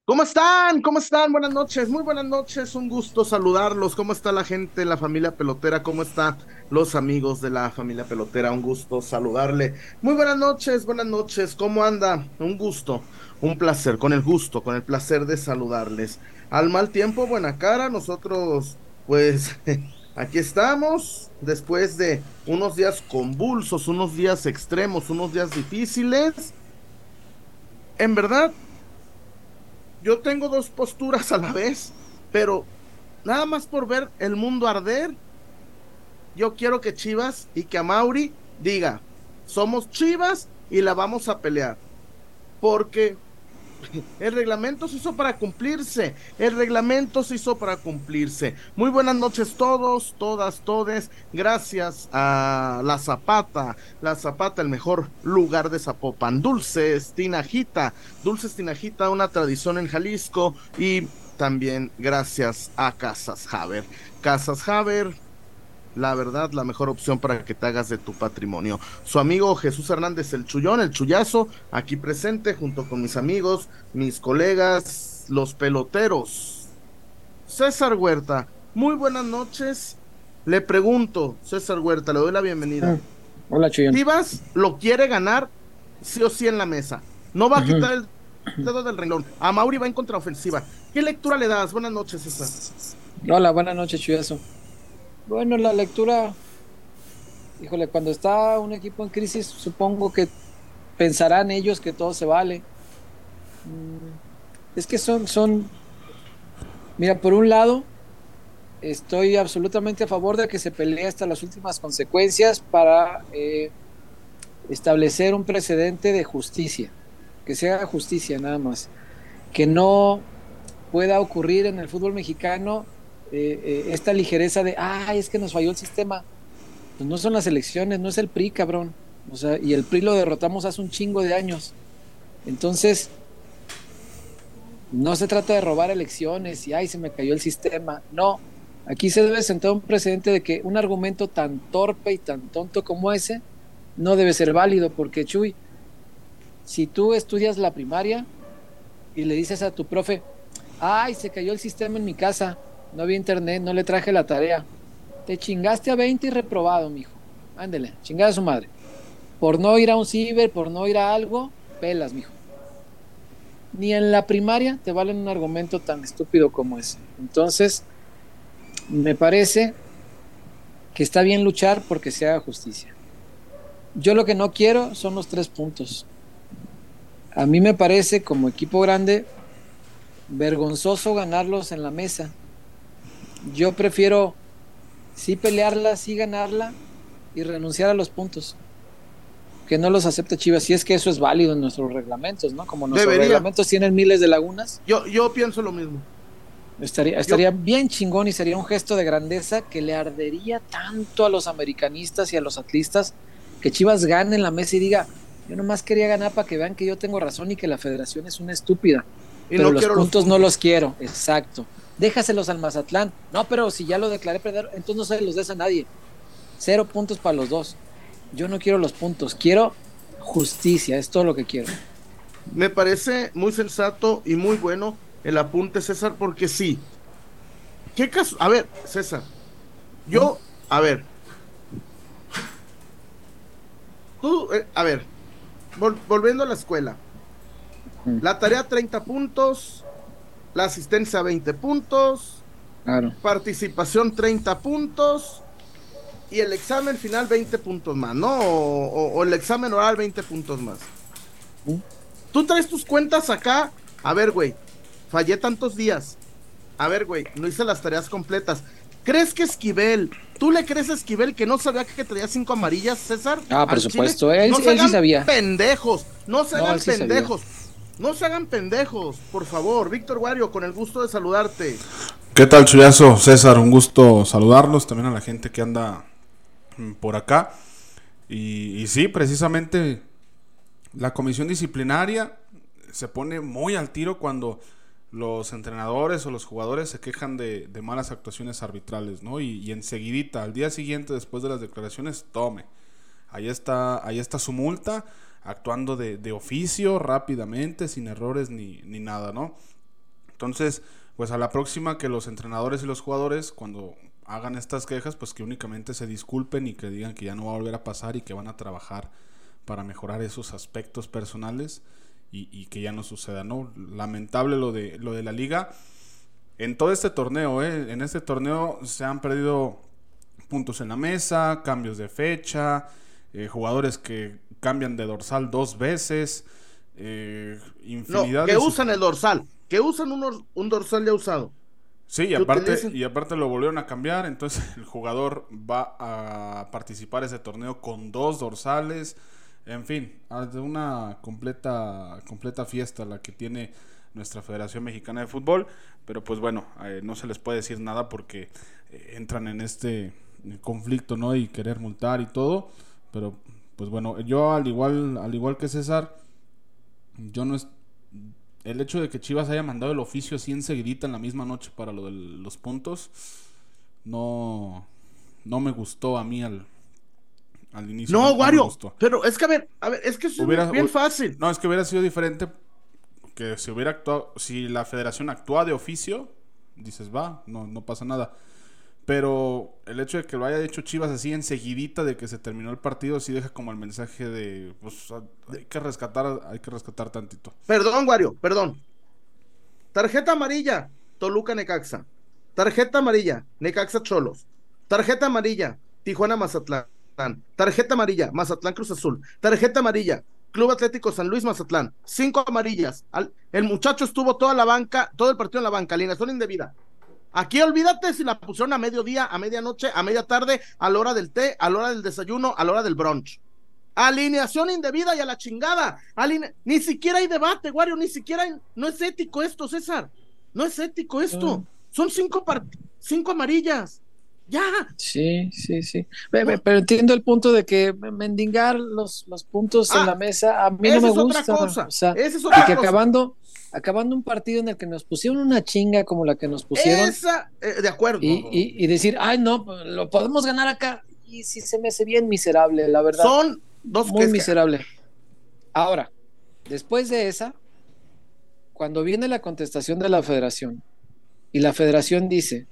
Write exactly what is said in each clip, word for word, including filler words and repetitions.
¿Cómo están? ¿Cómo están? Buenas noches, muy buenas noches, un gusto saludarlos. ¿Cómo está la gente, la familia pelotera? ¿Cómo están los amigos de la familia pelotera? Un gusto saludarle. Muy buenas noches, buenas noches. ¿Cómo anda? Un gusto, un placer, con el gusto, con el placer de saludarles. Al mal tiempo, buena cara. Nosotros, pues, aquí estamos después de unos días convulsos, unos días extremos, unos días difíciles. En verdad, yo tengo dos posturas a la vez, pero nada más por ver el mundo arder, yo quiero que Chivas y que Amauri diga, somos Chivas y la vamos a pelear, porque el reglamento se hizo para cumplirse, el reglamento se hizo para cumplirse. Muy buenas noches todos, todas, todes, gracias a La Zapata, La Zapata, el mejor lugar de Zapopan, Dulces Tinajita, Dulces Tinajita, una tradición en Jalisco, y también gracias a Casas Haber. Casas Haber, la verdad, la mejor opción para que te hagas de tu patrimonio. Su amigo Jesús Hernández, el Chullón, el Chullazo, aquí presente junto con mis amigos, mis colegas, los peloteros. César Huerta, muy buenas noches. Le pregunto, César Huerta, le doy la Mm, bienvenida. Hola, Chuyón. Chivas lo quiere ganar sí o sí en la mesa. No va a Ujú. quitar el dedo del renglón. A Mauri va en contraofensiva. ¿Qué lectura le das? Buenas noches, César. Hola, buenas noches, Chuyazo. Bueno, la lectura, híjole, cuando está un equipo en crisis, supongo que pensarán ellos que todo se vale. Mm, Es que son, son, mira, por un lado, estoy absolutamente a favor de que se pelee hasta las últimas consecuencias para eh, establecer un precedente de justicia, que se haga justicia nada más, que no pueda ocurrir en el fútbol mexicano eh, eh, esta ligereza de, ay, es que nos falló el sistema. Pues no son las elecciones, no es el P R I, cabrón. O sea, y el P R I lo derrotamos hace un chingo de años. Entonces, no se trata de robar elecciones y, ay, se me cayó el sistema. No, aquí se debe sentar un precedente de que un argumento tan torpe y tan tonto como ese no debe ser válido, porque, Chuy, si tú estudias la primaria y le dices a tu profe, ay, se cayó el sistema en mi casa, no había internet, no le traje la tarea. Te chingaste a veinte y reprobado, mijo. Ándele, chingada a su madre. Por no ir a un ciber, por no ir a algo, pelas, mijo. Ni en la primaria te valen un argumento tan estúpido como ese. Entonces, me parece que está bien luchar porque se haga justicia. Yo lo que no quiero son los tres puntos. A mí me parece, como equipo grande, vergonzoso ganarlos en la mesa. Yo prefiero sí pelearla, sí ganarla y renunciar a los puntos. Que no los acepte Chivas, si es que eso es válido en nuestros reglamentos, ¿no? Como nuestros Debería. reglamentos tienen miles de lagunas, Yo, yo pienso lo mismo. estaría, Yo estaría bien chingón y sería un gesto de grandeza que le ardería tanto a los americanistas y a los atlistas que Chivas gane en la mesa y diga, yo nomás quería ganar para que vean que yo tengo razón y que la federación es una estúpida, y pero no los quiero los puntos no los puntos. quiero, exacto. Déjaselos al Mazatlán. No, pero si ya lo declaré perdedor, entonces no se los des a nadie. Cero puntos para los dos. Yo no quiero los puntos, quiero justicia, es todo lo que quiero. Me parece muy sensato y muy bueno el apunte, César, porque sí. ¿Qué caso? A ver, César, ¿Mm? yo, a ver, tú, eh, a ver, vol- volviendo a la escuela, Mm, la tarea treinta puntos, la asistencia veinte puntos, claro. participación treinta puntos y el examen final veinte puntos más, ¿no? O, o- o el examen oral veinte puntos más. ¿Mm? Tú traes tus cuentas acá, a ver, güey, fallé tantos días. A ver, güey, no hice las tareas completas. ¿Crees que Esquivel, tú le crees a Esquivel que no sabía que traía cinco amarillas, César, Ah, por al Chile? supuesto. Él, No se él sí hagan sabía. pendejos, no se No, él hagan sí sabía. pendejos, no se hagan pendejos, por favor. Víctor Wario, con el gusto de saludarte. ¿Qué tal, Chuyazo? César, un gusto saludarlos, también a la gente que anda mm, por acá. Y, y sí, precisamente la comisión disciplinaria se pone muy al tiro cuando los entrenadores o los jugadores se quejan de, de malas actuaciones arbitrales, ¿no? Y, y enseguidita, al día siguiente, después de las declaraciones, tome. Ahí está, ahí está su multa, actuando de, de oficio, rápidamente, sin errores ni, ni nada, ¿no? Entonces, pues a la próxima que los entrenadores y los jugadores, cuando hagan estas quejas, pues que únicamente se disculpen y que digan que ya no va a volver a pasar y que van a trabajar para mejorar esos aspectos personales y, y que ya no suceda, ¿no? Lamentable lo de, lo de la liga. En todo este torneo, ¿eh? En este torneo se han perdido puntos en la mesa, cambios de fecha, eh, jugadores que cambian de dorsal dos veces, eh, infinidad no, que de... usan el dorsal, que usan un, un dorsal ya usado. Sí, y aparte, y aparte lo volvieron a cambiar, entonces el jugador va a participar ese torneo con dos dorsales, en fin, una completa, completa fiesta la que tiene nuestra Federación Mexicana de Fútbol, pero pues bueno, eh, no se les puede decir nada porque eh, entran en este conflicto, ¿no? Y querer multar y todo, pero pues bueno, yo al igual, al igual que César, yo no es el hecho de que Chivas haya mandado el oficio así enseguidita en la misma noche para lo de los puntos, no, no me gustó a mí al, al inicio. No, no, Wario, no pero es que a ver, a ver, es que es hubiera, bien fácil. No, es que hubiera sido diferente que si hubiera actuado, si la federación actúa de oficio, dices va, no, no pasa nada. Pero el hecho de que lo haya hecho Chivas así enseguidita de que se terminó el partido, sí deja como el mensaje de pues hay que rescatar, hay que rescatar tantito. Perdón, Wario, perdón. Tarjeta amarilla, Toluca Necaxa. Tarjeta amarilla, Necaxa Cholos. Tarjeta amarilla, Tijuana Mazatlán. Tarjeta amarilla, Mazatlán Cruz Azul. Tarjeta amarilla, Club Atlético San Luis Mazatlán. Cinco amarillas. El muchacho estuvo toda la banca, todo el partido en la banca, alineación indebida. Aquí olvídate si la pusieron a mediodía, a medianoche, a media tarde, a la hora del té, a la hora del desayuno, a la hora del brunch. Alineación indebida y a la chingada. Aline... Ni siquiera hay debate, Wario, ni siquiera hay... No es ético esto, César. No es ético esto. Mm. Son cinco, par... cinco amarillas. Ya. Sí, sí, sí. Pero, no. pero entiendo el punto de que mendigar los, los puntos ah, en la mesa a mí no me es gusta. Otra cosa. O sea, esa es otra y que cosa. acabando... acabando un partido en el que nos pusieron una chinga como la que nos pusieron. Esa, eh, de acuerdo. Y, y, y decir, ay, no, lo podemos ganar acá. Y sí se me hace bien miserable, la verdad. Son dos muy miserable. Que... Ahora, después de esa, cuando viene la contestación de la federación, y la federación dice,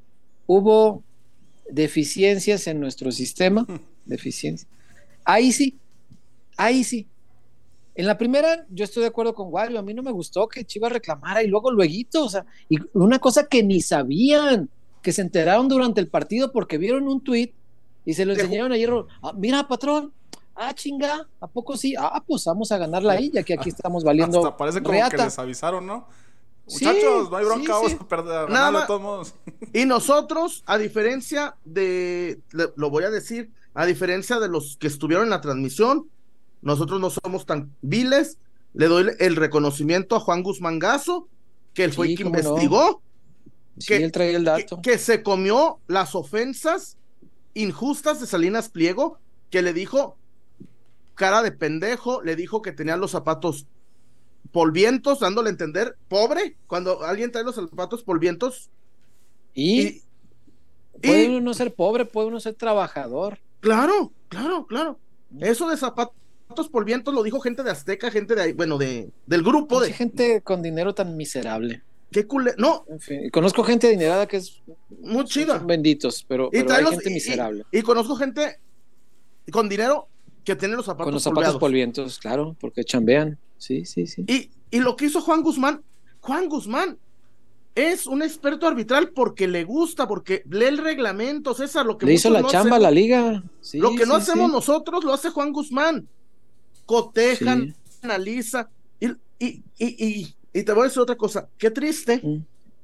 hubo deficiencias en nuestro sistema, deficiencias. Ahí sí, ahí sí. En la primera, yo estoy de acuerdo con Wario, a mí no me gustó que Chivas reclamara y luego lueguito, o sea, y una cosa que ni sabían, que se enteraron durante el partido porque vieron un tuit y se lo enseñaron ayer, ah, mira, patrón, ah, chinga, ¿a poco sí? Ah, pues vamos a ganarla ahí, ya que aquí estamos valiendo hasta parece como reata. Que les avisaron, ¿no? Muchachos, sí, no hay bronca, sí, vamos sí. a perder, Nada más. De todos modos. Y nosotros, a diferencia de, lo voy a decir, a diferencia de los que estuvieron en la transmisión, nosotros no somos tan viles. Le doy el reconocimiento a Juan Guzmán Gazo, que él fue sí, quien investigó, no. sí, que, él traía el dato. Que, que se comió las ofensas injustas de Salinas Pliego, que le dijo cara de pendejo, le dijo que tenía los zapatos polvientos, dándole a entender, pobre, cuando alguien trae los zapatos polvientos. Y, y puede y, uno no ser pobre, puede uno ser trabajador. Claro, claro, claro. Eso de zapatos polvientos lo dijo gente de Azteca, gente de ahí, bueno, de, del grupo. No de gente con dinero tan miserable. Qué culé, no. En fin, conozco gente adinerada que es muy chida. Son benditos, pero, pero hay los, gente y, miserable. Y, y conozco gente con dinero que tiene los zapatos con los zapatos polveados. polvientos, claro, porque chambean. Sí, sí, sí. Y, y lo que hizo Juan Guzmán, Juan Guzmán es un experto arbitral porque le gusta, porque lee el reglamento, César, lo que le hizo la no chamba hacemos, a la liga. Sí, lo que sí, no hacemos sí. nosotros lo hace Juan Guzmán. Cotejan, sí. analiza y, y, y, y, y te voy a decir otra cosa, qué triste mm.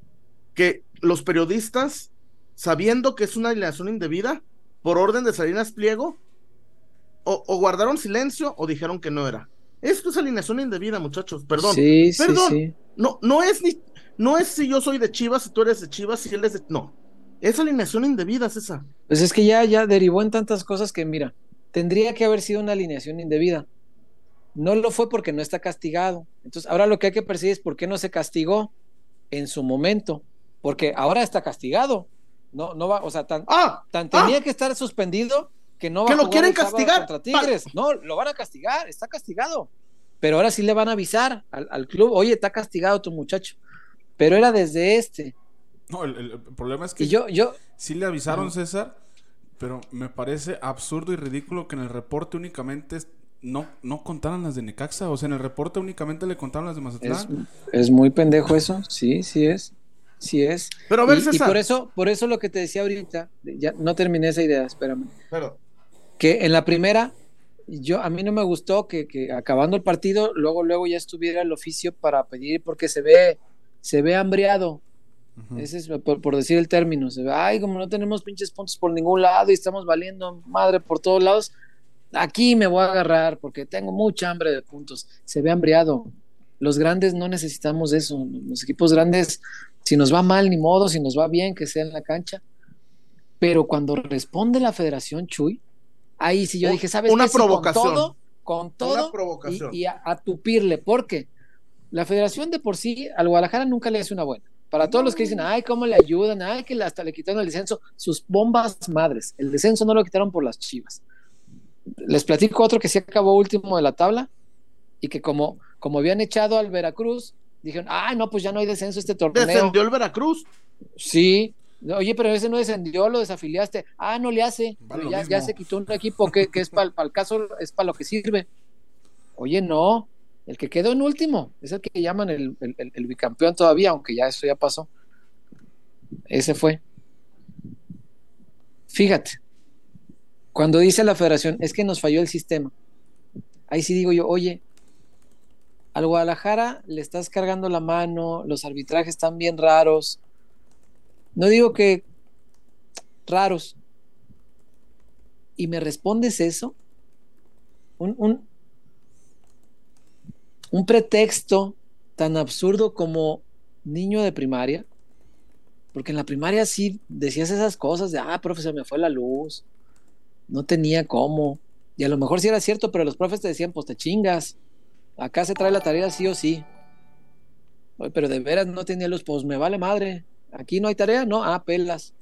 que los periodistas, sabiendo que es una alineación indebida, por orden de Salinas Pliego, o, o guardaron silencio o dijeron que no era. Esto es alineación indebida, muchachos, perdón, sí, perdón, sí, sí. no, no es ni, no es si yo soy de Chivas, si tú eres de Chivas, si él es de, no, es alineación indebida, César. Pues es que ya, ya derivó en tantas cosas que mira, tendría que haber sido una alineación indebida. No lo fue porque no está castigado. Entonces, ahora lo que hay que percibir es por qué no se castigó en su momento. Porque ahora está castigado. No, no va, o sea, tan, ah, tan tenía ah, que estar suspendido que no va que a lo jugar quieren el sábado castigar contra Tigres. Pa- no, lo van a castigar, está castigado. Pero ahora sí le van a avisar al, al club, oye, está castigado tu muchacho. pero era desde este. No, el, el- el problema es que Y yo, yo, sí le avisaron, Ajá. César, pero me parece absurdo y ridículo que en el reporte únicamente es- no, no contaran las de Necaxa. O sea, en el reporte únicamente le contaron las de es, Mazatlán. es muy pendejo eso, sí, sí es, sí es. Pero a ver, Y, y por César, eso, por eso lo que te decía ahorita, ya no terminé esa idea, espérame, pero, que en la primera, yo, a mí no me gustó que, que acabando el partido, luego, luego ya estuviera el oficio para pedir, porque se ve, se ve hambriado. Ujú. Ese es por, por decir el término. Se ve, ay, como no tenemos pinches puntos por ningún lado y estamos valiendo madre por todos lados, aquí me voy a agarrar porque tengo mucha hambre de puntos. Se ve hambriado. Los grandes no necesitamos eso. Los equipos grandes, si nos va mal, ni modo, si nos va bien, que sea en la cancha. Pero cuando responde la Federación, Chuy, ahí sí yo Un- dije, ¿sabes una qué? Sí, con provocación. todo, con Una todo y, provocación. y a, a tupirle. ¿Por qué? La Federación de por sí al Guadalajara nunca le hace una buena. Para todos los que dicen, ay, cómo le ayudan, ay, que hasta le quitaron el descenso, sus bombas madres. El descenso no lo quitaron por las Chivas. Les platico otro que sí acabó último de la tabla y que como, como habían echado al Veracruz, dijeron, ay, no, pues ya no hay descenso este torneo. Descendió el Veracruz. Sí, oye, pero ese no descendió, lo desafiliaste. Ah, no le hace, Va lo ya, mismo. ya se quitó un equipo que, que es para el caso, es para lo que sirve. Oye, no, el que quedó en último es el que llaman el, el, el- el bicampeón todavía, aunque ya eso ya pasó. Ese fue. Fíjate, cuando dice la federación, es que nos falló el sistema. Ahí sí digo yo, oye, al Guadalajara le estás cargando la mano, los arbitrajes están bien raros. No digo que raros. Y me respondes eso, un, un, un pretexto tan absurdo como niño de primaria, porque en la primaria sí decías esas cosas de, ah, profe, se me fue la luz, no tenía cómo, y a lo mejor sí era cierto, pero los profes te decían, pues te chingas, acá se trae la tarea sí o sí. Oye, pero de veras no tenía luz, pues me vale madre, aquí no hay tarea, no, ah, pelas.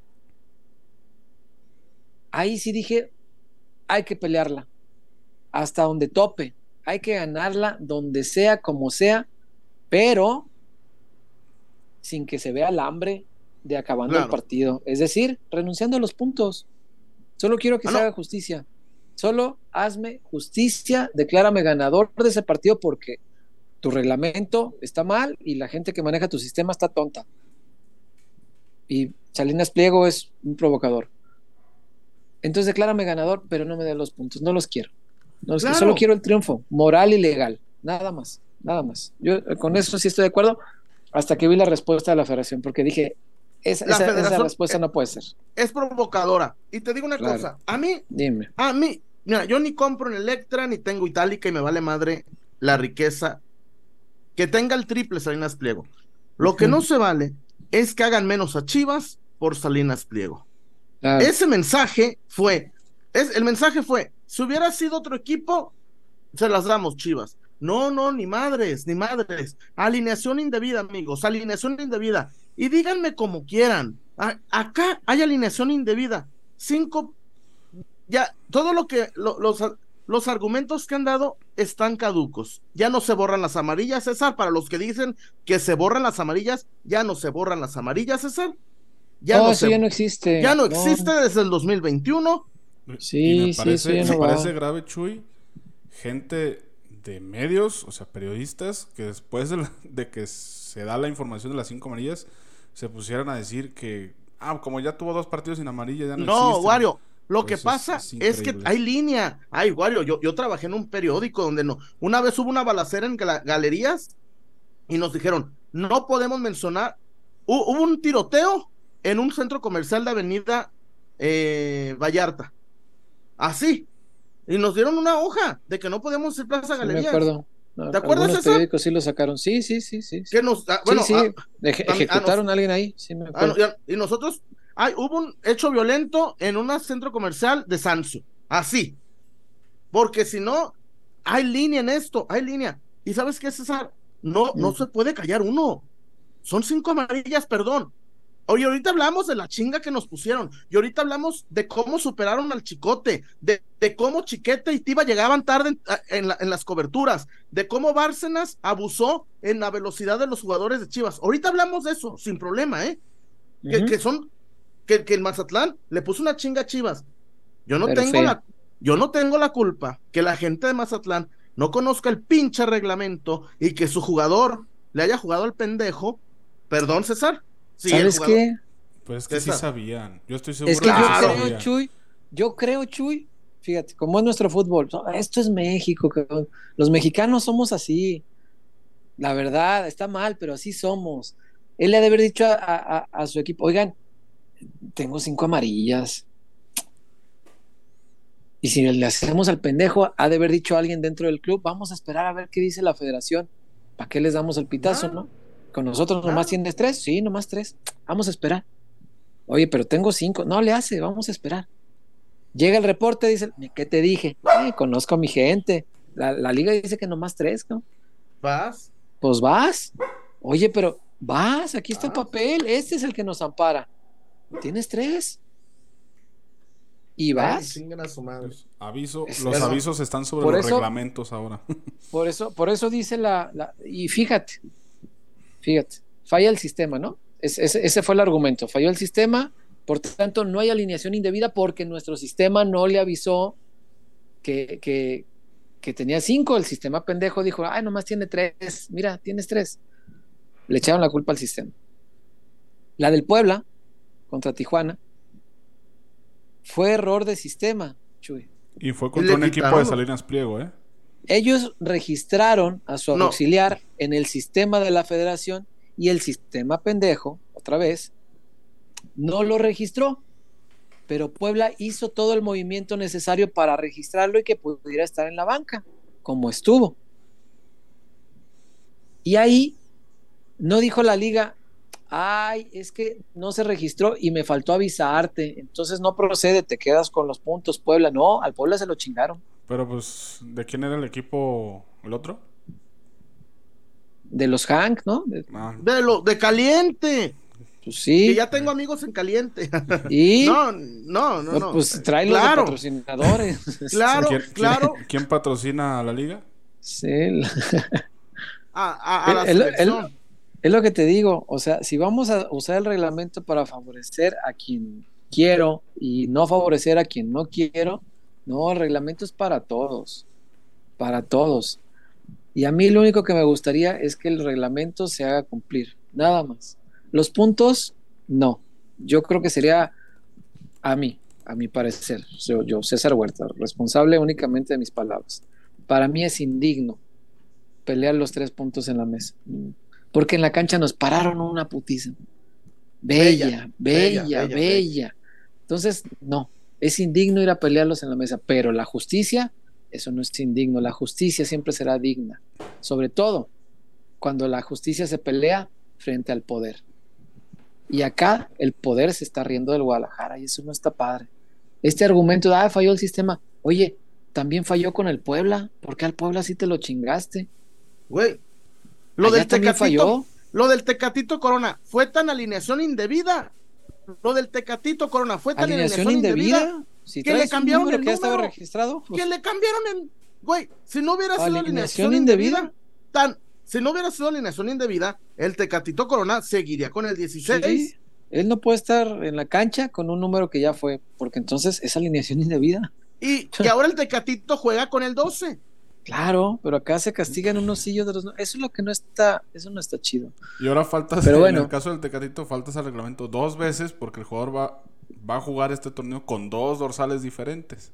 Ahí sí dije, hay que pelearla, hasta donde tope, hay que ganarla donde sea, como sea, pero sin que se vea el hambre de acabando el Claro. partido. Es decir, renunciando a los puntos. Solo quiero que Ah, se no. haga justicia. Solo hazme justicia, declárame ganador de ese partido porque tu reglamento está mal y la gente que maneja tu sistema está tonta. Y Salinas Pliego es un provocador. Entonces declárame ganador, pero no me dé los puntos. No los quiero. No los quiero. Claro. Solo quiero el triunfo, moral y legal. Nada más, nada más. Yo eh, con eso sí estoy de acuerdo hasta que vi la respuesta de la federación, porque dije, esa, La esa, esa federación respuesta es, no puede ser. es provocadora. Y te digo una Claro. cosa, a mí, Dime. a mí, mira, yo ni compro en Electra, ni tengo Itálica y me vale madre la riqueza. Que tenga el triple Salinas Pliego. Lo Ujú. que no se vale es que hagan menos a Chivas por Salinas Pliego. Claro. Ese mensaje fue, es, el mensaje fue, si hubiera sido otro equipo, se las damos, Chivas. No, no, ni madres, ni madres. Alineación indebida, amigos, alineación indebida. Y díganme como quieran. A, acá hay alineación indebida. Cinco, ya, todo lo que, lo, los, los argumentos que han dado están caducos. Ya no se borran las amarillas, César. Para los que dicen que se borran las amarillas, ya no se borran las amarillas, César. Ya no, no eso se, ya no existe. ya no No. existe desde el dos mil veintiuno. Sí, y me sí, parece, eso ya me no parece va. grave, Chuy, gente de medios, o sea, periodistas, que después de, la- de que se da la información de las cinco amarillas, se pusieran a decir que, ah, como ya tuvo dos partidos sin amarilla, ya no, No, existen. Wario, lo Pues que es- pasa es es, que increíble. hay línea. Ay, Wario, yo, yo trabajé en un periódico donde no, una vez hubo una balacera en gala- galerías y nos dijeron, no podemos mencionar, hu- hubo un tiroteo en un centro comercial de Avenida eh, Vallarta, así, y nos dieron una hoja de que no podemos decir Plaza Sí, me Galerías. acuerdo. No, ¿Te acuerdas, algunos César? periódicos sí lo sacaron. Sí, sí, sí, sí. Sí, Que nos, ah, sí, bueno, sí. ah, Eje- a mí- a nos- ejecutaron a alguien ahí. Sí, me Ah, no, acuerdo. y, y nosotros, ay, hubo un hecho violento en un centro comercial de Sanso, así, porque si no, hay línea en esto, hay línea. ¿Y sabes qué, César? No, no Mm. se puede callar uno. Son cinco amarillas, perdón. Oye, ahorita hablamos de la chinga que nos pusieron, y ahorita hablamos de cómo superaron al Chicote, de, de cómo Chiquete y Tiva llegaban tarde en, en, la, en las coberturas, de cómo Bárcenas abusó en la velocidad de los jugadores de Chivas. Ahorita hablamos de eso, sin problema, ¿eh? Uh-huh. Que, que son, que, que el Mazatlán le puso una chinga a Chivas. Yo no tengo la, yo no tengo la culpa que la gente de Mazatlán no conozca el pinche reglamento y que su jugador le haya jugado al pendejo. Perdón, César. Sí, ¿sabes qué? Pues es que César. Sí sabían. Yo estoy seguro es que, que yo sí creo, sabían. Chuy, yo creo, Chuy, fíjate, como es nuestro fútbol, esto es México, cabrón. Los mexicanos somos así. La verdad, está mal, pero así somos. Él le ha de haber dicho a, a, a su equipo, oigan, tengo cinco amarillas. Y si le hacemos al pendejo, ha de haber dicho a alguien dentro del club, vamos a esperar a ver qué dice la federación. ¿Para qué les damos el pitazo, no? no? Con nosotros nomás ah. tienes tres, sí, nomás tres. Vamos a esperar. Oye, pero tengo cinco. No le hace, vamos a esperar. Llega el reporte, dice, ¿qué te dije? Ay, conozco a mi gente. La, la liga dice que nomás tres, ¿no? ¿Vas? Pues vas. Oye, pero vas, aquí está ¿Vas? el papel. Este es el que nos ampara. Tienes tres. Y vas. Ay, a su madre. Aviso, es, los eso. avisos están sobre por los eso, reglamentos ahora. Por eso, por eso dice la, la y fíjate. Fíjate, falla el sistema, ¿no? Es, es, ese fue el argumento, falló el sistema, por tanto no hay alineación indebida porque nuestro sistema no le avisó que, que, que tenía cinco, el sistema pendejo dijo, ay, nomás tiene tres, mira, tienes tres. Le echaron la culpa al sistema. La del Puebla, contra Tijuana, fue error de sistema, Chuy. Y fue contra un equipo de Salinas Pliego, ¿eh? Ellos registraron a su no. auxiliar en el sistema de la federación y el sistema pendejo, otra vez, no lo registró. Pero Puebla hizo todo el movimiento necesario para registrarlo y que pudiera estar en la banca, como estuvo. Y ahí no dijo la liga, ay, es que no se registró y me faltó avisarte, entonces no procede, te quedas con los puntos, Puebla. No, al Puebla se lo chingaron. Pero pues, ¿de quién era el equipo el otro? De los Hank, ¿no? De, ah. de lo de Caliente. Pues sí. Que ya tengo amigos en Caliente. ¿Y? No, no, no, no. Pues tráelos claro. de patrocinadores. Claro, ¿Quién, claro. ¿quién, ¿Quién patrocina a la liga? Sí. La... A, a, a la el, selección. El, es lo que te digo, o sea, si vamos a usar el reglamento para favorecer a quien quiero y no favorecer a quien no quiero, no, el reglamento es para todos, para todos. Y a mí lo único que me gustaría es que el reglamento se haga cumplir, nada más. Los puntos, no. Yo creo que sería a mí, a mi parecer, yo, yo César Huerta, responsable únicamente de mis palabras. Para mí es indigno pelear los tres puntos en la mesa. Porque en la cancha nos pararon una putiza. Bella, bella, bella, bella, bella. bella. Entonces, no, es indigno ir a pelearlos en la mesa, pero la justicia, eso no es indigno, la justicia siempre será digna, sobre todo cuando la justicia se pelea frente al poder. Y acá el poder se está riendo del Guadalajara y eso no está padre. Este argumento de, ah, falló el sistema, oye, también falló con el Puebla, ¿por qué al Puebla sí te lo chingaste? Güey, lo del Tecatito, lo del Tecatito Corona, ¿fue tan alineación indebida? Lo del Tecatito Corona, ¿fue tan alineación, alineación indebida? indebida? Si que le cambiaron el que número, estaba registrado, pues, que le cambiaron en, güey, si no hubiera sido alineación, alineación indebida, indebida, tan, si no hubiera sido alineación indebida, el Tecatito Corona seguiría con el dieciséis. Sí, él no puede estar en la cancha con un número que ya fue, porque entonces es alineación indebida. Y, y ahora el Tecatito juega con el doce. Claro, pero acá se castigan unos sí y otros no. Eso es lo que no está, eso no está chido. Y ahora faltas, pero bueno, en el caso del Tecatito, faltas al reglamento dos veces porque el jugador va, va a jugar este torneo con dos dorsales diferentes.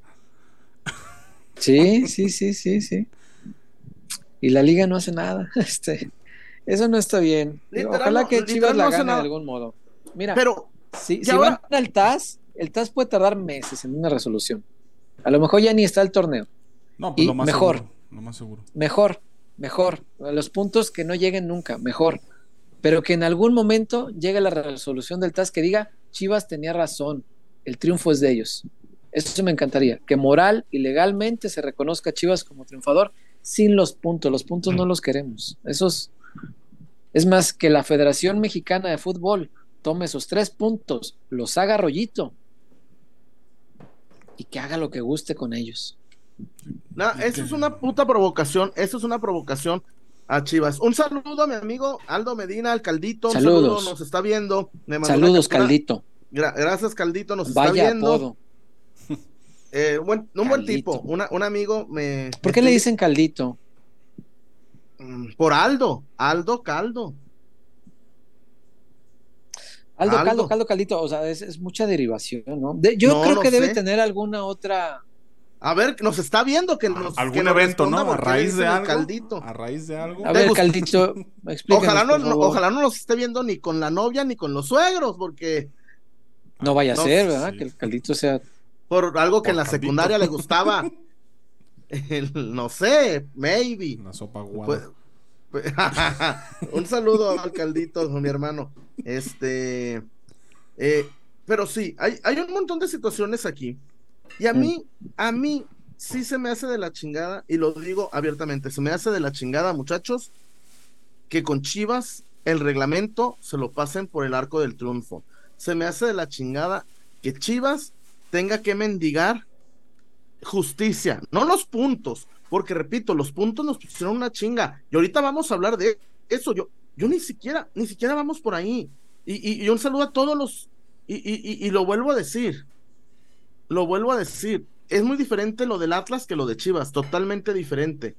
Sí, sí, sí, sí, sí. Y la liga no hace nada. Este, eso no está bien. Literal, Ojalá que Chivas la gane no de algún modo. Mira, pero si, si ahora... van al T A S, el T A S puede tardar meses en una resolución. A lo mejor ya ni está el torneo. No, pues y lo más mejor, seguro, lo más seguro. Mejor, mejor. Los puntos que no lleguen nunca, mejor. Pero que en algún momento llegue la resolución del T A S que diga, Chivas tenía razón, el triunfo es de ellos. Eso me encantaría. Que moral y legalmente se reconozca a Chivas como triunfador sin los puntos. Los puntos no los queremos. Esos, es más, que la Federación Mexicana de Fútbol tome esos tres puntos, los haga rollito y que haga lo que guste con ellos. No, eso es una puta provocación, eso es una provocación a Chivas. Un saludo a mi amigo Aldo Medina, al Caldito, un Saludos. saludo, nos está viendo. Me mandó Saludos, una captura. Caldito. Gra- gracias, Caldito, nos Vaya está viendo. apodo. Eh, buen, un buen Caldito. tipo, una, un amigo me... ¿Por me qué le escribe- dicen Caldito? Mm, Por Aldo, Aldo Caldo. Aldo, Aldo. Caldo, Caldo, Caldito, o sea, es, es mucha derivación, ¿no? De- yo No, creo no que debe sé. tener alguna otra. A ver, nos está viendo que nos... Algún que nos evento, responda ¿no? A por qué le raíz dicen de el algo. Caldito. A raíz de algo. A ¿Te ver, gusta? Caldito, explícanos, Ojalá no, por no- favor. ojalá no nos esté viendo ni con la novia ni con los suegros, porque No vaya a No, ser, ¿verdad? sí. Que el Caldito sea. por algo que Por en la Caldito. secundaria le gustaba. El- no sé, maybe. La sopa aguada. Pues- pues- un saludo al Caldito, mi hermano. Este, eh, pero sí, hay, hay un montón de situaciones aquí. Y a Mm. mí, a mí sí se me hace de la chingada, y lo digo abiertamente, se me hace de la chingada, muchachos, que con Chivas el reglamento se lo pasen por el arco del triunfo. Se me hace de la chingada que Chivas tenga que mendigar justicia, no los puntos, porque repito, los puntos nos pusieron una chinga, y ahorita vamos a hablar de eso. Yo, yo ni siquiera, ni siquiera vamos por ahí. Y, y, y un saludo a todos los, y, y, y, y lo vuelvo a decir, lo vuelvo a decir, es muy diferente lo del Atlas que lo de Chivas, totalmente diferente.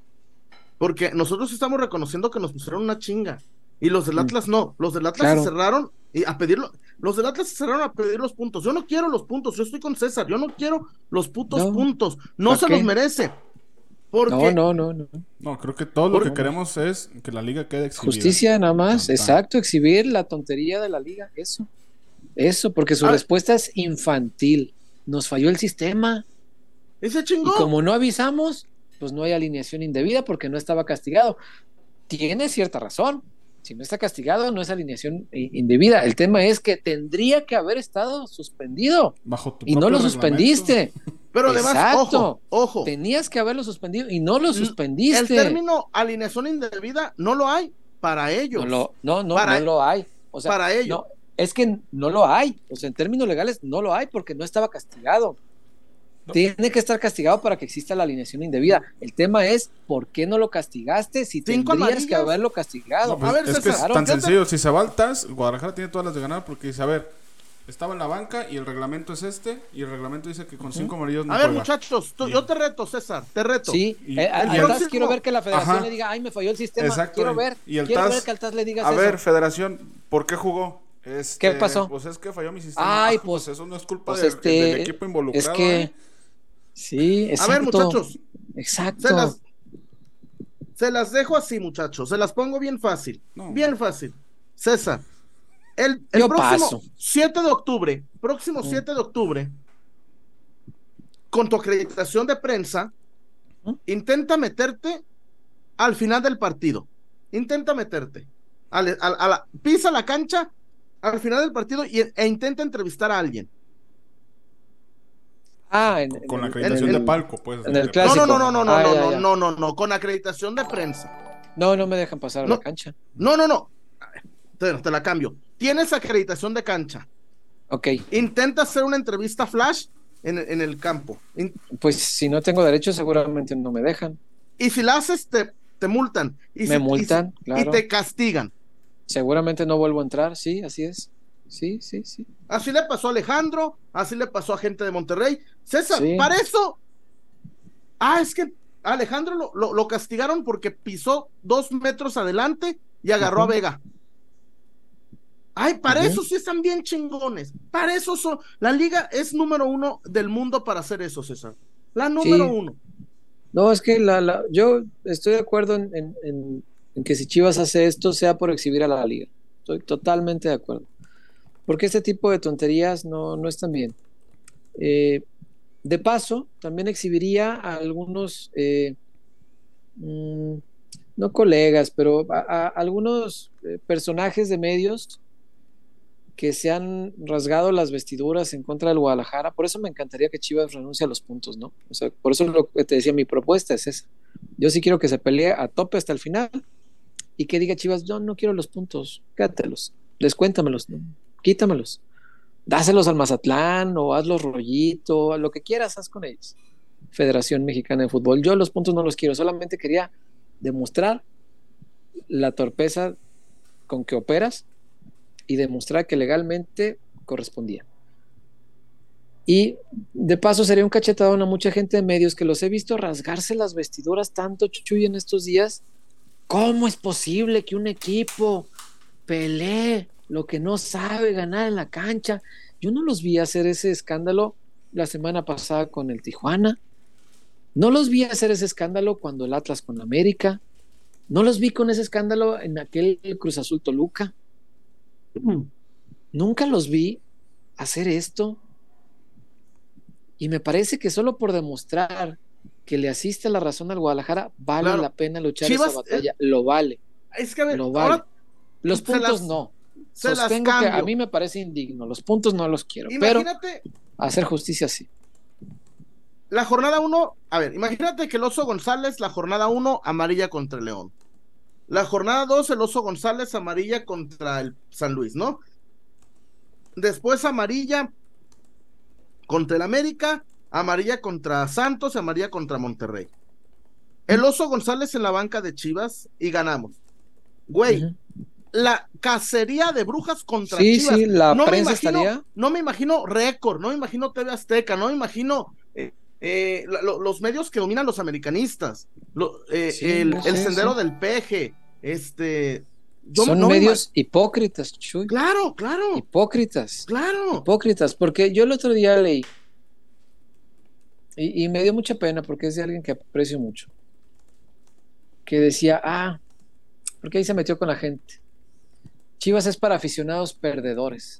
Porque nosotros estamos reconociendo que nos pusieron una chinga, y los del Atlas no, los del Atlas Claro. se cerraron y a pedirlo, los del Atlas se cerraron a pedir los puntos. Yo no quiero los puntos, yo estoy con César, yo no quiero los putos No. puntos, no ¿Para se qué? los merece. Porque No, no, no, no. No, creo que todo lo Por- que queremos es que la liga quede exhibida. Justicia nada más, Tan, tan. exacto, exhibir la tontería de la liga, eso. Eso, porque su A ver. respuesta es infantil. Nos falló el sistema. y se Y chingó. como no avisamos, pues no hay alineación indebida porque no estaba castigado. Tiene cierta razón. Si no está castigado, no es alineación i- indebida. El tema es que tendría que haber estado suspendido Bajo tu y no propio lo reglamento. suspendiste. Pero además, Exacto. ojo, ojo, Tenías que haberlo suspendido y no lo el suspendiste. término alineación indebida no lo hay para ellos. No, lo, no, no, Para- no lo hay. O sea, para ellos. no, es que no lo hay. O sea, en términos legales no lo hay porque no estaba castigado. No. Tiene que estar castigado para que exista la alineación indebida. El tema es, ¿por qué no lo castigaste? Si Cinco tendrías que amarillas. haberlo castigado. No, pues, A ver, es que es César, tan yo te- sencillo. Si se va al T A S, Guadalajara tiene todas las de ganar porque dice, a ver, estaba en la banca y el reglamento es este y el reglamento dice que con cinco amarillos no A ver, juega. muchachos, tú- yo te reto, César, te reto. Sí, Y- eh, a- y al el T A S próximo- quiero ver que la federación Ajá. le diga, ay, me falló el sistema. Exacto, Quiero y- ver, y el quiero T A S, ver que al T A S le digas A eso. ver, Federación, ¿por qué jugó? Este, ¿Qué pasó? Pues es que falló mi sistema. Ay, Ah, pues- eso no es culpa pues del, este, del equipo involucrado. es que ¿eh? sí, A exacto. ver, muchachos, Exacto. se las, se las dejo así, muchachos, se las pongo bien fácil, No. bien fácil. César, el, el Yo próximo paso. siete de octubre, próximo Mm. siete de octubre, con tu acreditación de prensa, ¿Mm? intenta meterte al final del partido. Intenta meterte. Al- al- a la- pisa la cancha al final del partido y, e intenta entrevistar a alguien. Ah, en, Con, en con la el- acreditación en de el- palco, pues. en de- el de- clásico. No, no, no, no, no, Ah, no, ya, no, ya. no, no, no, con acreditación de prensa. No, no me dejan pasar a No. la cancha. No, no, no. Te, te la cambio. Tienes acreditación de cancha. Ok, Intenta hacer una entrevista flash en, en el campo. In- pues si no tengo derecho, seguramente no me dejan. y si la haces, te, te multan. Y Me si- multan, y si- claro. Y te castigan. Seguramente no vuelvo a entrar, sí, así es. Sí, sí, sí. Así le pasó a Alejandro, así le pasó a gente de Monterrey. César, Sí. para eso. Ah, es que a Alejandro lo, lo, lo castigaron porque pisó dos metros adelante y agarró Ujú. a Vega. Ay, para Ujú. eso sí están bien chingones. Para eso son. La liga es número uno del mundo para hacer eso, César. La número Sí. uno. No, es que la, la, yo estoy de acuerdo en, en, en, en que si Chivas hace esto sea por exhibir a la liga. Estoy totalmente de acuerdo. Porque este tipo de tonterías no, no están bien. Eh, de paso, también exhibiría a algunos, eh, mm, no colegas, pero a, a algunos eh, personajes de medios que se han rasgado las vestiduras en contra del Guadalajara. Por eso me encantaría que Chivas renuncie a los puntos, ¿no? O sea, por eso lo que te decía, mi propuesta es esa. Yo sí quiero que se pelee a tope hasta el final y que diga Chivas, yo no quiero los puntos, quédatelos. descuéntamelos, ¿no? Quítamelos. Dáselos al Mazatlán o hazlos rollito, lo que quieras, haz con ellos. Federación Mexicana de Fútbol. Yo los puntos no los quiero, solamente quería demostrar la torpeza con que operas y demostrar que legalmente correspondía. Y de paso sería un cachetadón a mucha gente de medios que los he visto rasgarse las vestiduras tanto, Chuy, en estos días. ¿Cómo es posible que un equipo pelee lo que no sabe ganar en la cancha? Yo no los vi hacer ese escándalo la semana pasada con el Tijuana. No los vi hacer ese escándalo cuando el Atlas con América. No los vi con ese escándalo en aquel Cruz Azul Toluca. Nunca los vi hacer esto. Y me parece que solo por demostrar que le asiste la razón al Guadalajara, vale Claro. la pena luchar Chivas, esa batalla. Lo vale. Es que a ver, Lo vale. ahora Los se puntos las- no. se las Sostengo que a cambio. mí me parece indigno. Los puntos no los quiero. Pero Imagínate hacer justicia sí. la jornada uno, a ver, imagínate que el Oso González, la jornada uno, amarilla contra el León. La jornada dos, el Oso González, amarilla contra el San Luis, ¿no? Después amarilla contra el América, amarilla contra Santos, amarilla contra Monterrey. El Oso González en la banca de Chivas y ganamos. Güey, Ujú. la cacería de brujas contra Sí, Chivas. sí, la no me prensa imagino, estaría. no me imagino récord, no me imagino T V Azteca, no me imagino eh, eh, la- lo- los medios que dominan los americanistas, lo- eh, Sí, el, yo el sé, sendero sí. del peje, este, yo Son no me medios ima- hipócritas, Chuy. claro, claro, Hipócritas. claro. Hipócritas. Porque yo el otro día leí y, y me dio mucha pena porque es de alguien que aprecio mucho. Que decía, ah, porque ahí se metió con la gente. Chivas es para aficionados perdedores.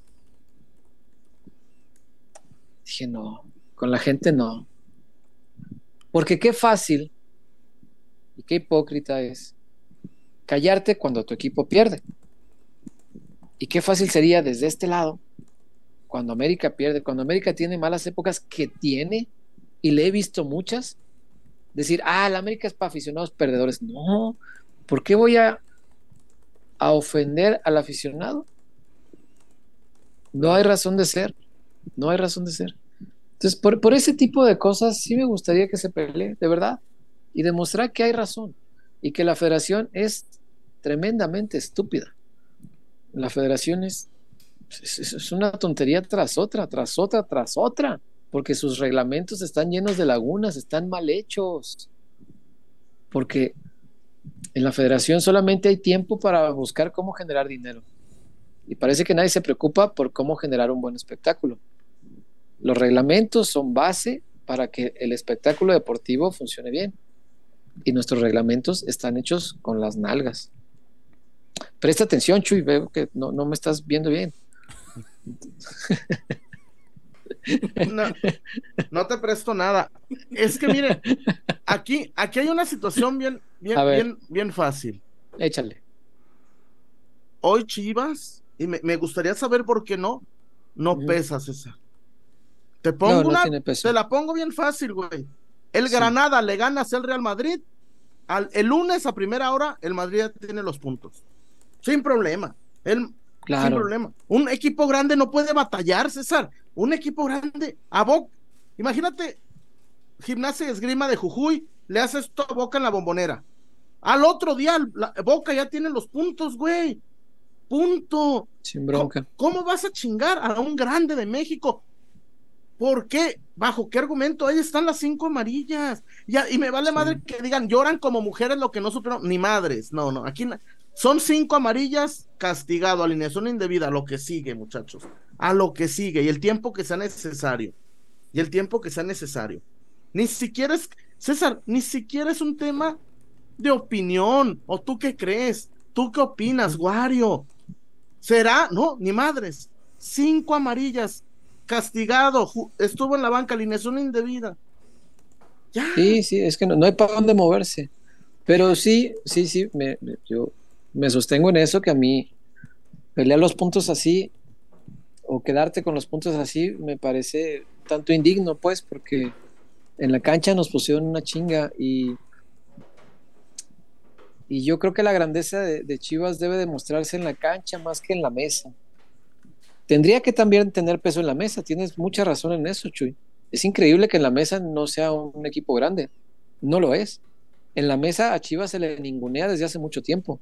Dije, no, con la gente no. Porque qué fácil y qué hipócrita es callarte cuando tu equipo pierde. Y qué fácil sería desde este lado, cuando América pierde, cuando América tiene malas épocas, que tiene, y le he visto muchas, decir, ah, la América es para aficionados perdedores. No, ¿por qué voy a, a ofender al aficionado? No hay razón de ser, no hay razón de ser. Entonces, por, por ese tipo de cosas sí me gustaría que se pelee, de verdad, y demostrar que hay razón y que la federación es tremendamente estúpida. La federación es, es, es una tontería tras otra, tras otra, tras otra, porque sus reglamentos están llenos de lagunas, están mal hechos, porque en la federación solamente hay tiempo para buscar cómo generar dinero, y parece que nadie se preocupa por cómo generar un buen espectáculo. Los reglamentos son base para que el espectáculo deportivo funcione bien, y nuestros reglamentos están hechos con las nalgas. Presta atención, Chuy, veo que no, no me estás viendo bien. No, no te presto nada. Es que miren, aquí, aquí hay una situación bien, bien, A ver. bien, bien fácil. Échale. Hoy Chivas, y me, me gustaría saber por qué no, no Ujú. pesa, César. Te pongo No, no una, tiene peso. te la pongo bien fácil, güey. El Sí. Granada le ganas al Real Madrid, al, el lunes a primera hora, el Madrid ya tiene los puntos. Sin problema. El, Claro. Sin problema. Un equipo grande no puede batallar, César. Un equipo grande. A Boca. Imagínate, Gimnasia y Esgrima de Jujuy, le hace esto a Boca en la Bombonera. Al otro día, la, Boca ya tiene los puntos, güey. Punto. Sin bronca. ¿Cómo, ¿Cómo vas a chingar a un grande de México? ¿Por qué? ¿Bajo qué argumento? Ahí están las cinco amarillas. Ya, y me vale Sí. madre que digan, lloran como mujeres lo que no supieron, ni madres. No, no, aquí na- son cinco amarillas, castigado, alineación indebida, a lo que sigue, muchachos. A lo que sigue, y el tiempo que sea necesario. Y el tiempo que sea necesario. Ni siquiera es, César, ni siquiera es un tema de opinión. ¿O tú qué crees? ¿Tú qué opinas, Wario? ¿Será? No, ni madres. Cinco amarillas, castigado, ju- estuvo en la banca, alineación indebida. Ya. Sí, sí, es que no, no hay para dónde moverse. Pero sí, sí, sí, me, me- yo me sostengo en eso, que a mí pelear los puntos así o quedarte con los puntos así me parece tanto indigno, pues, porque en la cancha nos pusieron una chinga y, Y yo creo que la grandeza de, de Chivas debe demostrarse en la cancha más que en la mesa. Tendría que también tener peso en la mesa, tienes mucha razón en eso, Chuy. Es increíble que en la mesa no sea un equipo grande, no lo es. En la mesa a Chivas se le ningunea desde hace mucho tiempo.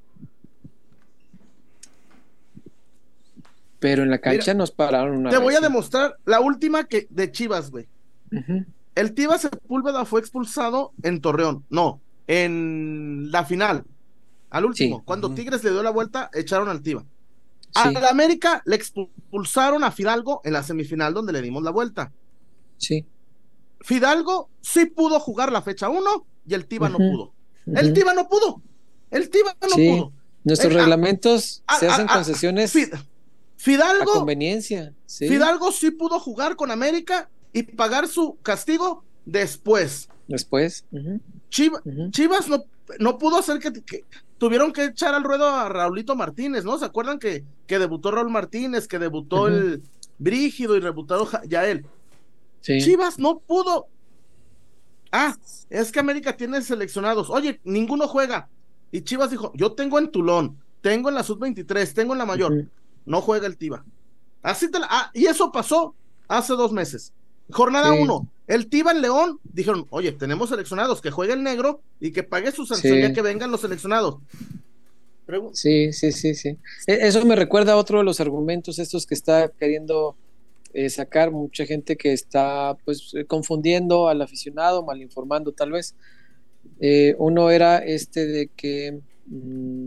Pero en la cancha Mira, nos pararon una te vez. voy a ¿Sí? demostrar la última que de Chivas, güey. Uh-huh. El Tiva Sepúlveda fue expulsado en Torreón, no, en la final, al Sí, último, cuando Ujú. Tigres le dio la vuelta, echaron al Tiva. A sí, la América le expulsaron a Fidalgo en la semifinal donde le dimos la vuelta. sí. Fidalgo sí pudo jugar la fecha uno y el Tiva no Uh-huh. pudo. El Uh-huh. Tiva no pudo. El Tiva no Sí, pudo. nuestros El, a, reglamentos a, se hacen a, a, concesiones a Fidalgo, conveniencia, ¿sí? Fidalgo sí pudo jugar con América y pagar su castigo después. Después. Uh-huh. Chivas, Uh-huh. Chivas no, no pudo hacer que, que, tuvieron que echar al ruedo a Raulito Martínez, ¿no? ¿Se acuerdan que, que debutó Raúl Martínez, que debutó Uh-huh. el Brígido y debutó Yael? Sí. Chivas no pudo. Ah, es que América tiene seleccionados. Oye, ninguno juega. Y Chivas dijo, yo tengo en Tulón, tengo en la sub veintitrés, tengo en la mayor. Uh-huh. No juega el Tiva. Así te la, ah, y eso pasó hace dos meses. Jornada Sí, uno, el Tiva en León, dijeron, oye, tenemos seleccionados, que juegue el negro y que pague su sanción ya sí, que vengan los seleccionados. Pregun- sí, sí, sí, sí. E- Eso me recuerda a otro de los argumentos estos que está queriendo eh, sacar mucha gente que está pues eh, confundiendo al aficionado, malinformando tal vez. Eh, uno era este de que mm,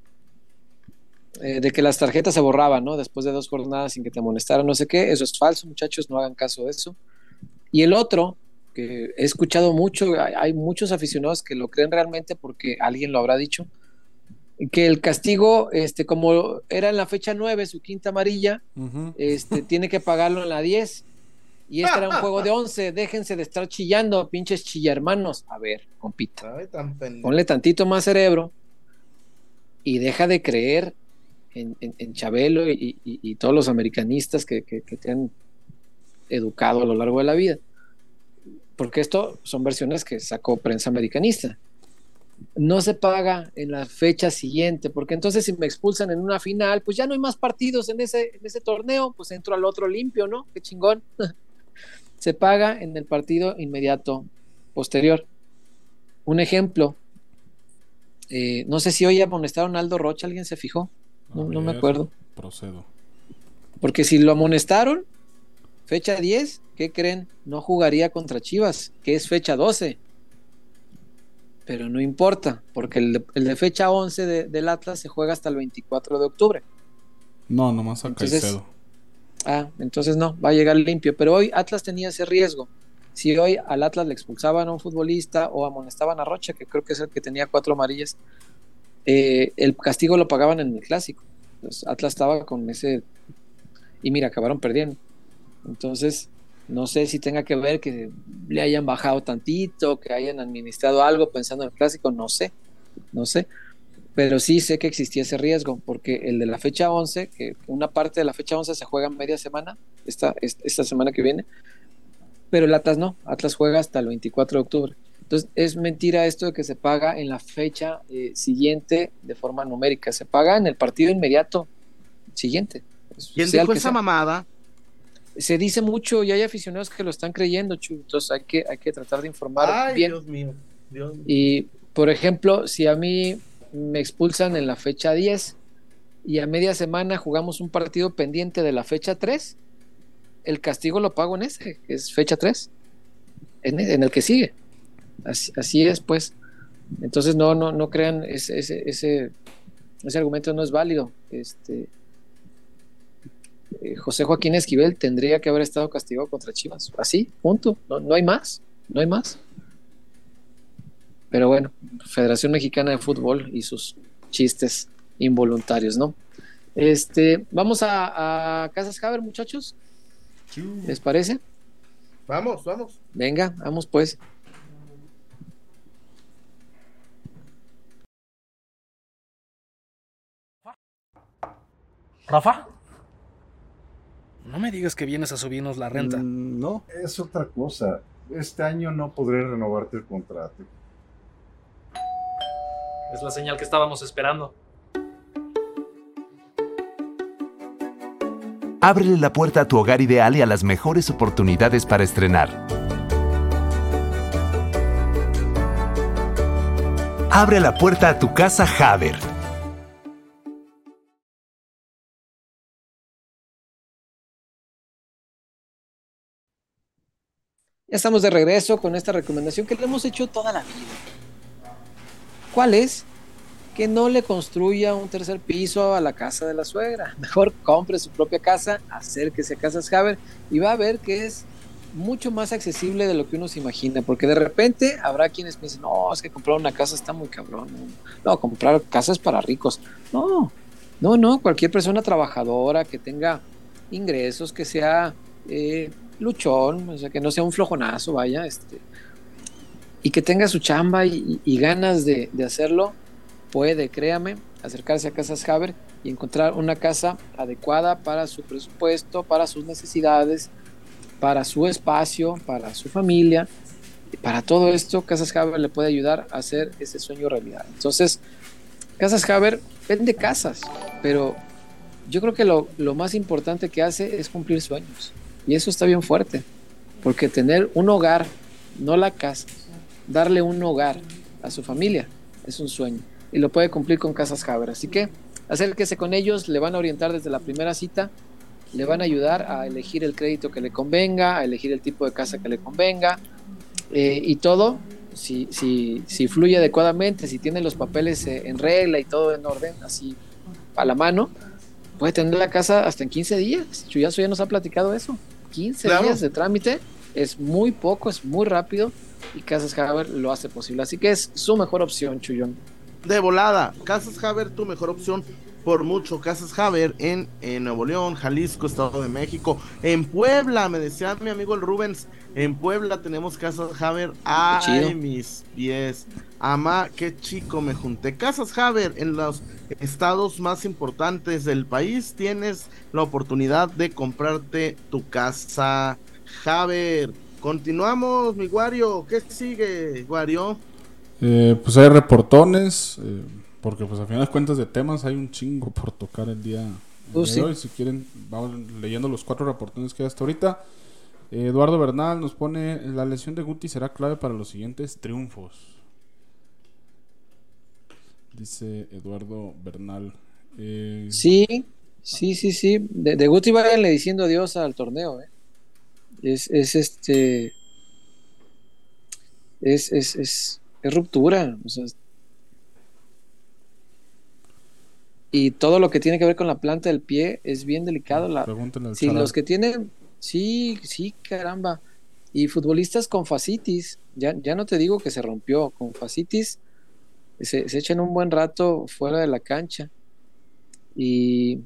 eh, de que las tarjetas se borraban, ¿no? Después de dos jornadas sin que te amonestaran, no sé qué. Eso es falso, muchachos, no hagan caso de eso. Y el otro, que he escuchado mucho, hay, hay muchos aficionados que lo creen realmente porque alguien lo habrá dicho, que el castigo, este, como era en la fecha nueve su quinta amarilla, Ujú. este, tiene que pagarlo en la diez. Y este era un juego de once. Déjense de estar chillando, pinches chillarmanos. A ver, compita, Ay, tan pendejo. ponle tantito más cerebro y deja de creer en, en, en Chabelo y, y, y, todos los americanistas que, que, que te han educado a lo largo de la vida. Porque esto son versiones que sacó prensa americanista. No se paga en la fecha siguiente, porque entonces si me expulsan en una final, pues ya no hay más partidos en ese, en ese torneo, pues entro al otro limpio, ¿no? Qué chingón. Se paga en el partido inmediato posterior. Un ejemplo, eh, no sé si hoy amonestaron a Aldo Rocha, ¿alguien se fijó? No, no me acuerdo. Procedo. Porque si lo amonestaron, fecha diez, ¿qué creen? No jugaría contra Chivas, que es fecha doce. Pero no importa, porque el de, el de fecha once de, del Atlas se juega hasta el veinticuatro de octubre. No, nomás a Entonces, Caicedo. Ah, entonces no, va a llegar limpio. Pero hoy Atlas tenía ese riesgo. Si hoy al Atlas le expulsaban a un futbolista o amonestaban a Rocha, que creo que es el que tenía cuatro amarillas, eh, el castigo lo pagaban en el clásico. Entonces, Atlas estaba con ese... Y mira, acabaron perdiendo. Entonces, no sé si tenga que ver que le hayan bajado tantito, que hayan administrado algo pensando en el clásico, no sé, no sé. Pero sí sé que existía ese riesgo, porque el de la fecha once, que una parte de la fecha once se juega en media semana, esta, esta semana que viene, pero el Atlas no, Atlas juega hasta el veinticuatro de octubre. Entonces es mentira esto de que se paga en la fecha eh, siguiente de forma numérica, se paga en el partido inmediato siguiente. ¿Quién sea dijo el que esa sea. mamada? Se dice mucho y hay aficionados que lo están creyendo, Chu, entonces hay que, hay que tratar de informar Ay, bien. Dios mío, Dios mío. Y, por ejemplo, si a mí me expulsan en la fecha diez y a media semana jugamos un partido pendiente de la fecha tres, el castigo lo pago en ese, que es fecha tres, en, en el que sigue. Así, así es, pues. Entonces, no, no, no crean, ese, ese, ese, ese argumento no es válido. Este, eh, José Joaquín Esquivel tendría que haber estado castigado contra Chivas. Así, punto. No, no hay más, no hay más. Pero bueno, Federación Mexicana de Fútbol y sus chistes involuntarios, ¿no? Este, vamos a, a Casas Haber, muchachos. ¿Les parece? Vamos, vamos. Venga, vamos pues. ¿Rafa? No me digas que vienes a subirnos la renta. Mm, no, es otra cosa. Este año no podré renovarte el contrato. Es la señal que estábamos esperando. Ábrele la puerta a tu hogar ideal y a las mejores oportunidades para estrenar. Abre la puerta a tu casa Haber. Ya estamos de regreso con esta recomendación que le hemos hecho toda la vida. ¿Cuál es? Que no le construya un tercer piso a la casa de la suegra. Mejor compre su propia casa, acérquese a Casas Haber y va a ver que es mucho más accesible de lo que uno se imagina, porque de repente habrá quienes piensen, no, es que comprar una casa está muy cabrón. No, comprar casas para ricos. No, no, no, cualquier persona trabajadora que tenga ingresos, que sea eh, luchón, o sea, que no sea un flojonazo, vaya, este, y que tenga su chamba y, y ganas de, de hacerlo, puede, créame, acercarse a Casas Haber y encontrar una casa adecuada para su presupuesto, para sus necesidades, para su espacio, para su familia. Para todo esto, Casas Haber le puede ayudar a hacer ese sueño realidad. Entonces, Casas Haber vende casas, pero yo creo que lo, lo más importante que hace es cumplir sueños. Y eso está bien fuerte, porque tener un hogar, no la casa, darle un hogar a su familia es un sueño. Y lo puede cumplir con Casas Haber. Así que acérquese con ellos, le van a orientar desde la primera cita, le van a ayudar a elegir el crédito que le convenga, a elegir el tipo de casa que le convenga, eh, y todo, si, si, si fluye adecuadamente, si tiene los papeles eh, en regla y todo en orden, así a la mano, puede tener la casa hasta en quince días. Chuyazo ya nos ha platicado eso. quince Claro. días de trámite es muy poco, es muy rápido, y Casas Haber lo hace posible. Así que es su mejor opción, Chuyón. De volada, Casas Haber, tu mejor opción por mucho. Casas Haber en, en Nuevo León, Jalisco, Estado de México, en Puebla, me decía mi amigo el Rubens, en Puebla tenemos Casas Haber. Ay, mis pies, ama, qué chico me junté. Casas Haber en los estados más importantes del país, tienes la oportunidad de comprarte tu casa Haber. Continuamos, mi Wario, ¿qué sigue, Wario? Eh, pues hay reportones, eh, porque pues a final de cuentas de temas hay un chingo por tocar el día, el Uh, día sí. de hoy. Si quieren, vamos leyendo los cuatro reportones que hay hasta ahorita. Eh, Eduardo Bernal nos pone: la lesión de Guti será clave para los siguientes triunfos. Dice Eduardo Bernal. Eh, Sí, sí, sí, sí. De, de Guti váyanle diciendo adiós al torneo, ¿eh? Es, es este. Es, es, es, es ruptura. O sea, y todo lo que tiene que ver con la planta del pie es bien delicado. La, Pregúntenle al si Charal. los que tienen. Sí, sí, caramba. Y futbolistas con fascitis. Ya, ya no te digo que se rompió. Con fascitis se, se echan un buen rato fuera de la cancha. Y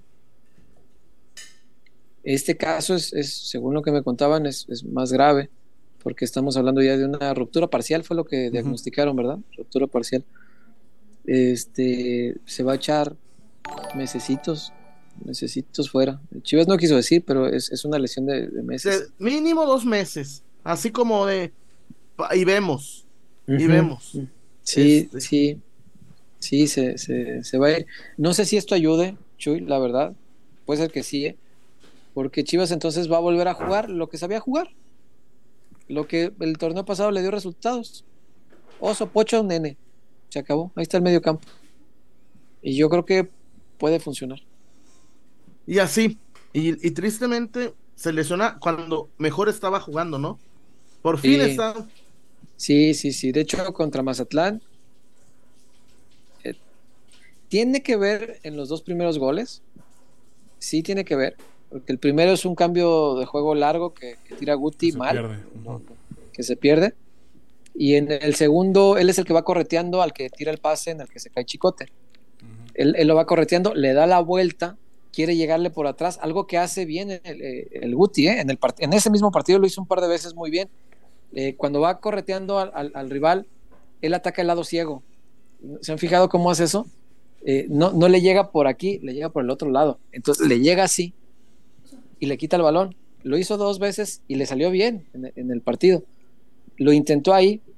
este caso es, es según lo que me contaban, es, es más grave, porque estamos hablando ya de una ruptura parcial, fue lo que Ujú. diagnosticaron, ¿verdad? Ruptura parcial. Este, se va a echar mesecitos, mesecitos fuera. Chivas no quiso decir, pero es, es una lesión de, de meses. De mínimo dos meses, así como de, pa- y vemos, y Ujú. vemos. Sí, Este. sí, sí, se, se, se va a ir. No sé si esto ayude, Chuy, la verdad. Puede ser que sí, ¿eh? Porque Chivas entonces va a volver a jugar lo que sabía jugar, lo que el torneo pasado le dio resultados. Oso, pocho, nene. Se acabó. Ahí está el medio campo. Y yo creo que puede funcionar. Y así, y, y tristemente se lesiona cuando mejor estaba jugando, ¿no? Por fin Sí. está. Sí, sí, sí. De hecho, contra Mazatlán, eh, tiene que ver en los dos primeros goles. Sí, tiene que ver. Porque el primero es un cambio de juego largo que, que tira Guti Que se mal, pierde. ¿no? Ujú. Que se pierde. Y en el segundo, él es el que va correteando al que tira el pase en el que se cae Chicote. Ujú. Él, él lo va correteando, le da la vuelta, quiere llegarle por atrás, algo que hace bien el, el, el Guti, ¿eh? en, el part- en ese mismo partido lo hizo un par de veces muy bien. Eh, cuando va correteando al, al, al rival, él ataca el lado ciego. ¿Se han fijado cómo hace eso? Eh, no, no le llega por aquí, le llega por el otro lado. Entonces le llega así y le quita el balón. Lo hizo dos veces y le salió bien en, en el partido. Lo intentó ahí,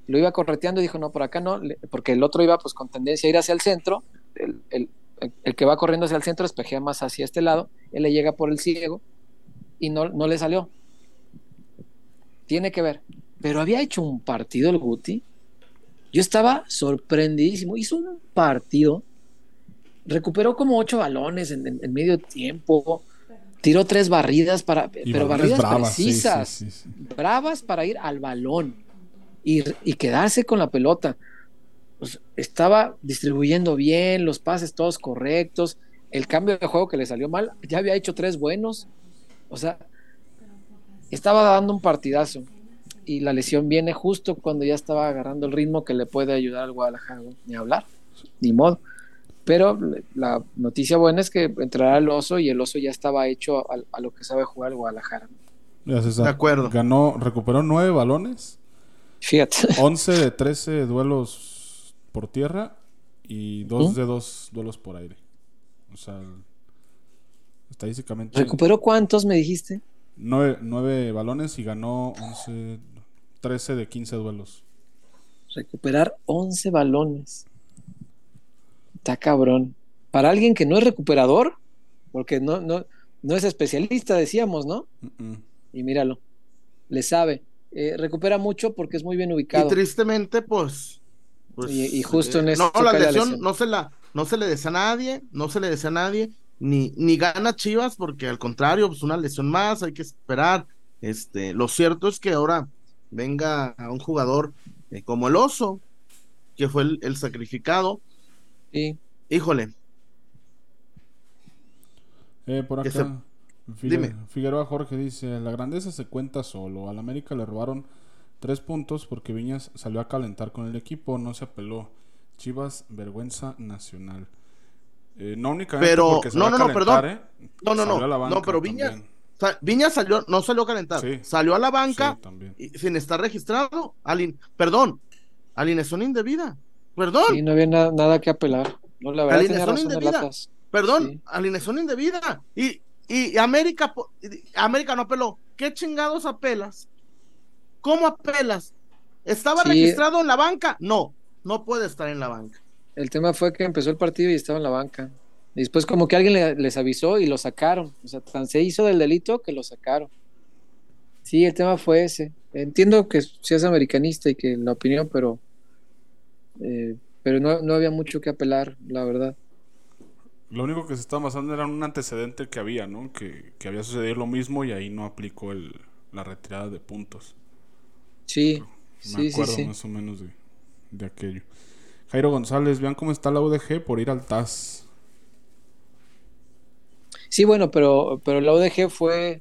lo iba correteando y dijo, no, por acá no, porque el otro iba pues con tendencia a ir hacia el centro, el, el, el que va corriendo hacia el centro espejea más hacia este lado, él le llega por el ciego y no, no le salió. Tiene que ver. Pero había hecho un partido el Guti. Yo estaba sorprendidísimo. Hizo un partido. Recuperó como ocho balones en, en, en medio tiempo. Tiró tres barridas, para, pero barridas bravas, precisas. Sí, sí, sí, sí. Bravas para ir al balón y, y quedarse con la pelota. Pues estaba distribuyendo bien, los pases todos correctos. El cambio de juego que le salió mal, ya había hecho tres buenos. O sea, estaba dando un partidazo y la lesión viene justo cuando ya estaba agarrando el ritmo que le puede ayudar al Guadalajara, ¿no? Ni hablar, ni modo. Pero la noticia buena es que entrará el Oso y el Oso ya estaba hecho a, a lo que sabe jugar el Guadalajara. Ya, César, de acuerdo. Ganó, recuperó nueve balones. Fíjate. once de trece duelos por tierra y dos ¿Mm? de dos duelos por aire. O sea, estadísticamente. ¿Recuperó cuántos me dijiste? Nueve, nueve balones y ganó once, trece de quince duelos. Recuperar once balones. Está cabrón. Para alguien que no es recuperador, porque no, no, no es especialista, decíamos, ¿no? Uh-uh. Y míralo, le sabe. Eh, recupera mucho porque es muy bien ubicado. Y tristemente, pues. pues y, y justo en eh, eso. No, la lesión, la lesión no se la, no se le desea a nadie, no se le desea a nadie. Ni, ni gana Chivas, porque al contrario, pues una lesión más, hay que esperar. Este, lo cierto es que ahora venga a un jugador eh, como el Oso, que fue el, el sacrificado. Sí. Híjole. Eh, por acá, se... Figu- Dime. Figueroa Jorge dice: la grandeza se cuenta solo. Al América le robaron tres puntos porque Viñas salió a calentar con el equipo, no se apeló. Chivas, vergüenza nacional. Eh, no únicamente pero, porque se no, va no, a calentar, no, perdón. ¿eh? No, no, salió no, no, pero Viñas, sa- Viñas salió, no salió a calentar, sí, salió a la banca sí, y, sin estar registrado, alin, perdón, alineación indebida, perdón. Sí, no había na- nada que apelar. No, la verdad tenía razón indebida, el Atlas. perdón, sí. alineación indebida, y, y América, América no apeló, ¿qué chingados apelas? ¿Cómo apelas? ¿Estaba Sí. registrado en la banca? No, no puede estar en la banca. El tema fue que empezó el partido y estaba en la banca. Y después como que alguien le, les avisó y lo sacaron. O sea, tan se hizo del delito que lo sacaron. Sí, el tema fue ese. Entiendo que seas americanista y que la opinión, pero eh, pero no, no había mucho que apelar, la verdad. Lo único que se estaba basando era un antecedente que había, ¿no? Que, que había sucedido lo mismo y ahí no aplicó el, la retirada de puntos. Sí, Me sí, acuerdo sí, sí. más o menos de, de aquello. Jairo González, vean cómo está la U D G por ir al T A S. Sí, bueno, pero, pero la U D G fue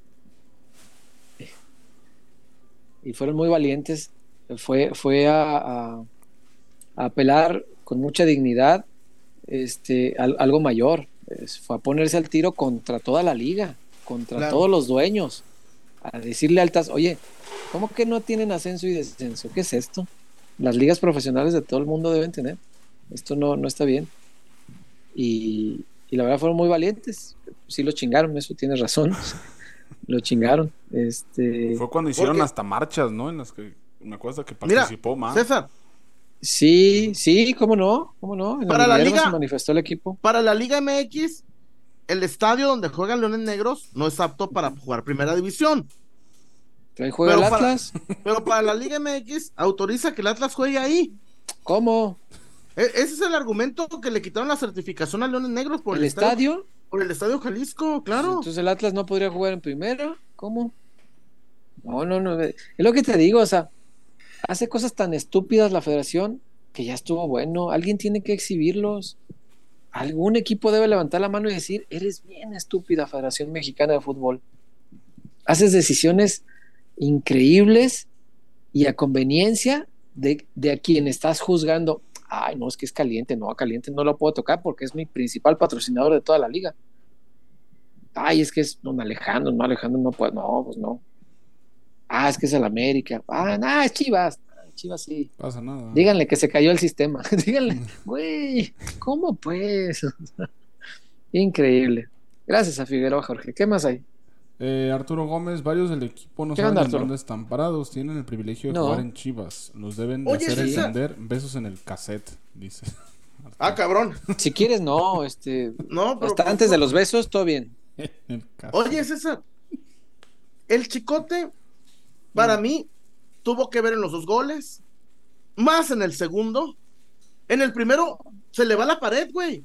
y fueron muy valientes. Fue, fue a, a, a apelar con mucha dignidad este, al, algo mayor. Es, fue a ponerse al tiro contra toda la liga, contra Claro. todos los dueños, a decirle al T A S, oye, ¿cómo que no tienen ascenso y descenso? ¿Qué es esto? Las ligas profesionales de todo el mundo deben tener. Esto no, no está bien. Y, y la verdad fueron muy valientes. Sí lo chingaron, eso tienes razón. Lo chingaron. Este... Fue cuando hicieron Porque- hasta marchas, ¿no? En las que me acuerdo que Mira, participó más. César, Sí, sí, cómo no, cómo no. En Para la Minerva liga- se manifestó el equipo. para la Liga M X, el estadio donde juegan Leones Negros no es apto para jugar primera división. Ahí juega Pero el para- Atlas. Pero para la Liga M X autoriza que el Atlas juegue ahí. ¿Cómo? E- ese es el argumento que le quitaron la certificación a Leones Negros por ¿El el, estadio? por el estadio Jalisco, claro. Entonces el Atlas no podría jugar en primera. ¿Cómo? No, no, no. Es lo que te digo, o sea, hace cosas tan estúpidas la federación que ya estuvo bueno. Alguien tiene que exhibirlos. Algún equipo debe levantar la mano y decir, eres bien estúpida, Federación Mexicana de Fútbol. Haces decisiones increíbles y a conveniencia de, de a quien estás juzgando. Ay, no, es que es caliente. No, caliente no lo puedo tocar porque es mi principal patrocinador de toda la liga. Ay, es que es don Alejandro, no, Alejandro no puede, no, pues no. Ah, es que es el América. Ah, no, es Chivas. Ah, Chivas sí. Pasa nada. Díganle que se cayó el sistema. Díganle, güey, ¿cómo pues? Increíble. Gracias a Figueroa, Jorge. ¿Qué más hay? Eh, Arturo Gómez, varios del equipo no ¿Qué saben onda, en Arturo? dónde están parados. Tienen el privilegio de No. jugar en Chivas. Los deben de Oye, hacer César. entender. Besos en el cassette, dice. Ah, cabrón. Si quieres, no, este, No, pero hasta pues, antes de no. los besos, todo bien. El cassette. Oye, César, el Chicote, para mí, tuvo que ver en los dos goles, más en el segundo. En el primero, se le va la pared, güey.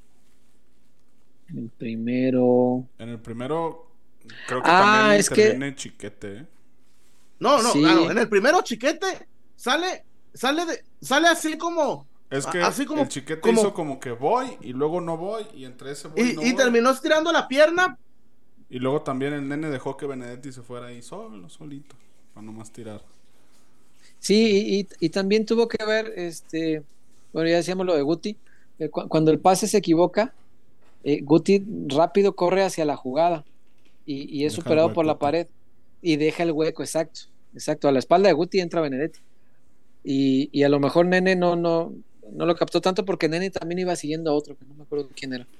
El primero. En el primero, creo que Ah, también es que- interviene Chiquete. ¿eh? No, no, Sí. claro, en el primero, Chiquete sale, sale de, sale así como, Es que así como, el Chiquete como- hizo como que voy y luego no voy y entre ese voy y, y, no y voy. terminó estirando la pierna. Y luego también el nene dejó que Benedetti se fuera ahí solo, solito, para nomás tirar. Sí, y, y también tuvo que ver, este, bueno, ya decíamos lo de Guti, eh, cu- cuando el pase se equivoca, eh, Guti rápido corre hacia la jugada y, y es Deja el superado por la huecote. pared y deja el hueco, exacto, exacto, a la espalda de Guti entra Benedetti. Y, y a lo mejor Nene no, no, no lo captó tanto porque Nene también iba siguiendo a otro, que no me acuerdo quién era.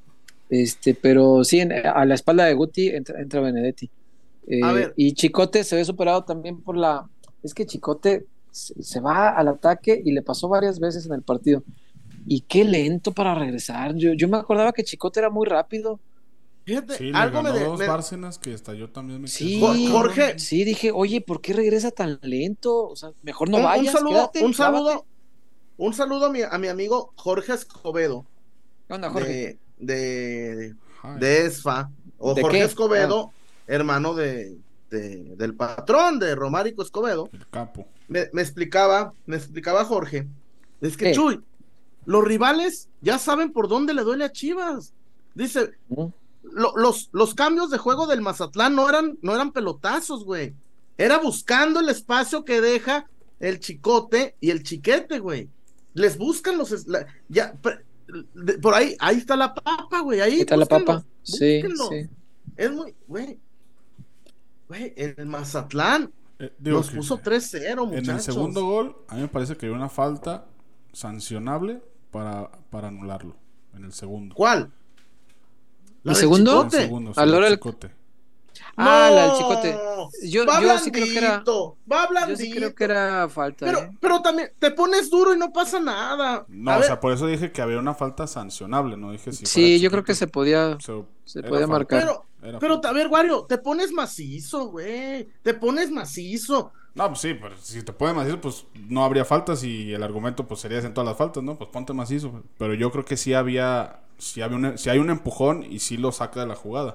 Este, pero sí, en- a la espalda de Guti entra, entra Benedetti. Eh, A ver. Y Chicote se ve superado también por la. Es que Chicote se, se va al ataque y le pasó varias veces en el partido. Y qué lento para regresar. Yo, yo me acordaba que Chicote era muy rápido. Fíjate, Sí, le algo me, ganó de- dos me- Bárcenas que hasta yo también me quedé, Sí, Jor- Jorge. Sí, dije, oye, ¿por qué regresa tan lento? O sea, mejor no un, un vayas, saludo, quédate, un saludo, clávate. un saludo a mi, a mi amigo Jorge Escobedo ¿Qué onda, Jorge? de, de, Ay, de ESFA, o ¿De Jorge qué? Escobedo, hermano de, de- del patrón de Romárico Escobedo. el capo. Me, me explicaba, me explicaba Jorge, es que ¿Qué? Chuy, los rivales ya saben por dónde le duele a Chivas. Dice, ¿Mm? lo- los, los cambios de juego del Mazatlán no eran, no eran pelotazos, güey. Era buscando el espacio que deja el Chicote y el Chiquete, güey. Les buscan los es- la- ya pre- de- por ahí, ahí está la papa, güey. Ahí ¿Qué tal la búsquenlo, papa? Sí, búsquenlo. sí. Es muy, güey. Güey, el Mazatlán Eh, digo nos que puso tres cero, muchachos. en el segundo gol, a mí me parece que hay una falta sancionable para, para anularlo. En el segundo. ¿Cuál? ¿El del segundo? En el Chicote. segundo, sí, A la hora el del- Chicote. Ah, la del No, Chicote. Yo- va yo sí creo que era- blandito, va Yo blandito. sí creo que era falta. Pero, ¿eh? pero también te pones duro y no pasa nada. No, A o ver, sea, por eso dije que había una falta sancionable, no dije si Sí, fuera yo creo que se Chiquete, podía, se, se era podía falta. marcar. pero, Era pero falta. a ver, Wario, te pones macizo, güey. Te pones macizo. No, pues sí, pero si te pones macizo, pues no habría faltas y el argumento pues sería en todas las faltas, ¿no? Pues ponte macizo. Pero yo creo que sí había, sí había un, sí hay un empujón y sí lo saca de la jugada.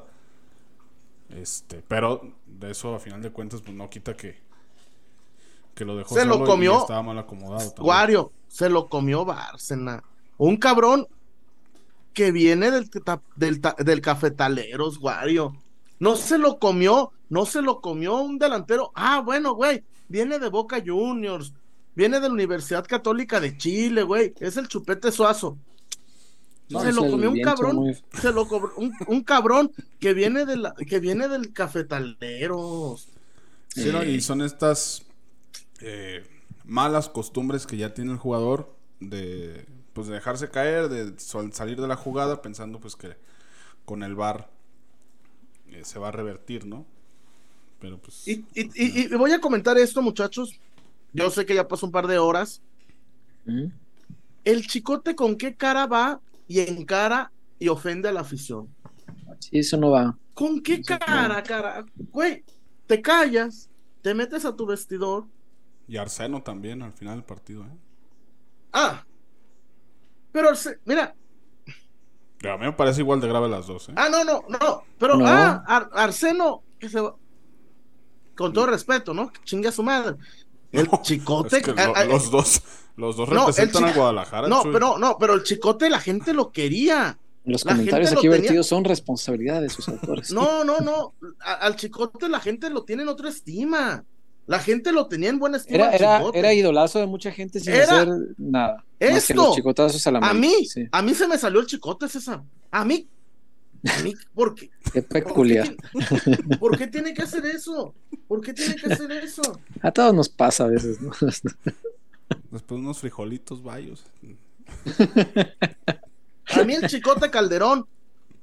Este, pero de eso a final de cuentas pues no quita que que lo dejó Se lo solo comió. y estaba mal acomodado también. Wario, se lo comió Bárcena. Un cabrón que viene del, ta- del, ta- del Cafetaleros, Wario. No se lo comió, no se lo comió un delantero. Ah, bueno, güey, viene de Boca Juniors, viene de la Universidad Católica de Chile, güey. Es el Chupete Suazo. No, se es lo el comió un viento cabrón, muy- se lo cobró un, un cabrón que viene de la, que viene del Cafetaleros. Sí, ¿no? Y son estas eh, malas costumbres que ya tiene el jugador de pues de dejarse caer, de sol- salir de la jugada pensando pues que con el V A R eh, se va a revertir, ¿no? Pero pues Y, y, y, y voy a comentar esto, muchachos. Yo sé que ya pasó un par de horas. ¿Mm? El Chicote, ¿con qué cara va y encara y ofende a la afición? Sí, eso no va. ¿Con qué Eso cara, cara? Güey, te callas, te metes a tu vestidor. y Arseno también al final del partido, ¿eh? Ah, pero se- mira, Pero a mí me parece igual de grave las dos, ¿eh? ah, no, no, no, pero No. ah, Ar- Arseno, que se va- con todo respeto, ¿no? Que chingue a su madre. El No, Chicote, es que ah, lo- ah, los dos los dos no, el representan chi- a Guadalajara. no, Chuy. pero no, pero el Chicote la gente lo quería. Los La comentarios gente lo aquí tenía- vertidos son responsabilidad de sus autores. No, no, no. A- al Chicote la gente lo tiene en otra estima. La gente lo tenía en buena estima. Era, al era, Chicote. era idolazo de mucha gente sin Era hacer nada. Más que esto. los chicotazos a la A América, mí, sí. a mí se me salió el Chicote, César. A mí, a mí, ¿por qué? Qué ¿Por qué, peculiar. tiene- ¿Por qué tiene que hacer eso? ¿Por qué tiene que hacer eso? A todos nos pasa a veces, ¿no? Después unos frijolitos bayos. A mí el Chicote Calderón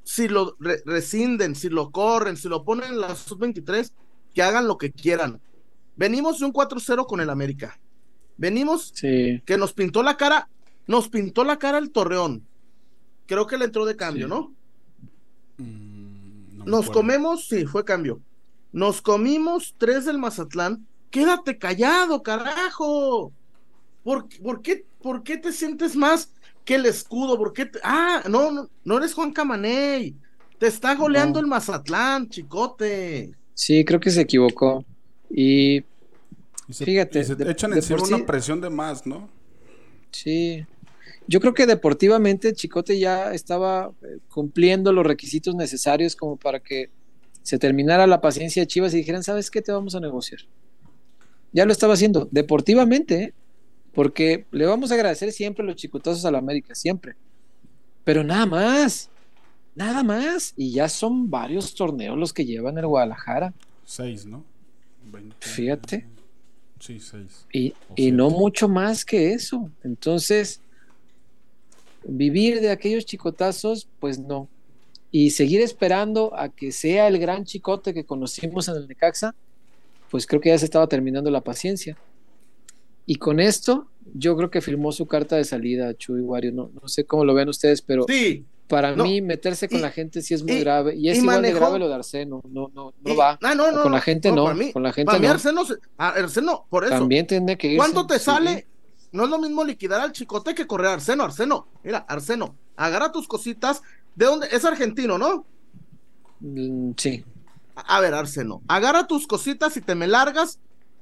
si lo re- rescinden, si lo corren, si lo ponen en la sub veintitrés, que hagan lo que quieran. Venimos de un cuatro cero con el América. Venimos Sí, que nos pintó la cara, nos pintó la cara el Torreón. Creo que le entró de cambio, sí. ¿no? Mm, no me Nos acuerdo. comemos, sí, fue cambio. Nos comimos tres del Mazatlán. Quédate callado, carajo. ¿Por, por qué, por qué te sientes más que el escudo? ¿Por qué te- Ah, no, no, no eres Juan Camaney. Te está goleando No. el Mazatlán, chicote. Sí, creo que se equivocó. Y Y se, fíjate, y se de- echan de encima por una sí- presión de más, ¿no? sí. Yo creo que deportivamente Chicote ya estaba eh, cumpliendo los requisitos necesarios como para que se terminara la paciencia de Chivas y dijeran, ¿sabes qué? Te vamos a negociar. Ya lo estaba haciendo, deportivamente, ¿eh? Porque le vamos a agradecer siempre los chicotazos a la América, siempre. Pero nada más, nada más. Y ya son varios torneos los que llevan el Guadalajara, Seis, ¿no? Veinte. fíjate. Sí, seis. Y, O y no siete. mucho más que eso. Entonces, vivir de aquellos chicotazos, pues no. Y seguir esperando a que sea el gran chicote que conocimos en el Necaxa, pues creo que ya se estaba terminando la paciencia. Y con esto, yo creo que firmó su carta de salida, Chuy Wario. No, no sé cómo lo ven ustedes, pero Sí, para no, mí meterse con y- la gente sí es muy y- grave. Y es y igual de manejó- grave lo de Arseno. No, no, no y- va. ah, no, no, con la no, gente no, no. para mí, Con la gente para mí no. Arseno, se- a- Arseno, por eso. También tiene que irse. ¿Cuánto te sí. sale? No es lo mismo liquidar al chicote que correr a Arseno. Arseno, mira, Arseno, agarra tus cositas. ¿De dónde? Es argentino, ¿no? Mm, sí. A, a ver, Arseno, agarra tus cositas y te me largas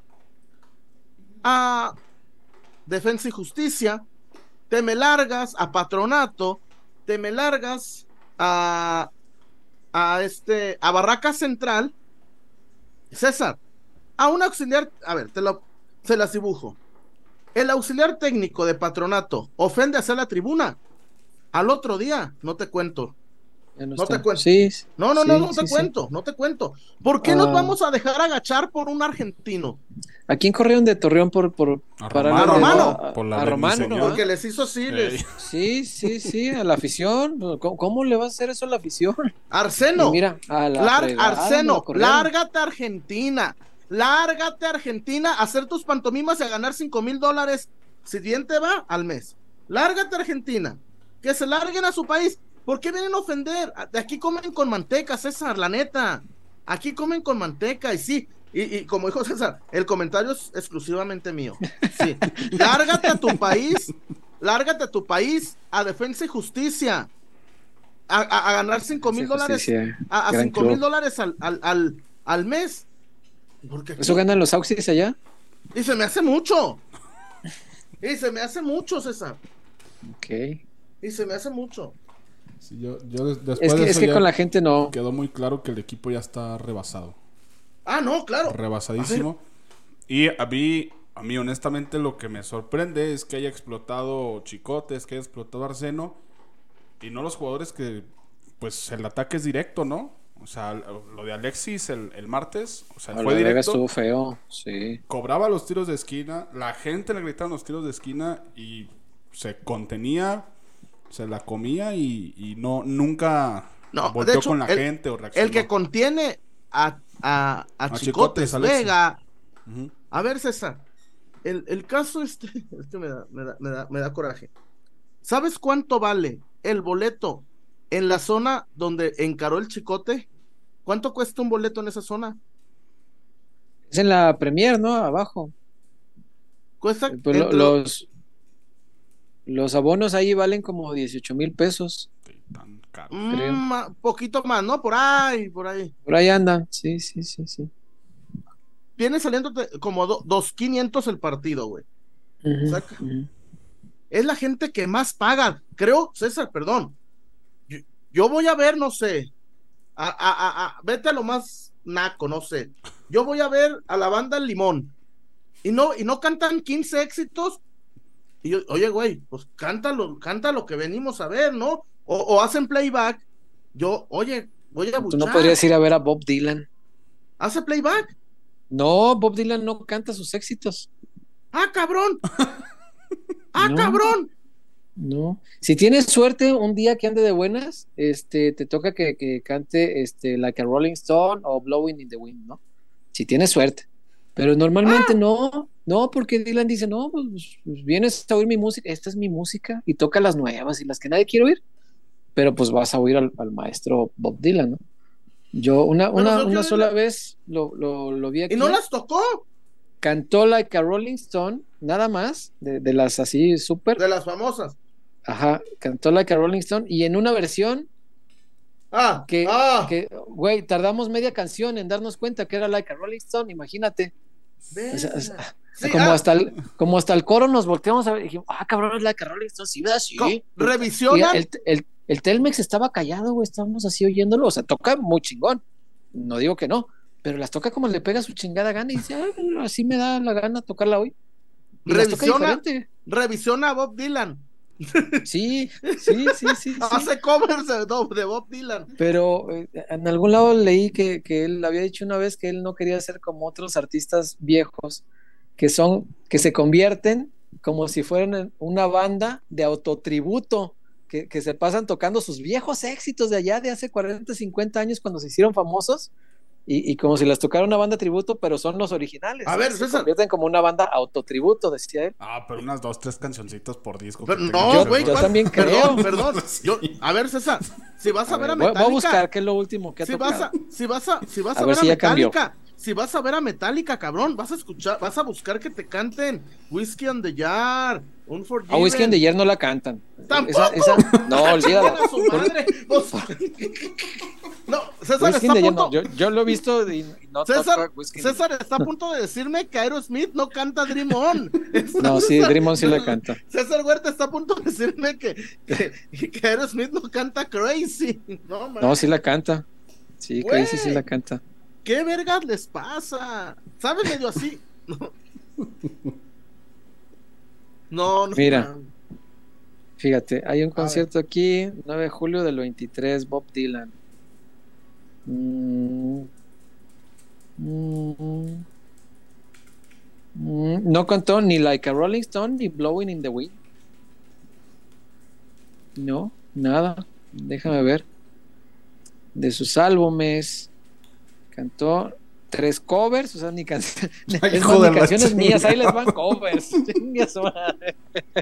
a Defensa y Justicia, te me largas a Patronato, te me largas a, a este, a Barraca Central, César, a un auxiliar, a ver, te lo, se las dibujo. El auxiliar técnico de Patronato ofende hacia la tribuna. Al otro día, no te cuento. Ya no, No está. te cuento. Sí, No, no, sí, no, no sí, te sí. cuento, no te cuento. ¿Por qué nos Ah. vamos a dejar agachar por un argentino? ¿A quién corrieron de Torreón por, por A para Romano, darle- Romano. a- Por la a ley, mi Romano, señor. ¿no? Porque les hizo así, les... Ey. Sí, sí, sí, a la afición. ¿Cómo, cómo le va a hacer eso a la afición? Arseno, Y mira, a la lar- fregada me lo Arseno, corrieron. lárgate a Argentina, lárgate a Argentina a hacer tus pantomimas y a ganar cinco mil dólares, si bien te va, al mes. Lárgate a Argentina, que se larguen a su país. ¿Por qué vienen a ofender? De aquí comen con manteca, César, la neta. Aquí comen con manteca, y sí, y, y como dijo César, el comentario es exclusivamente mío. Sí, lárgate a tu país, lárgate a tu país, a Defensa y Justicia, a, a, a ganar cinco mil dólares, Justicia, a, a gran cinco mil club. dólares al, al, al, al mes. Porque aquí- ¿Eso ganan los Auxis allá? y se me hace mucho. Y se me hace mucho, César. Ok. Y se me hace mucho. Sí, yo, yo des- después Es de que, es eso que ya con la gente no. quedó muy claro que el equipo ya está rebasado. Ah, no, claro. Rebasadísimo. Y a mí, a mí honestamente lo que me sorprende es que haya explotado Chicotes, que haya explotado Arseno, y no los jugadores que, pues el ataque es directo, ¿no? O sea, lo de Alexis el, el martes, o sea, A fue la Vega directo. estuvo feo, sí. Cobraba los tiros de esquina, la gente le gritaban los tiros de esquina y se contenía, se la comía y, y no nunca No, volteó de hecho, con la el- gente o reaccionó. El que contiene a, a, a, A Chicotes, Chicotes, Alexis. Vega. Ujú. A ver, César. El, el caso este, este me da, me da, me da, me da coraje. ¿Sabes cuánto vale el boleto en la zona donde encaró el Chicote? ¿Cuánto cuesta un boleto en esa zona? Es en la Premier, ¿no? Abajo. Cuesta Pues lo- entre- los, los abonos ahí valen como dieciocho mil pesos. Sí, tan caro. mm, creo. ma- poquito más, ¿no? Por ahí, por ahí. Por ahí andan. Sí, sí, sí, sí. Viene saliendo como do, dos quinientos el partido, güey. Ujú, Saca. ujú. Es la gente que más paga. Creo, César, perdón. Yo, yo voy a ver, no sé. A, a, a, a- vete a lo más naco, no sé. Yo voy a ver a la banda El Limón. Y no, y no cantan quince éxitos. Y yo, oye, güey, pues cántalo, canta lo que venimos a ver, ¿no? O, o hacen playback. Yo, oye, voy a Tú buchar. no podrías ir a ver a Bob Dylan. ¿Hace playback? No, Bob Dylan no canta sus éxitos. ¡Ah, cabrón! ¡Ah, No. cabrón! No. Si tienes suerte, un día que ande de buenas, este, te toca que, que cante este, Like a Rolling Stone o Blowing in the Wind, ¿no? Si tienes suerte. Pero normalmente no, no, porque Dylan dice, no, pues, pues vienes a oír mi música, esta es mi música, y toca las nuevas y las que nadie quiere oír, pero pues vas a oír al, al maestro Bob Dylan, ¿no? Yo una, Pero una, yo una quiero sola ir a- vez lo, lo, lo vi aquí, Y no las tocó cantó Like a Rolling Stone, nada más, de, de las así súper, de las famosas. ajá, cantó Like a Rolling Stone, y en una versión Ah, que, ah. que, güey, tardamos media canción en darnos cuenta que era Like a Rolling Stone, imagínate. O sea, o sea, Sí, como, ah, hasta el, como hasta el coro nos volteamos a ver y dijimos, ah, cabrón, es Like a Rolling Stone, sí, ¿verdad? Sí. co- Y revisionan. el, el, el Telmex estaba callado, güey, estábamos así oyéndolo, o sea, toca muy chingón, no digo que no, pero las toca como le pega su chingada gana y dice, ah, así me da la gana tocarla hoy. Y las toca Revisiona, diferente. revisiona a Bob Dylan. Sí, sí, sí, sí, sí. Hace covers de, de Bob Dylan. Pero eh, en algún lado leí que, que él había dicho una vez que él no quería ser como otros artistas viejos, que son, que se convierten como si fueran en una banda de autotributo, que, que se pasan tocando sus viejos éxitos de allá de hace cuarenta, cincuenta años cuando se hicieron famosos, y, y como si las tocara una banda tributo, pero son los originales. A ver, se César. convierten como una banda autotributo, decía él. Ah, pero unas dos, tres cancioncitas por disco. Pero que no, tengan Yo- eso. güey. yo ¿cuál? también Perdón, creo. perdón. Sí. Yo, a ver, César, si vas a, A ver ver, a voy, Metallica. voy a buscar qué es lo último que ha Si tocado. vas a, si vas a, si vas a, A ver ver a si ya cambió. Metallica, si vas a ver a Metallica, cabrón, vas a escuchar, vas a buscar que te canten Whiskey on the Jar, Unforgiven. A Whiskey on the Jar no la cantan. ¡Tampoco! Esa, esa, no, olvídala. ¡Chingan a su madre! Pues, no, César Whiskey está on a the Jar punto. no. Yo, yo lo he visto y, y no César, toca Whiskey on the César está a punto de decirme que Aerosmith no canta Dream On. Está- No, sí, César- Dream On sí la canta. César Huerta está a punto de decirme que, que, que Aerosmith no canta Crazy. No, man. No, sí la canta. Sí, Güey. Crazy sí la canta. ¿Qué vergas les pasa? ¿Sabes medio así? No, no. no Mira. man. Fíjate, hay un ver. concierto aquí, nueve de julio del veintitrés, Bob Dylan. Mm. Mm. Mm. No cantó ni Like a Rolling Stone ni Blowing in the Wind. No, nada. Déjame ver. De sus álbumes, cantó tres covers, o sea, ni, can... Ay, es hijo más, de ni la canciones chingada. mías, ahí les van covers. Chingue a su madre.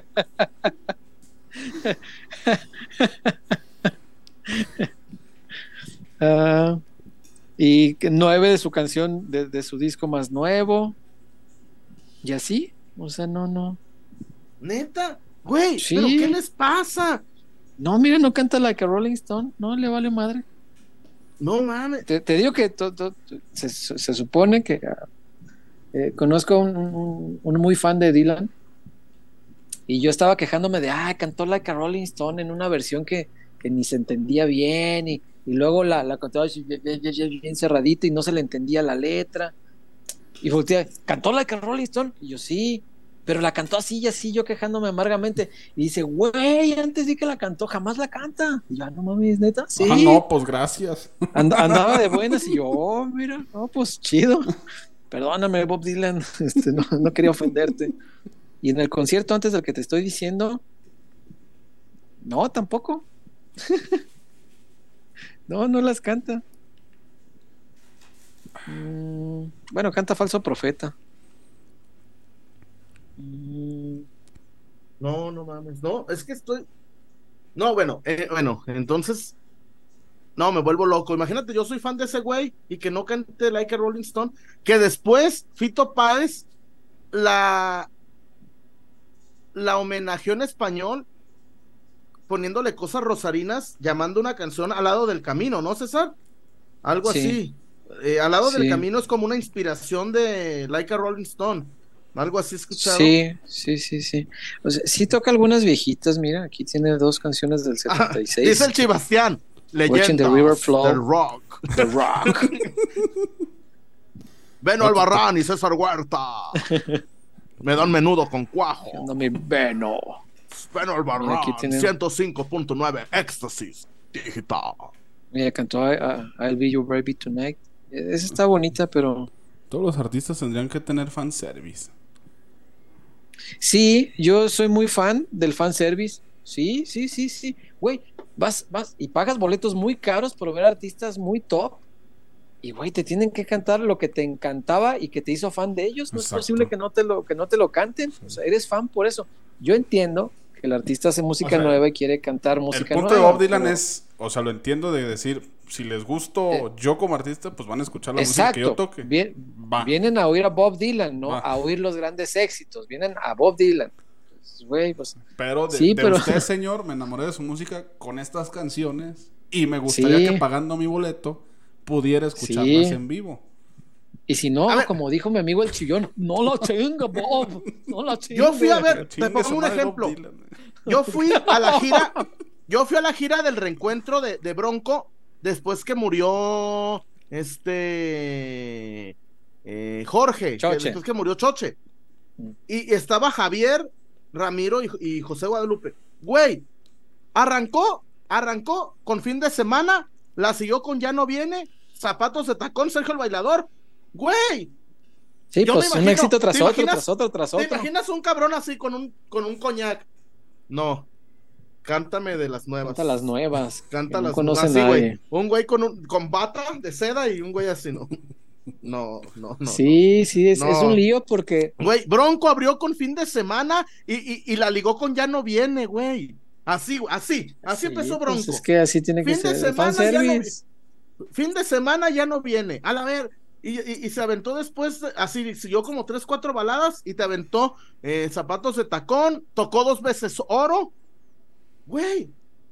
Ah, y que nueve de su canción de, de su disco más nuevo. Y así, o sea, no, no. Neta, güey, Sí. ¿pero qué les pasa? No, mira, no canta Like a Rolling Stone, no le vale madre. No mames. Te, te digo que to- to- se, se supone que ah, eh, conozco un, un, un muy fan de Dylan y yo estaba quejándome de, ah, cantó Like a Rolling Stone en una versión que, que ni se entendía bien y, y luego la, la cantaba así bien, bien, bien, bien cerradita y no se le entendía la letra. Y volteé, ¿cantó Like a Rolling Stone? Y yo, sí, pero la cantó así y así, yo quejándome amargamente. Y dice, güey, antes di que la cantó, jamás la canta. Y yo, ah, no mames, neta, sí. Ah, no, pues gracias. And- andaba de buenas y yo, oh, mira, no, pues chido. Perdóname, Bob Dylan, este, no, no quería ofenderte. Y en el concierto antes del que te estoy diciendo, no, tampoco. No, no las canta. Mm, bueno, canta Falso Profeta. Mm, No, no mames. No, es que estoy. No, bueno, eh, bueno, entonces. No, me vuelvo loco. Imagínate, yo soy fan de ese güey y que no cante Like a Rolling Stone. Que después Fito Páez la. La homenajeó en español poniéndole cosas rosarinas, llamando una canción Al lado del camino, ¿no, César? Algo Sí. así. Eh, Al lado del Sí. camino es como una inspiración de Like a Rolling Stone. Algo así he escuchado. Sí, sí, sí, sí. O sea, sí toca algunas viejitas, mira, aquí tiene dos canciones del Ah, setenta y seis. dice el Chibastián. Watching the Leyendas River Flow. del rock. The Rock. Beno Albarrán y César Huerta. Me dan menudo con cuajo. Ando mi Beno. Beno Mira, Albarrán, aquí tiene- ciento cinco punto nueve Éxtasis Digital. Mira, cantó I- I- I'll Be Your Baby Tonight. Esa está bonita, pero Todos los artistas tendrían que tener fanservice. sí, yo soy muy fan del fanservice. Sí, sí, sí, sí. Güey, vas, vas y pagas boletos muy caros por ver artistas muy top. Y güey, te tienen que cantar lo que te encantaba y que te hizo fan de ellos. No Exacto. es posible que no te lo, que no te lo canten. O sea, eres fan por eso. Yo entiendo que el artista hace música O sea, nueva y quiere cantar música el punto nueva. de Bob Dylan pero... es, o sea, lo entiendo de decir, si les gusto Eh, yo como artista, pues van a escuchar la música Exacto. que yo toque. Bien, Va. vienen a oír a Bob Dylan, no Va. a oír los grandes éxitos. Vienen a Bob Dylan. Pues, güey, pues, Pero de, sí, de pero... usted, señor, me enamoré de su música con estas canciones y me gustaría Sí. que pagando mi boleto pudiera escucharlas Sí. en vivo. Y si no, A ver. como dijo mi amigo el chillón, no la chinga, Bob. No la chinga. Yo fui a ver, Chingue te pongo su un madre Bob ejemplo. Dylan. Yo fui a la gira, yo fui a la gira del reencuentro de, de Bronco después que murió este eh, Jorge, que Choche. después que murió Choche. Y estaba Javier, Ramiro y, y José Guadalupe. Güey, arrancó, arrancó con fin de semana, la siguió con Ya no viene, Zapatos de tacón, Sergio el Bailador. Güey, Sí, yo pues me un imagino- éxito tras ¿te otro, imaginas- tras otro, tras ¿te otro. imaginas un cabrón así con un, con un coñac? No, cántame de las nuevas. Canta las nuevas. Canta que no las conoce así, nadie. güey. Un güey con, un, con bata de seda y un güey así, no. No, no, no. sí, sí, es, no. es un lío porque no. Güey, Bronco abrió con fin de semana y, y, y la ligó con Ya no viene, güey. Así, así, así sí, empezó pues, Bronco. es que así tiene que Fin de ser. semana ya no- Fanservice. Fin de semana ya no viene. A la ver. Y, y, y se aventó después, así siguió como tres, cuatro baladas y te aventó eh, Zapatos de tacón, tocó dos veces Oro. Güey,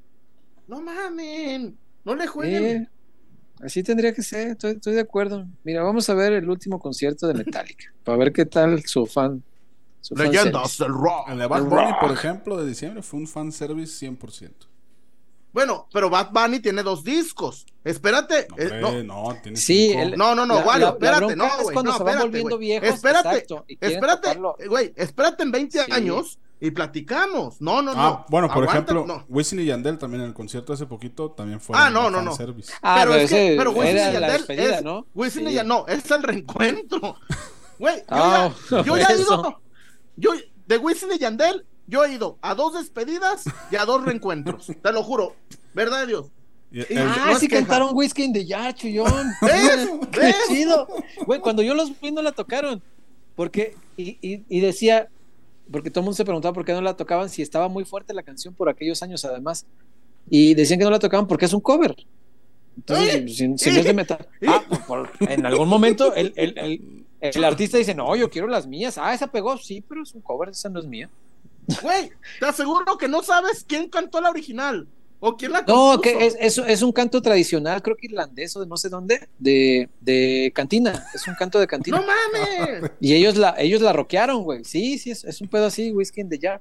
no mamen, no le jueguen. Eh, así tendría que ser, estoy, estoy de acuerdo. Mira, vamos a ver el último concierto de Metallica para ver qué tal su fan. Su Leyendas fanservice. del rock. El de Bad El Bunny, rock. por ejemplo, de diciembre fue un fanservice cien por ciento. Bueno, pero Bad Bunny tiene dos discos. Espérate. No, eh, hombre, no. no, tiene Sí, cinco. el- No, no, no, La- Wario, la- la espérate, bronca no, es güey, cuando no, se van espérate, volviendo güey. viejos, Espérate, exacto, y quieren espérate, tocarlo. eh, güey, espérate en veinte Sí. años y platicamos. No, no, no. Ah, bueno, por Aguanta, ejemplo, no. Wisin y Yandel también en el concierto hace poquito también fue Ah, no, no, no. fanservice. Ah, pero pero, es que, ese pero Wisin y era la Yandel despedida, es, ¿no? Wisin y Sí. Yandel, no, es el reencuentro. Güey, yo, Ah, ya, yo ya he eso. ido, yo, de Wisin y Yandel, yo he ido a dos despedidas y a dos reencuentros, te lo juro, verdad de Dios. Y el- Y- Ah, no es sí queja. cantaron Whiskey in the Jar, Chuyón. ¿Ves? Qué ¿Ves? chido. Güey, cuando yo los vi no la tocaron. Porque, y, y, y decía, porque todo el mundo se preguntaba por qué no la tocaban, si estaba muy fuerte la canción por aquellos años además. Y decían que no la tocaban porque es un cover. Entonces, ¿Eh? si, si no es de metal. ¿Eh? Ah, pues, por- en algún momento el, el, el, el artista dice, no, yo quiero las mías. Ah, esa pegó, sí, pero es un cover, esa no es mía. Güey, te aseguro que no sabes quién cantó la original o quién la No, compuso. que es, es, es un canto tradicional, creo que irlandés o de no sé dónde, de, de cantina. Es un canto de cantina. No mames. Y ellos la, ellos la rockearon, güey. Sí, sí, es, es un pedo así, Whiskey in the Jar.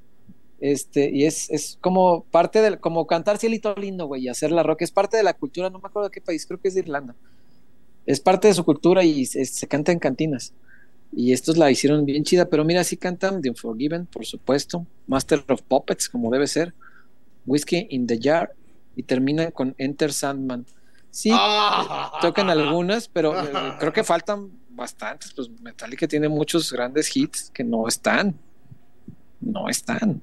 Este, y es, es como parte del, como cantar Cielito Lindo, güey, y hacer la rock, es parte de la cultura, no me acuerdo de qué país, creo que es de Irlanda. Es parte de su cultura y se, se canta en cantinas. Y estos la hicieron bien chida, pero mira, sí cantan The Unforgiven, por supuesto, Master of Puppets, como debe ser, Whiskey in the Jar, y terminan con Enter Sandman. Sí, Ah. tocan algunas, pero eh, creo que faltan bastantes, pues Metallica tiene muchos grandes hits que no están, no están.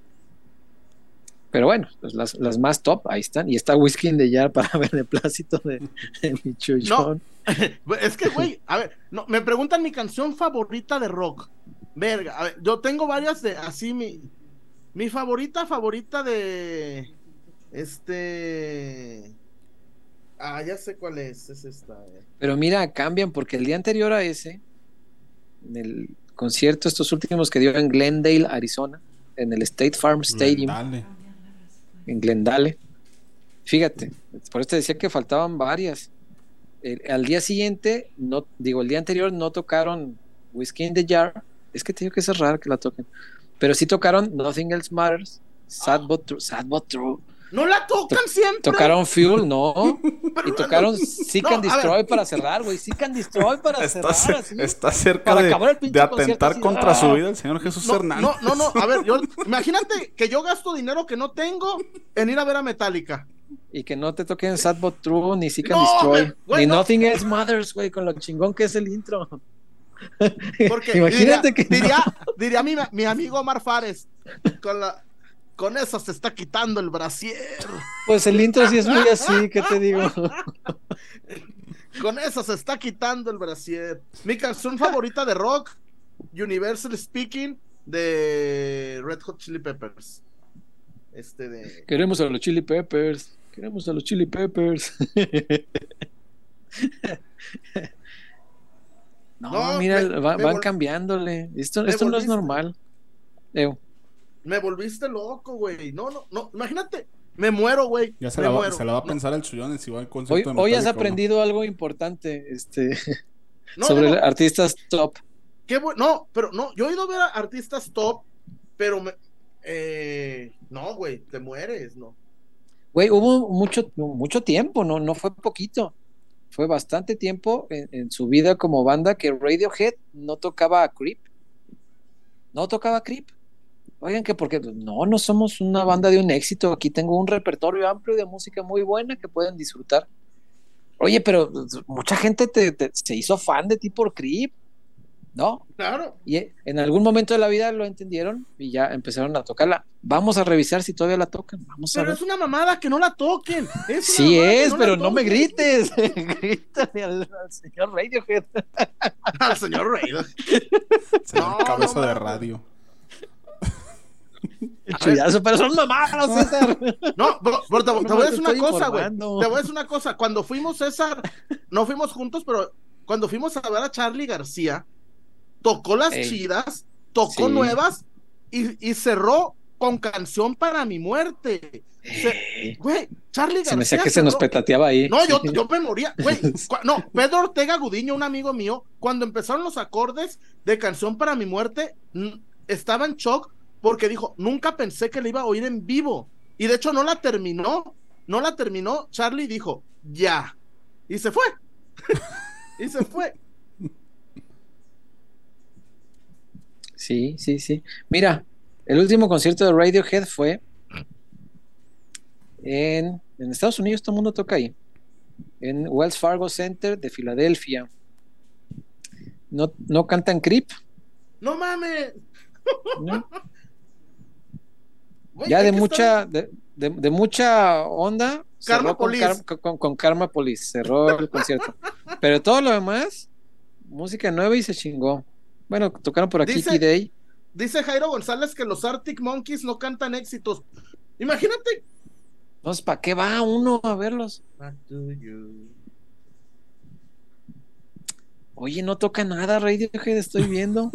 Pero bueno, pues las, las más top, ahí están, y está Whiskey in the Jar para ver el plácito de, de mi Chuyón. Es que, güey, a ver, no, me preguntan mi canción favorita de rock. Verga, a ver, yo tengo varias de así, mi, mi favorita, favorita de este. Ah, ya sé cuál es, es esta. eh. Pero mira, cambian porque el día anterior a ese, en el concierto, estos últimos que dio en Glendale, Arizona, en el State Farm Stadium, Dale. en Glendale, fíjate, por eso te decía que faltaban varias. El, al día siguiente, no, digo, el día anterior no tocaron Whiskey in the Jar, es que te digo que es raro que la toquen, pero sí tocaron Nothing Else Matters, Sad But True, Sad But True. No la tocan To- siempre. Tocaron Fuel, no. Pero Y tocaron no, Seek no, and a ver. Destroy para cerrar, güey. Seek and Destroy para Está, cerrar, cer- así. está cerca Para de, acabar el pinche de concierto atentar así, contra ¡ah! su vida el señor Jesús No, Hernández. no, no, no, a ver, yo, imagínate que yo gasto dinero que no tengo en ir a ver a Metallica. Y que no te toquen Sad But True, ni Seek No, and Destroy, güey, güey, ni no. Nothing Else Matters, güey, con lo chingón que es el intro. Porque Imagínate diría, que no. diría, diría mi, mi amigo Omar Fares con la con eso se está quitando el brasier. Pues el intro sí es muy así, ¿qué te digo? Con eso se está quitando el brasier. Mi canción favorita de rock, Universal Speaking, de Red Hot Chili Peppers. Este de... Queremos a los Chili Peppers. Queremos a los Chili Peppers. no, No, mira, me- va- me van vol- cambiándole. Esto, me esto no es volviste- normal. Ew. Me volviste loco, güey. No, no, no. Imagínate, me muero, güey. Ya se me la, va, muero. se la va a No, pensar el Chullón si va al Hoy, concierto de hoy has Metallica o no. aprendido algo importante este, no, sobre no, no. artistas top. Qué bu- no, pero no, yo he ido a ver a artistas top, pero me, eh, no, güey, te mueres, no. Güey, hubo mucho, mucho tiempo, no, no fue poquito. Fue bastante tiempo en, en su vida como banda que Radiohead no tocaba a Creep. No tocaba a Creep. Oigan, que porque no, no somos una banda de un éxito. Aquí tengo un repertorio amplio de música muy buena que pueden disfrutar. Oye, pero mucha gente te, te- se hizo fan de ti por Creep, ¿no? Claro, Y en algún momento de la vida lo entendieron y ya empezaron a tocarla. Vamos a revisar si todavía la tocan. Vamos a pero ver. es una mamada que no la toquen. Es una Sí mamada que es, la pero no me toquen. grites. Grítale al, al señor Radiohead. Al señor Radiohead. Señor No, cabeza no de mames. radio. Chuyazo, pero son mamadas, César. No, pero, pero te, te No, voy a te decir una estoy cosa, güey. informando. Te voy a decir una cosa. Cuando fuimos, César, no fuimos juntos, pero cuando fuimos a ver a Charly García, tocó las Ey. chidas, tocó Sí. nuevas y, y cerró con Canción para mi muerte. Se- Güey, Charly García. Se me hacía que se nos cerró- petateaba ahí. No, yo, yo me moría, güey. Cua- No, Pedro Ortega Gudiño, un amigo mío, cuando empezaron los acordes de Canción para mi muerte, n- estaba en shock porque dijo, nunca pensé que le iba a oír en vivo. Y de hecho no la terminó, no la terminó. Charlie dijo, ya. Y se fue. Y se fue. Sí, sí, sí. Mira, el último concierto de Radiohead fue en, en Estados Unidos, todo el mundo toca ahí, en Wells Fargo Center de Filadelfia. No, no cantan Creep, No mames. ¿no? Güey, Ya hay de que mucha, estar- de, de- de mucha onda, Karma cerró con, Police. Car- con, con Karma Police, cerró el concierto. Pero todo lo demás, música nueva y se chingó. Bueno, tocaron por aquí Dice- Key Day. Dice Jairo González que los Arctic Monkeys no cantan éxitos. Imagínate. Entonces, ¿para qué va uno a verlos? Oye, no toca nada, Radiohead, estoy viendo.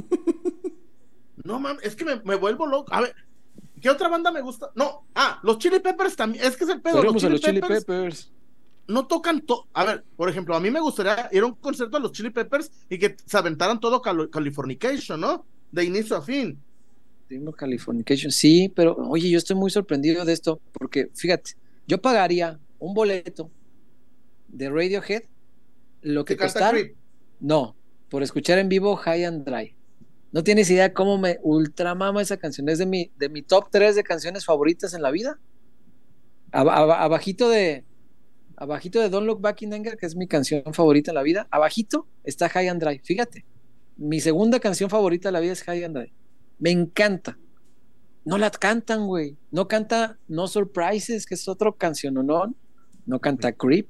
No mames, es que me, me vuelvo loco. A ver, ¿qué otra banda me gusta? No, ah, los Chili Peppers también. Es que es el pedo. Queremos Los a Chili, los Chili Peppers, Peppers. no tocan todo. A ver, por ejemplo, a mí me gustaría ir a un concierto de los Chili Peppers y que se aventaran todo Cali- Californication, ¿no? De inicio a fin. Tengo Californication, sí, pero oye, yo estoy muy sorprendido de esto, porque fíjate, yo pagaría un boleto de Radiohead, lo que Que canta costara, Creep. no, por escuchar en vivo High and Dry. No tienes idea cómo me ultramama esa canción, es de mi, de mi top tres de canciones favoritas en la vida. Aba- aba- abajito de abajito de Don't Look Back in Anger, que es mi canción favorita en la vida, abajito está High and Dry, fíjate. Mi segunda canción favorita de la vida es High and Dry. Me encanta. No la cantan, güey. No canta No Surprises, que es otro canción, ¿no? No canta Creep.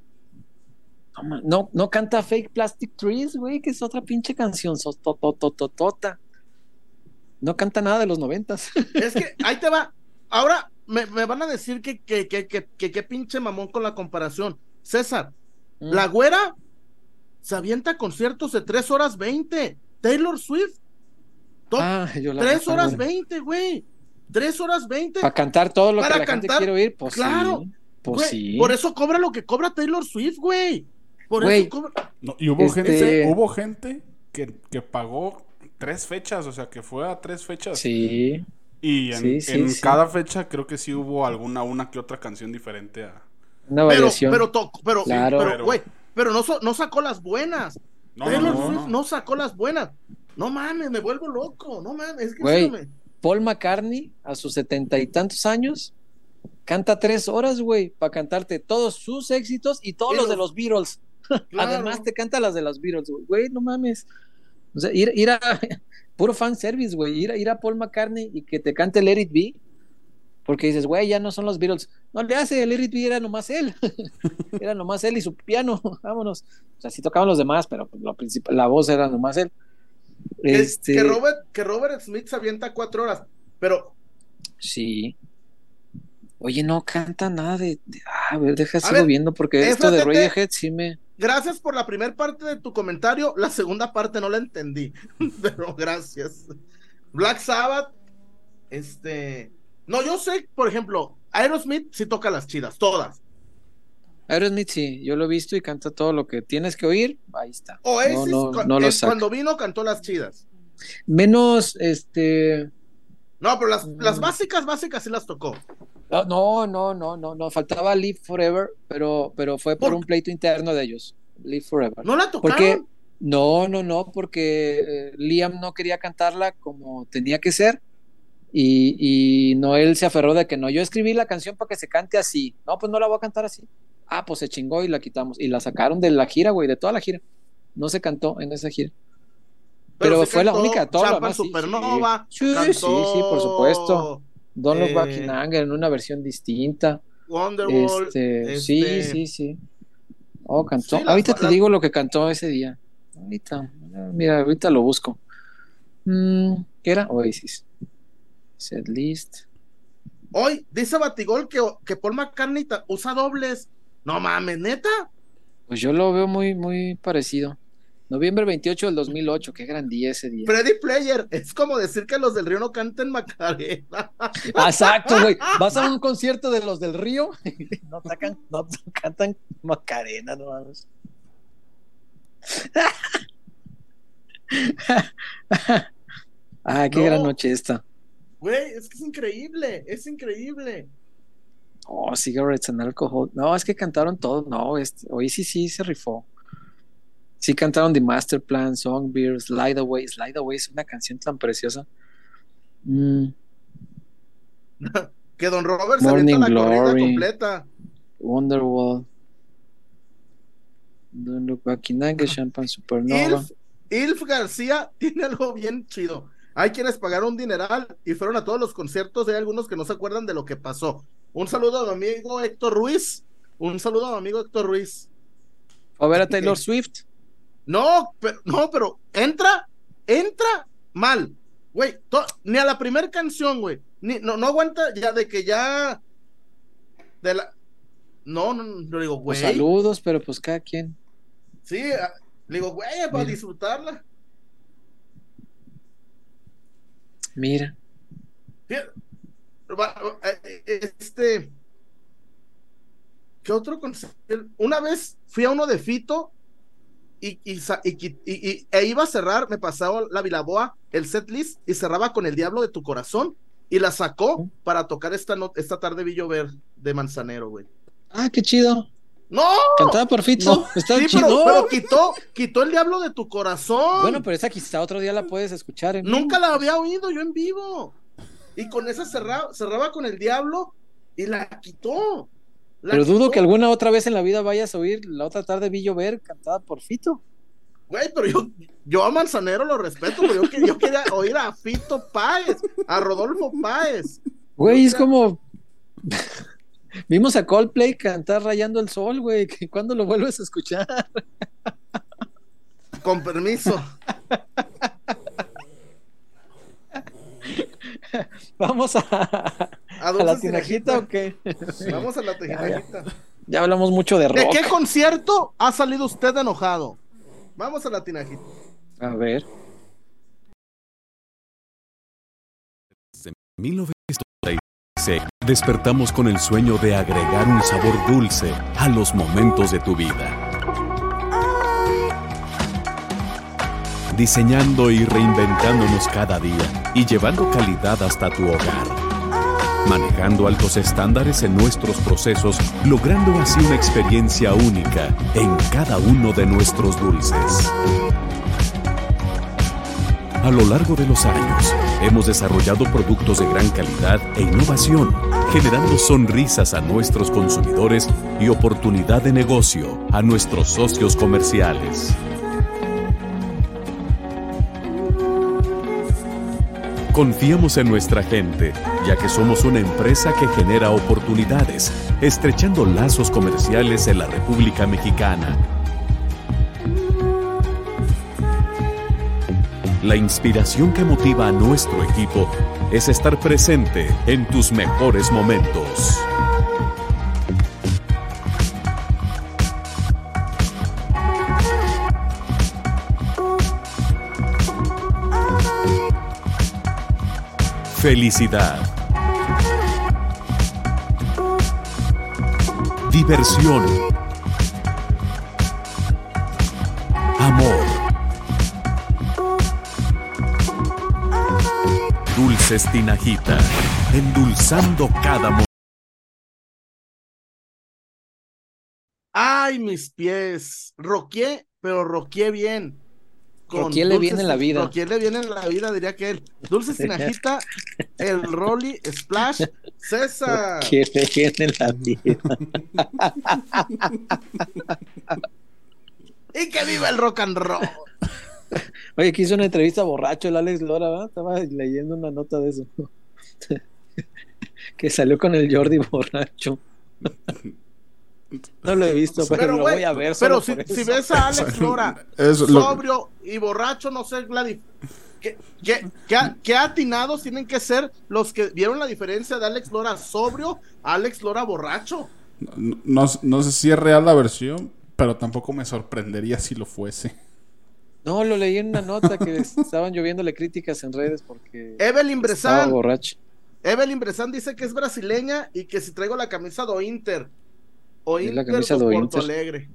No, ma- no, no canta Fake Plastic Trees, güey, que es otra pinche canción. Sototototota. No canta nada de los noventas. Es que ahí te va. Ahora me, me van a decir que que, que, que, que, que pinche mamón con la comparación. César, la güera se avienta conciertos de tres horas veinte. Taylor Swift, to- Ah, yo la tres horas veinte, güey. Tres horas veinte. Para cantar todo lo Para que la gente cantar, quiere oír, pues claro, sí. Pues Güey, sí. Por eso cobra lo que cobra Taylor Swift, güey. Por Güey. eso cobra. No, y hubo Este- gente, hubo gente que, que pagó tres fechas, o sea, que fue a tres fechas. Sí. Y en, Sí, sí, en sí. cada fecha creo que sí hubo alguna, una que otra canción diferente a... Una Pero, variación. pero, to- pero, Claro. pero, güey, pero no, so- no sacó las buenas. No, Taylor no, no, Swift no. no sacó las buenas. No mames, me vuelvo loco. No mames, es que Güey. sí, me- Paul McCartney, a sus setenta y tantos años, canta tres horas, güey, para cantarte todos sus éxitos y todos Y los los- de los Beatles. Claro. Además, te canta las de los Beatles, güey. Güey, no mames. O sea, ir, ir a puro fan service, güey. Ir, a- ir a Paul McCartney y que te cante Let It Be. porque dices, güey, ya no son los Beatles. No le hace, el Let It Be era nomás él. Era nomás él y su piano, vámonos. O sea, sí tocaban los demás, pero lo principal, la voz era nomás él. Que, Este... que, Robert, que Robert Smith se avienta cuatro horas, pero... Sí. Oye, no canta nada de... de... Ah, a ver, deja, sigo ver, viendo, porque esto de Radiohead sí me... Gracias por la primera parte de tu comentario, la segunda parte no la entendí, pero gracias. Black Sabbath, este... No, yo sé, por ejemplo, Aerosmith sí toca las chidas, todas. Aerosmith sí, yo lo he visto y canta todo lo que tienes que oír, ahí está. Oasis, no, no, con, no lo eh, saca. cuando vino cantó las chidas. Menos, este... No, pero las, Mm. las básicas, básicas sí las tocó. No, no, no, no, no, faltaba Live Forever, pero, pero fue por, ¿Por? un pleito interno de ellos. Live Forever. ¿No la tocaron? Porque, no, no, no, porque eh, Liam no quería cantarla como tenía que ser. Y, y Noel se aferró de que no, yo escribí la canción para que se cante así. No, pues no la voy a cantar así. Ah, pues se chingó y la quitamos. Y la sacaron de la gira, güey, de toda la gira. No se cantó en esa gira. Pero, sí fue la cantó única, todo lo Champagne demás, sí, Supernova. Sí, sí, cantó, sí, sí, por supuesto. Don't Look eh, Back in Anger en una versión distinta. Wonderwall. Este, este, sí, sí, sí. Oh, cantó. Sí, las- ahorita te las- digo lo que cantó ese día. Ahorita, mira, ahorita lo busco. Mm, ¿Qué era? Oasis. Set list. Hoy dice Batigol que, que Paul McCartney ta- usa dobles. No mames, neta. Pues yo lo veo muy, muy parecido. Noviembre veintiocho del dos mil ocho, qué gran día ese día. Freddy Player, es como decir que los del Río no canten Macarena. Exacto, güey. Vas a un concierto de los del Río, no, tacan, no cantan Macarena, no mames. Ah, qué No. gran noche esta. Güey, es que es increíble, es increíble. Oh, Cigarettes and Alcohol. No, es que cantaron todo. No, este, hoy sí, sí se rifó. Sí cantaron The Master Plan, Songbird, Slide Away. Slide Away es una canción tan preciosa. Mm, Que Don Robert se Morning avienta la corrida Glory. completa. Wonderwall. Don't Look Back in Anger, Champagne Supernova. Ilf, Ilf García tiene algo bien chido. Hay quienes pagaron un dineral y fueron a todos los conciertos. Hay algunos que no se acuerdan de lo que pasó. Un saludo a mi amigo Héctor Ruiz. Un saludo a mi amigo Héctor Ruiz. A ver a Taylor Swift. No, pero, no, pero entra, entra mal. Güey, to- ni a la primera canción, güey. Ni, no, no aguanta ya de que ya. De la. No, no, no, yo digo, Pues güey. saludos, pero pues cada quien. Sí, a- le digo, güey, para Mira. disfrutarla. Mira. Fíjate, va- eh, Este. ¿Qué otro concierto? Una vez fui a uno de Fito y, y, sa- y, qui- y- y- e iba a cerrar, me pasaba la Vilaboa, el set list, y cerraba con El Diablo de tu Corazón, y la sacó para tocar esta, no- esta tarde vi llover de Manzanero, güey. Ah, qué chido. ¡No! Cantada por Fito. No, Está sí, chido. pero, pero quitó, quitó El Diablo de tu Corazón. Bueno, pero esa quizá otro día la puedes escuchar. En Nunca vivo. la había oído yo en vivo. Y con esa cerraba, cerraba con El Diablo y la quitó. La Pero dudo quitó. que alguna otra vez en la vida vayas a oír La otra tarde vi llover cantada por Fito. Güey, pero yo, yo a Manzanero lo respeto, pero yo, que- yo quería oír a Fito Páez, a Rodolfo Páez. Güey, Yo es quería- como. Vimos a Coldplay cantar Rayando el Sol, güey. que ¿Cuándo lo vuelves a escuchar? Con permiso. Vamos a, ¿A a dulces la tinajita o qué? Vamos a la tinajita. Ya hablamos mucho de ¿De rock. qué concierto ha salido usted enojado? Vamos a la tinajita. A ver. mil novecientos treinta y seis despertamos con el sueño de agregar un sabor dulce a los momentos de tu vida. Diseñando y reinventándonos cada día y llevando calidad hasta tu hogar. Manejando altos estándares en nuestros procesos, logrando así una experiencia única en cada uno de nuestros dulces. A lo largo de los años, hemos desarrollado productos de gran calidad e innovación, generando sonrisas a nuestros consumidores y oportunidad de negocio a nuestros socios comerciales. Confiamos en nuestra gente ya que somos una empresa que genera oportunidades, estrechando lazos comerciales en la República Mexicana. La inspiración que motiva a nuestro equipo es estar presente en tus mejores momentos. Felicidad. Diversión. Amor. Dulces Tinajita, endulzando cada momento. Ay, mis pies. Roqué, pero roqué bien. Roqué le viene en la vida. Roqué le viene en la vida, diría que él. Dulces Tinajita, el Rolly, Splash, César. Roqué le viene en la vida. Y que viva el rock and roll. Oye, que hizo una entrevista borracho el Alex Lora, ¿verdad? Estaba leyendo una nota de eso. Que salió con el Jordi borracho. No lo he visto, pero, pero lo wey, voy a ver. Pero si, si ves a Alex Lora sobrio lo... y borracho, no sé, Gladys, ¿qué, qué, qué, qué atinados tienen que ser los que vieron la diferencia de Alex Lora sobrio a Alex Lora borracho? No, no, no sé si es real la versión, pero tampoco me sorprendería si lo fuese. No, lo leí en una nota que estaban lloviéndole críticas en redes porque Evelyn Brezán, estaba borracho. Evelyn Brezán dice que es brasileña y que si traigo la camisa do Inter o ¿Es Inter la camisa do do Porto Inter? Alegre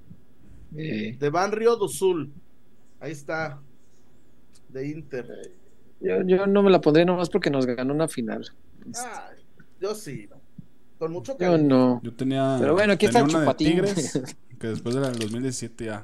Eh. de Banrio do Sul, ahí está, de Inter. Yo, yo no me la pondré nomás porque nos ganó una final. Ay, yo sí, con mucho Yo cariño. no. Yo tenía, pero bueno, aquí está el una de chupatín. Tigres, que después de la del dos mil diecisiete ya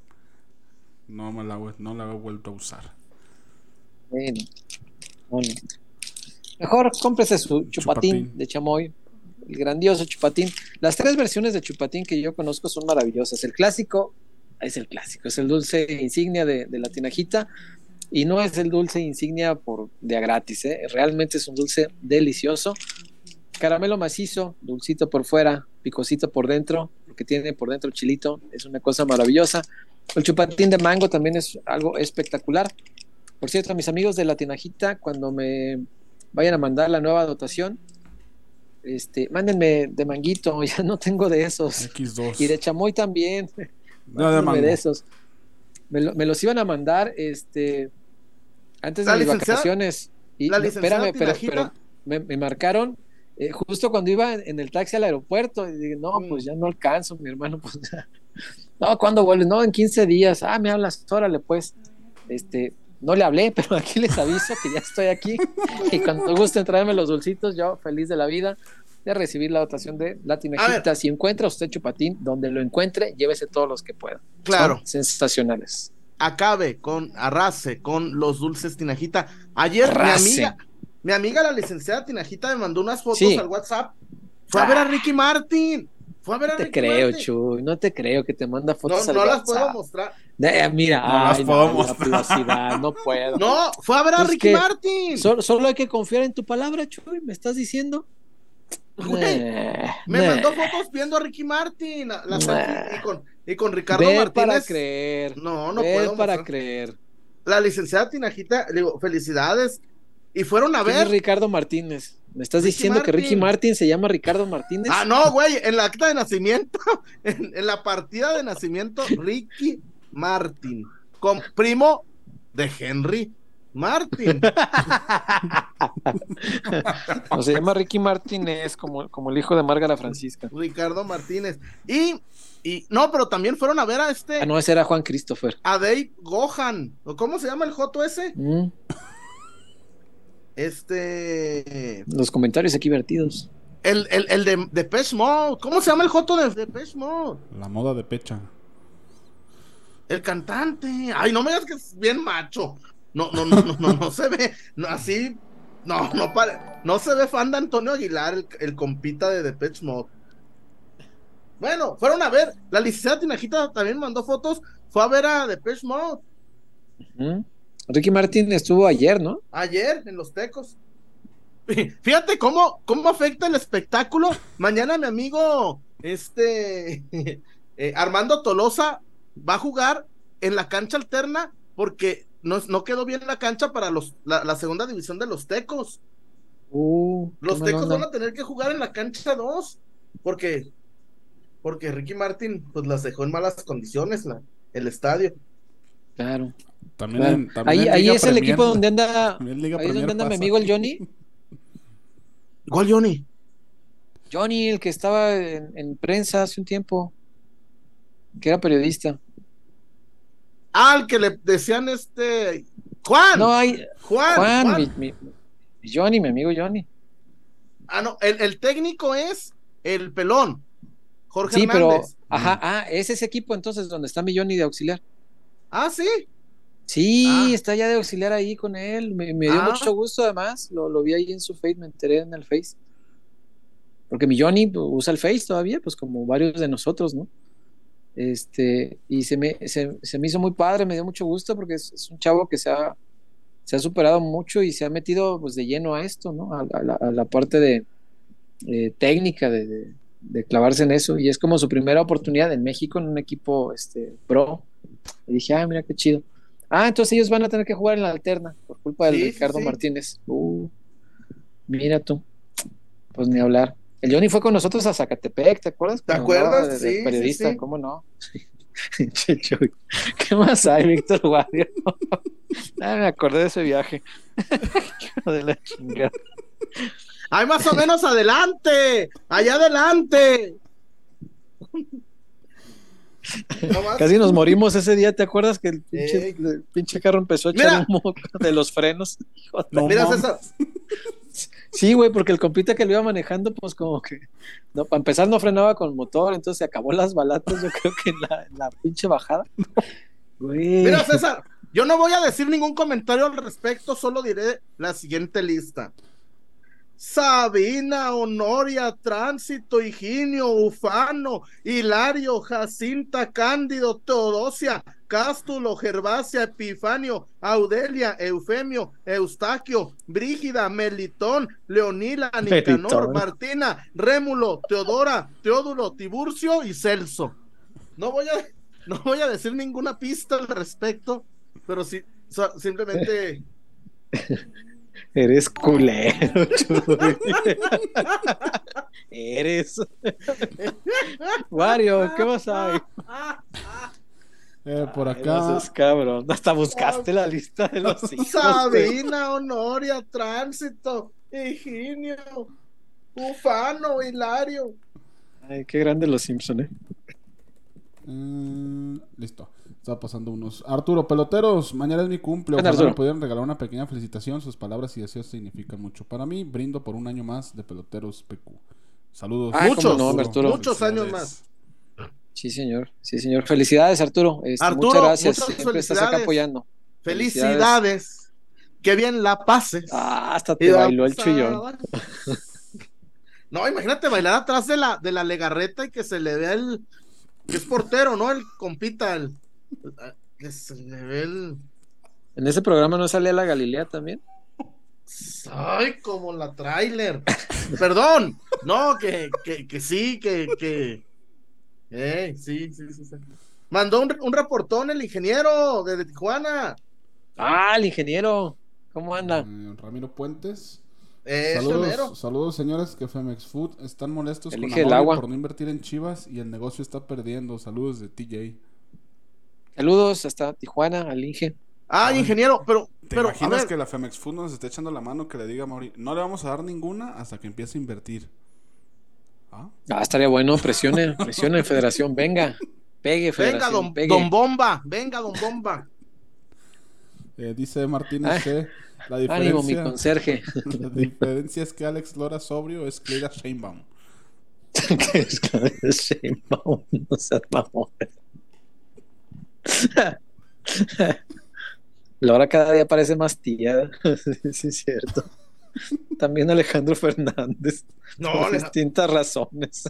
no me la, no la he vuelto a usar. Bueno, bueno. Mejor cómprese su chupatín, chupatín de chamoy, el grandioso chupatín. Las tres versiones de chupatín que yo conozco son maravillosas. El clásico es el clásico, es el dulce insignia de, de la Tinajita, y no es el dulce insignia por de a gratis, ¿eh? Realmente es un dulce delicioso. Caramelo macizo, dulcito por fuera, picosito por dentro, lo que tiene por dentro chilito, es una cosa maravillosa. El chupatín de mango también es algo espectacular. Por cierto, mis amigos de la Tinajita, cuando me vayan a mandar la nueva dotación, este, mándenme de manguito, ya no tengo de esos. equis dos. Y de chamoy también. No, de mango. De esos. Me, lo, me los iban a mandar este antes de la mis vacaciones. Y la no, espérame, pero, pero me, me marcaron eh, justo cuando iba en, en el taxi al aeropuerto. Y dije, no, mm. pues ya no alcanzo, mi hermano. Pues ya. No, ¿cuándo vuelves? No, en quince días. Ah, me hablas, órale, pues. Este, no le hablé, pero aquí les aviso que ya estoy aquí. Y cuando gusten traerme los dulcitos, yo feliz de la vida de recibir la dotación de la Tinajita. Si encuentra usted chupatín, donde lo encuentre, llévese todos los que pueda. Claro. Son sensacionales. Acabe con, arrase con los dulces Tinajita. Ayer arrase. mi amiga, mi amiga la licenciada Tinajita me mandó unas fotos sí. al WhatsApp. Fue a ver a Ricky Martin. Fue a ver a no te Ricky creo, Martin. Chuy, no te creo que te manda fotos no, al no WhatsApp. las puedo mostrar. Eh, mira, no ay, las puedo no, mostrar. La privacidad, no puedo. No, fue a ver a pues Ricky Martin. Solo, solo hay que confiar en tu palabra, Chuy, ¿me estás diciendo? Güey, nah, me nah. mandó fotos viendo a Ricky Martin la, la nah. y, con, y con Ricardo Ver Martínez. Para creer. No, no Ver puedo para mostrar. creer. La licenciada Tinajita, le digo, felicidades. Y fueron a ¿Quién ver. es Ricardo Martínez? ¿Me estás Ricky diciendo Martin. que Ricky Martin se llama Ricardo Martínez? Ah, no, güey, en la acta de nacimiento, en, en la partida de nacimiento, Ricky Martin, con primo de Henry Martin. O se llama Ricky Martínez, como, como el hijo de Márgara Francisca. Ricardo Martínez. Y, y, no, pero también fueron a ver a este. Ah, no, ese era Juan Christopher. A Dave Gohan. ¿Cómo se llama el joto ese? Mm. Este. Los comentarios aquí vertidos. El, el, el de Depeche Mode. ¿Cómo se llama el joto de Depeche Mode? La moda de pecha. El cantante. Ay, no me digas que es bien macho. No, no, no, no, no, no se ve. No, así. No, no pare, no se ve fan de Antonio Aguilar, el, el compita de Depeche Mode. Bueno, fueron a ver. La licenciada Tinajita también mandó fotos. Fue a ver a Depeche Mode. ¿Mm? Ricky Martin estuvo ayer, ¿no? Ayer, en Los Tecos. Fíjate cómo, cómo afecta el espectáculo. Mañana mi amigo este eh, Armando Tolosa va a jugar en la cancha alterna porque no, no quedó bien la cancha para los, la, la segunda división de los Tecos. Uh, los Tecos van a tener que jugar en la cancha dos porque, porque Ricky Martin pues las dejó en malas condiciones la, el estadio. Claro. También, claro. En, también ahí en ahí Liga es el Premier, equipo donde anda, ahí Liga es donde Premier anda mi pasa. amigo el Johnny. ¿Cuál Johnny? Johnny, el que estaba en, en prensa hace un tiempo, que era periodista. Ah, el que le decían este Juan. No, hay Juan. Juan, Juan. Mi, mi, mi Johnny, mi amigo Johnny. Ah, no, el, el técnico es el pelón, Jorge Sí, pero, Hernández. ajá, ah, es ese equipo entonces donde está mi Johnny de auxiliar. Ah, sí. Sí, Ah. está ya de auxiliar ahí con él. Me, me dio Ah. mucho gusto, además. Lo, lo vi ahí en su Face, me enteré en el Face. Porque mi Johnny pues, usa el Face todavía, pues como varios de nosotros, ¿no? Este, y se me, se, se me hizo muy padre, me dio mucho gusto porque es, es un chavo que se ha, se ha superado mucho y se ha metido pues de lleno a esto, ¿no? A, a, la, a la parte de eh, técnica, de, de, de clavarse en eso. Y es como su primera oportunidad en México en un equipo este, pro. Y dije, ah, mira qué chido. Ah, entonces ellos van a tener que jugar en la alterna por culpa del Sí, Ricardo sí, sí. Martínez. Uh, mira tú. Pues ni hablar. El Johnny fue con nosotros a Zacatepec, ¿te acuerdas? ¿Te Cuando acuerdas? andaba de, de Sí, periodista, sí, sí. ¿cómo no? ¿Qué más hay, Víctor Guardia? Ah, me acordé de ese viaje. Hijo de la chingada. ¡Ay, más o menos adelante! ¡Allá adelante! No más. Casi nos morimos ese día, ¿te acuerdas que el pinche, Ey. el pinche carro empezó a echar Mira. humo de los frenos? Hijo de- No Mira, mames. César, Sí, güey, porque el compita que lo iba manejando, pues como que, no, para empezar no frenaba con motor, entonces se acabó las balatas, yo creo que en la, en la pinche bajada. Güey. mira, César, yo no voy a decir ningún comentario al respecto, solo diré la siguiente lista. Sabina, Honoria, Tránsito, Higinio, Ufano, Hilario, Jacinta, Cándido, Teodosia, Cástulo, Gervasia, Epifanio, Audelia, Eufemio, Eustaquio, Brígida, Melitón, Leonila, Nicanor, Melitón. Martina, Rémulo, Teodora, Teodulo, Tiburcio y Celso. No voy a, no voy a decir ninguna pista al respecto, pero sí, so- simplemente... Eres culero, Chuy. Eres. Wario, ¿qué más hay? Eh, por Ay, acá. no seas cabrón. Hasta buscaste la lista de los hijos. güey. Sabina, Honoria, Tránsito, Higinio, Ufano, Hilario. Ay, qué grande los Simpson, eh. Mm, listo. Estaba pasando unos. Arturo, peloteros, mañana es mi cumple. Anda, Ojalá Arturo. me pudieran regalar una pequeña felicitación. Sus palabras y deseos significan mucho para mí. Brindo por un año más de peloteros P Q. Saludos. Ah, Muchos, cómo no, Arturo. muchos años Felicidades. más. Sí, señor. Sí, señor. Felicidades, Arturo. Este, Arturo, muchas gracias. muchas Siempre estás acá felicidades. apoyando. Felicidades. Que bien la pases. Ah, hasta Y te la bailó el pasada. chullón. No, imagínate bailar atrás de la, de la legarreta y que se le vea el. Que es portero, ¿no? El compita, el. Que se le ve el. En ese programa no salía la Galilea también. Ay, como la tráiler. Perdón. No, que, que, que sí, que, que. Eh, sí, sí, sí, sí. Mandó un, un reportón el ingeniero de, de Tijuana. Ah, el ingeniero. ¿Cómo anda? Eh, Ramiro Puentes. Eh, es pionero. Saludos, saludos, señores, que Femex Food están molestos Elige con el Amaury agua. por no invertir en Chivas y el negocio está perdiendo. Saludos de T J. Saludos hasta Tijuana, al Inge. Ay, ingeniero, pero, ¿Te pero, a imaginas ver, que la Femex Food nos esté echando la mano que le diga a Mauri, no le vamos a dar ninguna hasta que empiece a invertir? ¿Ah? Ah, estaría bueno, presione, presione, Federación, venga, pegue, venga, Federación, don, pegue. don Bomba, venga, don Bomba. Eh, dice Martínez Ah, C. La Ánimo, mi diferencia, conserje. la diferencia es que Alex Lora sobrio es Cleira Sheinbaum. Que es que es Sheinbaum, no seas mamón. Laura cada día parece más tía. Sí, es cierto. También Alejandro Fernández. No, por Aleja- distintas razones.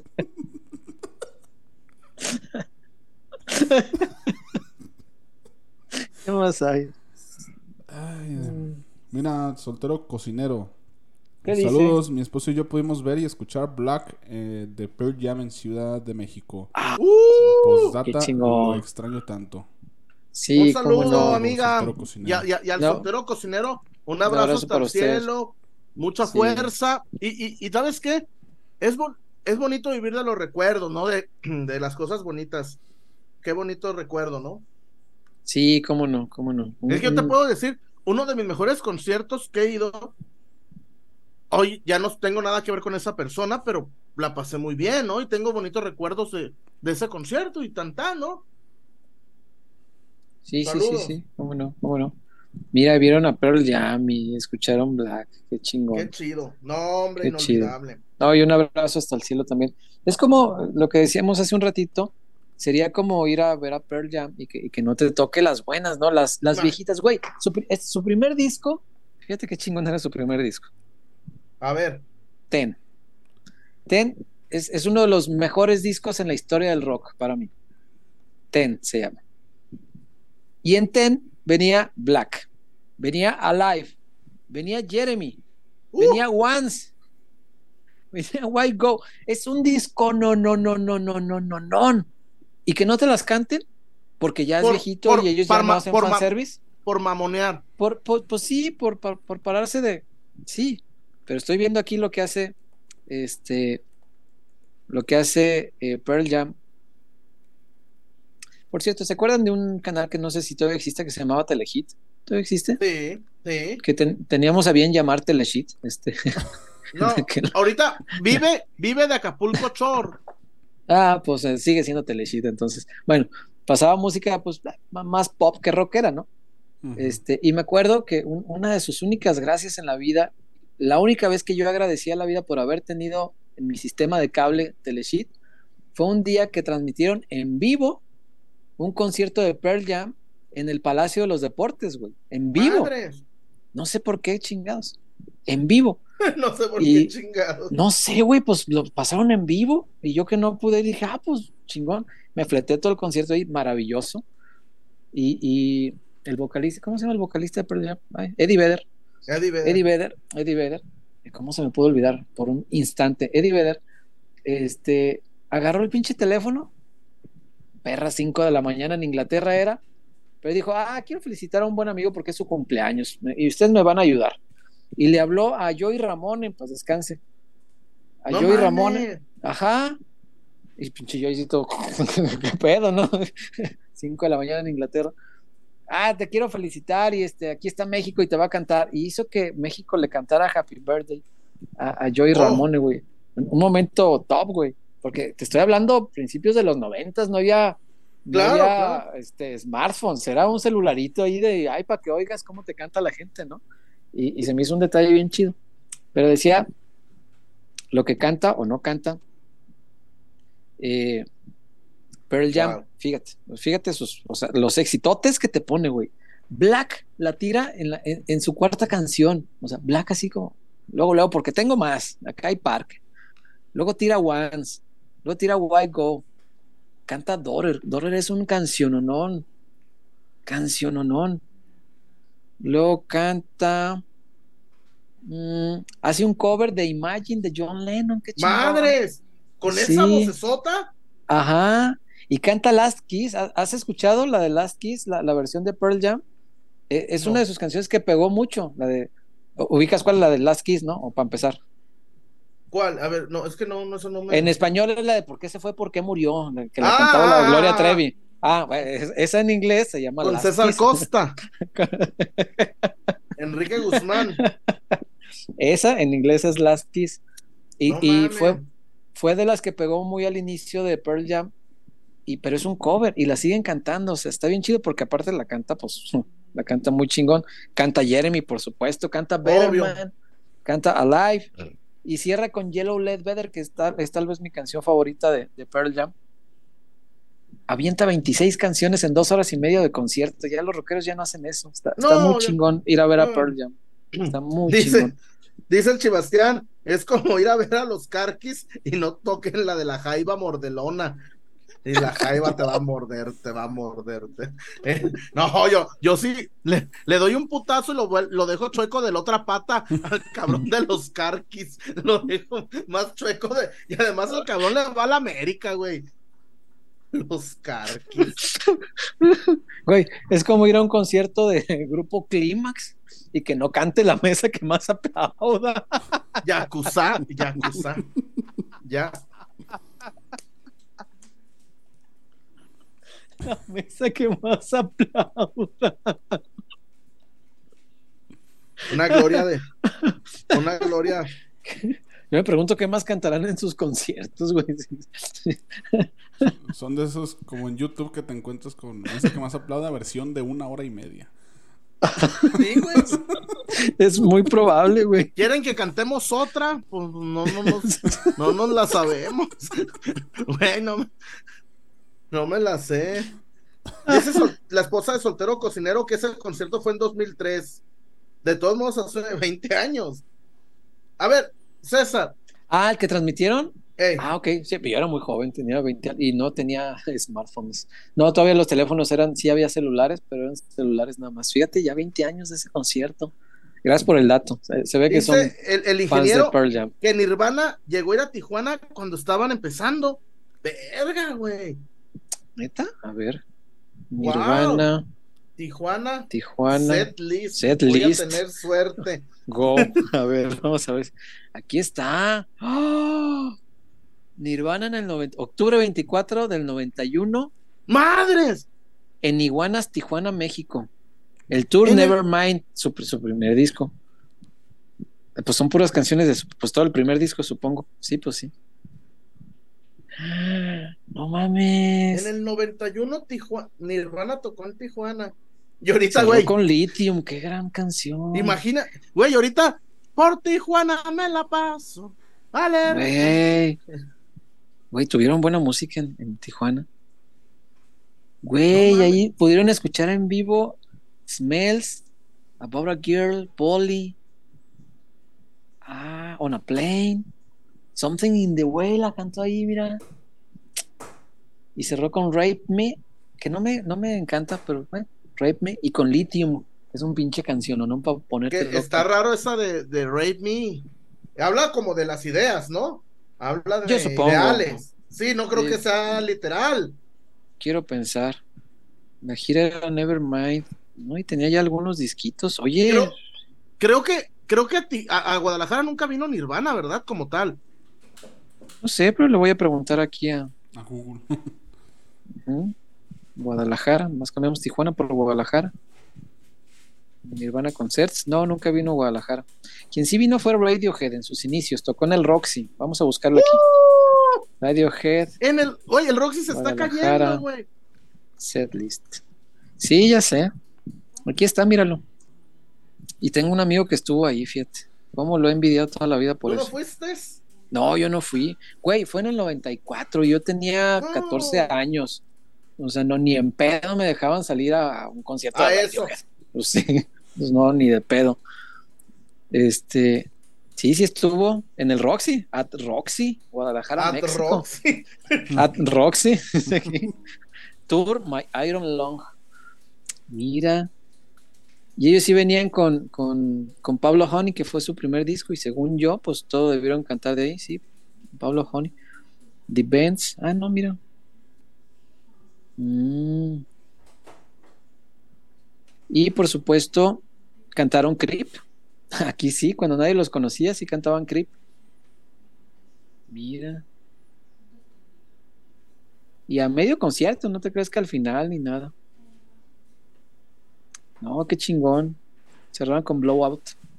¿Qué más hay? Ay, mira, soltero cocinero. ¿Qué dice? Saludos, mi esposo y yo pudimos ver y escuchar Black eh, de Pearl Jam en Ciudad de México. Ah, Uh, Postdata, qué chingón. lo extraño tanto. Sí, un cómo saludo, no. amiga. Soltero cocinero. Y, y- y al No. soltero cocinero, un Un abrazo abrazo hasta para el ustedes. cielo, mucha Sí. fuerza. Y, y, y ¿sabes qué? Es, bon- es bonito vivir de los recuerdos, ¿no? De, de las cosas bonitas. Qué bonito recuerdo, ¿no? Sí, cómo no, cómo no. Un- Es que yo te un- puedo decir, uno de mis mejores conciertos que he ido, hoy ya no tengo nada que ver con esa persona, pero la pasé muy bien, ¿no? Y tengo bonitos recuerdos de, de ese concierto y tantán, ¿no? Sí, sí, sí, Saludos. sí, cómo no, cómo no. Mira, vieron a Pearl Jam y escucharon Black, qué Qué chingón. chido. No, hombre, Qué chido. inolvidable. No, y un abrazo hasta el cielo también. Es como lo que decíamos hace un ratito, sería como ir a ver a Pearl Jam y que, y que no te toque las buenas, ¿no? Las, las Nah. viejitas, güey. Su, pri- es- su primer disco, fíjate qué chingón era su primer disco. A ver, Ten. Ten es, es uno de los mejores discos en la historia del rock para mí. Ten se llama. Y en Ten venía Black, venía Alive, venía Jeremy, Uh. venía Once, venía White Go. Es un disco no, no, no, no, no, no, no, no. Y que no te las canten porque ya es Por- viejito por- y ellos por ya no ma- hacen por ma- fanservice. por mamonear. Por, por- pues sí, por, por, por pararse de. Sí, pero estoy viendo aquí lo que hace este lo que hace eh, Pearl Jam. Por cierto, ¿se acuerdan de un canal que no sé si todavía existe que se llamaba Telehit? ¿Todavía existe? Sí, sí. Que ten- teníamos a bien llamar Telehit. Este. No, Que- ahorita vive, vive de Acapulco Shore. Ah, pues eh, sigue siendo Telehit entonces. Bueno, pasaba música pues m- más pop que rockera, ¿no? Ujú. Este, y me acuerdo que un- una de sus únicas gracias en la vida, la única vez que yo agradecí a la vida por haber tenido en mi sistema de cable Telehit, fue un día que transmitieron en vivo un concierto de Pearl Jam en el Palacio de los Deportes, güey. En vivo. Madres. No sé por qué, chingados. En vivo. No sé por Y- qué chingados. No sé, güey, pues lo pasaron en vivo y yo que no pude, dije, ah, pues chingón. Me fleté todo el concierto ahí, maravilloso. Y, y el vocalista, ¿cómo se llama el vocalista de Pearl Jam? Ay, Eddie Vedder. Eddie Vedder. Eddie Vedder, Eddie Vedder. ¿Cómo se me pudo olvidar por un instante? Eddie Vedder, este, agarró el pinche teléfono, perra cinco de la mañana en Inglaterra era, pero dijo, ah, quiero felicitar a un buen amigo porque es su cumpleaños y ustedes me van a ayudar. Y le habló a Joey Ramone, pues descanse. A No Joey mames. Ramone, ajá. Y pinche Joeycito, qué pedo, ¿no? cinco de la mañana en Inglaterra. Ah, te quiero felicitar y este, aquí está México y te va a cantar. Y hizo que México le cantara Happy Birthday a, a Joey Oh. Ramone, güey. Un momento top, güey. Porque te estoy hablando principios de los noventas, no había, no Claro, había claro. este, smartphones, era un celularito ahí de, ay, para que oigas cómo te canta la gente, ¿no? Y, y se me hizo un detalle bien chido. Pero decía, lo que canta o no canta, eh, Pearl Jam, Wow. fíjate, fíjate sus, o sea, los exitotes que te pone, güey. Black la tira en, la, en, en su cuarta canción, o sea, Black así como, luego, luego, porque tengo más, acá hay Park, luego tira Once, luego tira White Go, canta Daughter, Daughter es un canciononón, canciononón, luego canta, mm, hace un cover de Imagine de John Lennon, qué chingón. Madres, con Sí. esa vocesota. Ajá, y canta Last Kiss. ¿Ha- ¿Has escuchado la de Last Kiss, la, la versión de Pearl Jam? Eh, es No. una de sus canciones que pegó mucho, la de, ubicas cuál es la de Last Kiss, ¿no? O para empezar. ¿Cuál? A ver, no, es que no, no, eso no me. En español es la de ¿Por qué se fue? ¿Por qué murió? La que la Ah, cantaba la ah, Gloria ah, Trevi. Ah, bueno, es- esa en inglés se llama Con Last César Kiss. Costa. Enrique Guzmán. Esa en inglés es Last Kiss. Y, No y mames. fue, fue de las que pegó muy al inicio de Pearl Jam. Y, pero es un cover y la siguen cantando. O sea, está bien chido porque aparte la canta, pues, la canta muy chingón. Canta Jeremy, por supuesto. Canta Better Obvio. Man. Canta Alive. Y cierra con Yellow Led Better, que es tal, es tal vez mi canción favorita de, de Pearl Jam. Avienta veintiséis canciones en dos horas y media de concierto. Ya los rockeros ya no hacen eso. Está, está No, muy ya- chingón ir a ver a no. Pearl Jam. Está muy Dice, chingón. dice el Chibastián, es como ir a ver a los Carquis y no toquen la de la Jaiba Mordelona. Y la jaiba te va a morder, te va a morder. te- eh, no, yo, yo sí le, le doy un putazo y lo, vuel- lo dejo chueco de la otra pata al cabrón de los carquis. Lo dejo más chueco de. Y además el cabrón le va a la América, güey. Los carquis. Güey, es como ir a un concierto de grupo Clímax y que no cante la mesa que más aplauda. Yakuza, Yakuza. Ya. La mesa que más aplauda. Una gloria de. Una gloria. Yo me pregunto qué más cantarán en sus conciertos, güey. Son de esos como en YouTube que te encuentras con ese que más aplauda versión de una hora y media. Sí, güey. Es muy probable, güey. ¿Quieren que cantemos otra? Pues no, no, nos, no nos la sabemos. Güey, no, me- no me la sé. Dice Sol- la esposa de Soltero Cocinero que ese concierto fue en dos mil tres. De todos modos, hace veinte años. A ver, César. Ah, el que transmitieron. Ey, Ah, ok. Sí, pero yo era muy joven, tenía veinte años y no tenía smartphones. No, todavía los teléfonos eran, sí había celulares, pero eran celulares nada más. Fíjate, ya veinte años de ese concierto. Gracias por el dato. Se, se ve que son dice el, el fans de ingeniero Pearl Jam. que Nirvana llegó a ir a Tijuana cuando estaban empezando. Verga, güey. ¿Neta? A ver. Wow. Nirvana, Tijuana. Tijuana, Set list. Set Voy list. a tener suerte. Go. A ver, vamos a ver. Aquí está. ¡Ah! Nirvana en el noventa, octubre veinticuatro del noventa y uno ¡Madres! en Iguanas, Tijuana, México. El tour En el- Nevermind, su, su primer disco. Eh, Pues son puras canciones de su, pues todo el primer disco, supongo. Sí, pues sí. No En mames. el noventa y uno Tijuana, Nirvana tocó en Tijuana. Y ahorita, Cerró güey, con Lithium, qué gran canción. imagina, güey, ahorita por Tijuana me la paso. Vale. Güey. Güey, tuvieron buena música en, en Tijuana. Güey, No mames. ahí pudieron escuchar en vivo Smells, About a Girl, Polly, ah, On a Plane, Something in the Way, la cantó ahí, mira. Y cerró con Rape Me, que no me, no me encanta, pero bueno, Rape Me, y con Lithium, es un pinche canción, ¿no? Para ponerte Que loco. está raro esa de, de Rape Me. Habla como de las ideas, ¿no? Habla de Yo supongo. ideales. Sí, no creo Sí. que sea literal. Quiero pensar. La gira era Nevermind, ¿no? Y tenía ya algunos disquitos. Oye, Creo, creo que, creo que a, ti- a, a Guadalajara nunca vino Nirvana, ¿verdad? Como tal. no sé, pero le voy a preguntar aquí a A Google. ¿Mm? Guadalajara, más cambiamos Tijuana por Guadalajara. Nirvana Concerts, no, nunca vino a Guadalajara. Quien sí vino fue Radiohead en sus inicios, tocó en el Roxy. Vamos a buscarlo aquí. Radiohead, En el, oye, el Roxy se está Guadalajara. cayendo, güey. setlist. Sí, ya sé. Aquí está, míralo. Y tengo un amigo que estuvo ahí, fíjate. Cómo lo he envidiado toda la vida por ¿Tú no eso. fuiste? No, yo no fui. Güey, fue en el noventa y cuatro. Yo tenía No. catorce años. O sea, no, ni en pedo me dejaban salir a un concierto A de eso. Radiohead. Pues sí, pues no, ni de pedo. Este, sí, sí estuvo en el Roxy, at Roxy, Guadalajara, At México. Roxy. At Roxy. Tour My Iron Lung. Mira. Y ellos sí venían con, con, con Pablo Honey, que fue su primer disco, y según yo, pues todo debieron cantar de ahí, sí. Pablo Honey. The Bands. Ah, no, mira. Mm. Y por supuesto, cantaron Creep. Aquí sí, cuando nadie los conocía, sí cantaban Creep. Mira. Y a medio concierto, no te crees que al final ni nada. No, qué chingón. Cerraron con Blowout.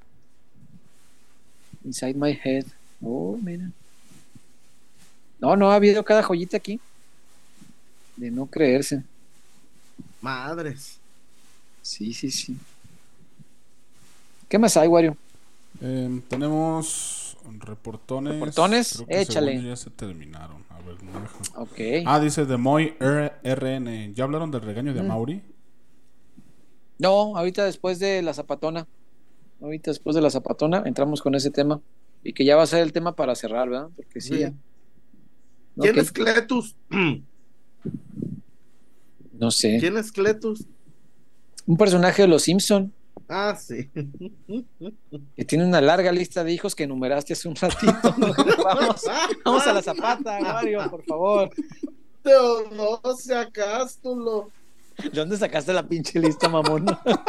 Inside My Head. Oh, mira. No, no ha habido cada joyita aquí. De no creerse. Madres. Sí, sí, sí. ¿Qué más hay, Wario? Eh, tenemos reportones. ¿Reportones? Creo que Échale. según yo ya se terminaron. A ver, no deja. Ok. Ah, dice The Moy R- RN. ¿Ya hablaron del regaño de Mm. Mauri? No, ahorita después de la zapatona. Ahorita después de la zapatona entramos con ese tema. Y que ya va a ser el tema para cerrar, ¿verdad? Porque sí, Sí. ya. ¿Quién Ok. es Cletus? No sé. ¿Quién es Cletus? Un personaje de Los Simpson Ah, sí. que tiene una larga lista de hijos que enumeraste hace un ratito. vamos, vamos a la Zapata, Mario, por favor. Teodosia Cástulo. ¿De dónde sacaste la pinche lista, mamón?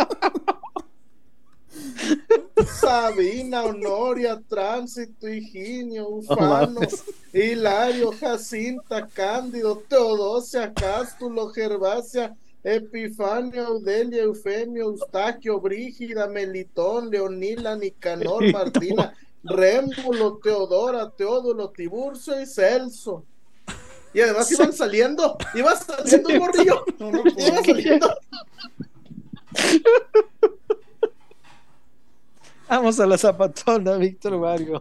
Sabina, Honoria, Tránsito, Higinio, Ufano, mames. Hilario, Jacinta, Cándido, Teodosia, Cástulo, Gervasia, Epifanio, Audelia, Eufemio, Eustaquio, Brígida, Melitón, Leonila, Nicanor, Martina, Rémulo, Teodora, Teodulo, Tiburcio y Celso. Y además iban saliendo, iba saliendo un morrillo, iba saliendo. Vamos a la Zapatona, Víctor Mario.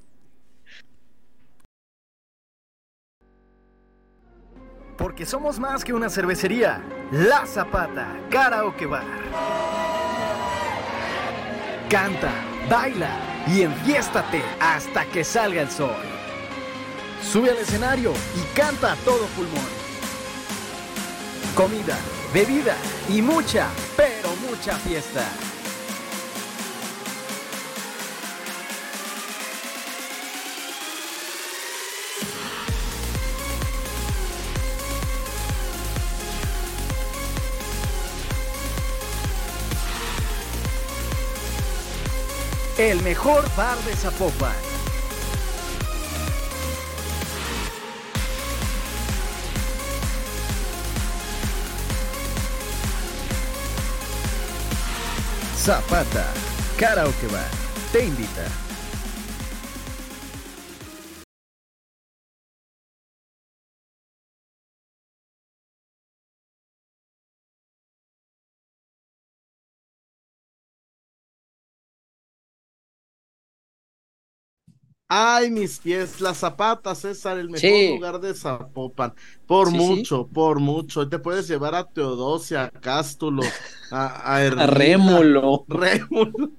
Porque somos más que una cervecería. La Zapata, Karaoke Bar. Canta, baila y enfiéstate hasta que salga el sol. Sube al escenario y canta a todo pulmón. Comida, bebida y mucha, pero mucha fiesta. El mejor bar de Zapopan. Zapata, Karaoke Bar, te invita. Ay, mis pies, la Zapata, César, el mejor Sí. lugar de Zapopan, por Sí, mucho, por mucho. Te puedes llevar a Teodosia, a Cástulo, a, a Ermita, A Rémulo. Rémulo.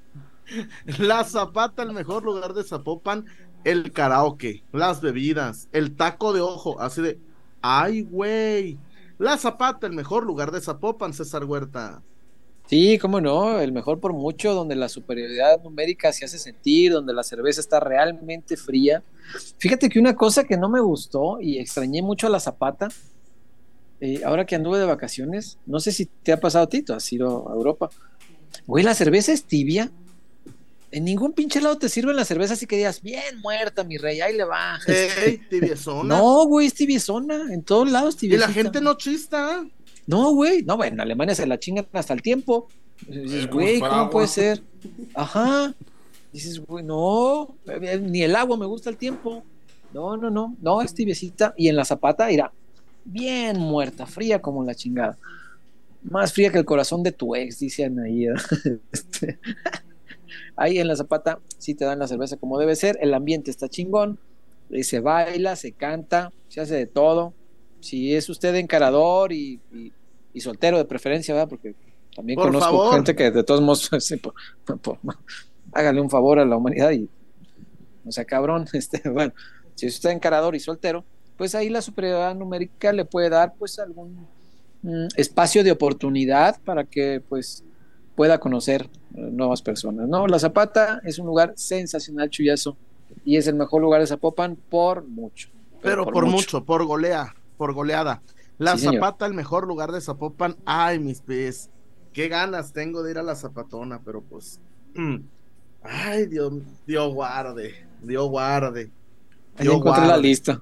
La Zapata, el mejor lugar de Zapopan, el karaoke, las bebidas, el taco de ojo, así de, ay, güey. La Zapata, el mejor lugar de Zapopan, César Huerta. Sí, cómo no, el mejor por mucho, donde la superioridad numérica se hace sentir, donde la cerveza está realmente fría. Fíjate que una cosa que no me gustó y extrañé mucho a la Zapata, eh, ahora que anduve de vacaciones, no sé si te ha pasado a ti, tú has ido a Europa. Güey, la cerveza es tibia. En ningún pinche lado te sirven la cerveza así que digas, bien muerta, mi rey, ahí le va. Ey, tibiezona. No, güey, es tibiezona, en todos lados Y tibiecita. la gente no chista. No, güey, no, güey, en Alemania se la chingan hasta el tiempo. Dices, Eh, como güey, si fuera ¿cómo agua. puede ser? Ajá. Dices, güey, no, eh, ni el agua me gusta el tiempo. No, no, no, no, es tibiecita. Y en la Zapata irá bien muerta, fría como la chingada. Más fría que el corazón de tu ex, dicen ahí. ¿eh? Este, ahí en la Zapata sí te dan la cerveza como debe ser, el ambiente está chingón, eh, se baila, se canta, se hace de todo. Si es usted encarador y, y, y soltero de preferencia, ¿verdad? Porque también Por conozco favor. gente que de todos modos, sí, por- por- por- hágale un favor a la humanidad y, o sea, cabrón, este, bueno, si es usted encarador y soltero, pues ahí la superioridad numérica le puede dar pues algún mm, espacio de oportunidad para que pues pueda conocer eh, nuevas personas, ¿no? La Zapata es un lugar sensacional, Chuyazo, y es el mejor lugar de Zapopan por mucho. Pero por, mucho. por golea, por goleada. La Sí, señor. Zapata, el mejor lugar de Zapopan. Ay, mis pies. Qué ganas tengo de ir a la Zapatona, pero pues. mm, Ay, Dios, Dios guarde, Dios guarde. Ahí Dios encontré la guarde. lista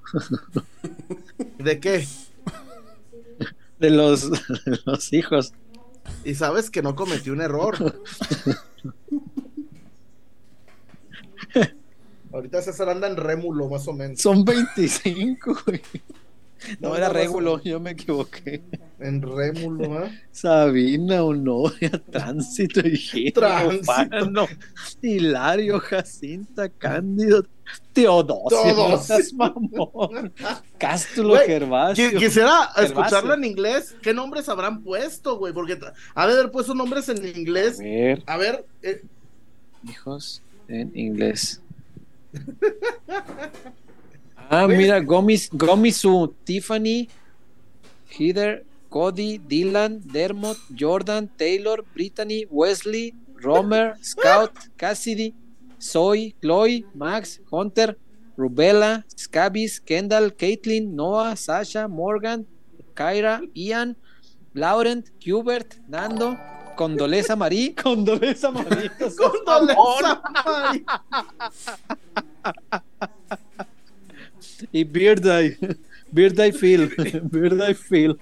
¿De qué? de los, de los hijos. Y sabes que no cometí un error. Ahorita César anda en Rémulo, más o menos. Son veinticinco, güey. No, No, era no, más o Régulo, menos. yo me equivoqué. En Rémulo, ¿ah? Sabina, Honoria, Tránsito, Higinio, Tránsito. Ufano, Hilario, Jacinta, Cándido, Teodosio, Teodosio. no seas mamón, Cástulo, Güey, Gervasio. Qui- Quisiera Gervasio. escucharlo en inglés. ¿Qué nombres habrán puesto, güey? Porque t- ha de haber puesto nombres en A inglés. ver, A ver, eh, hijos en inglés. Ah, Güey, mira, es que- Gomis, Gomisu, Tiffany, Heather, Cody, Dylan, Dermot, Jordan, Taylor, Brittany, Wesley, Romer, Scout, Cassidy, Zoe, Chloe, Max, Hunter, Rubella, Scabis, Kendall, Caitlin, Noah, Sasha, Morgan, Kyra, Ian, Laurent, Hubert, Nando, Condoleza Marie, Condoleza Marie, Condoleza Marie. Y Beard Eye, Beard Eye Phil, Beard Eye Phil.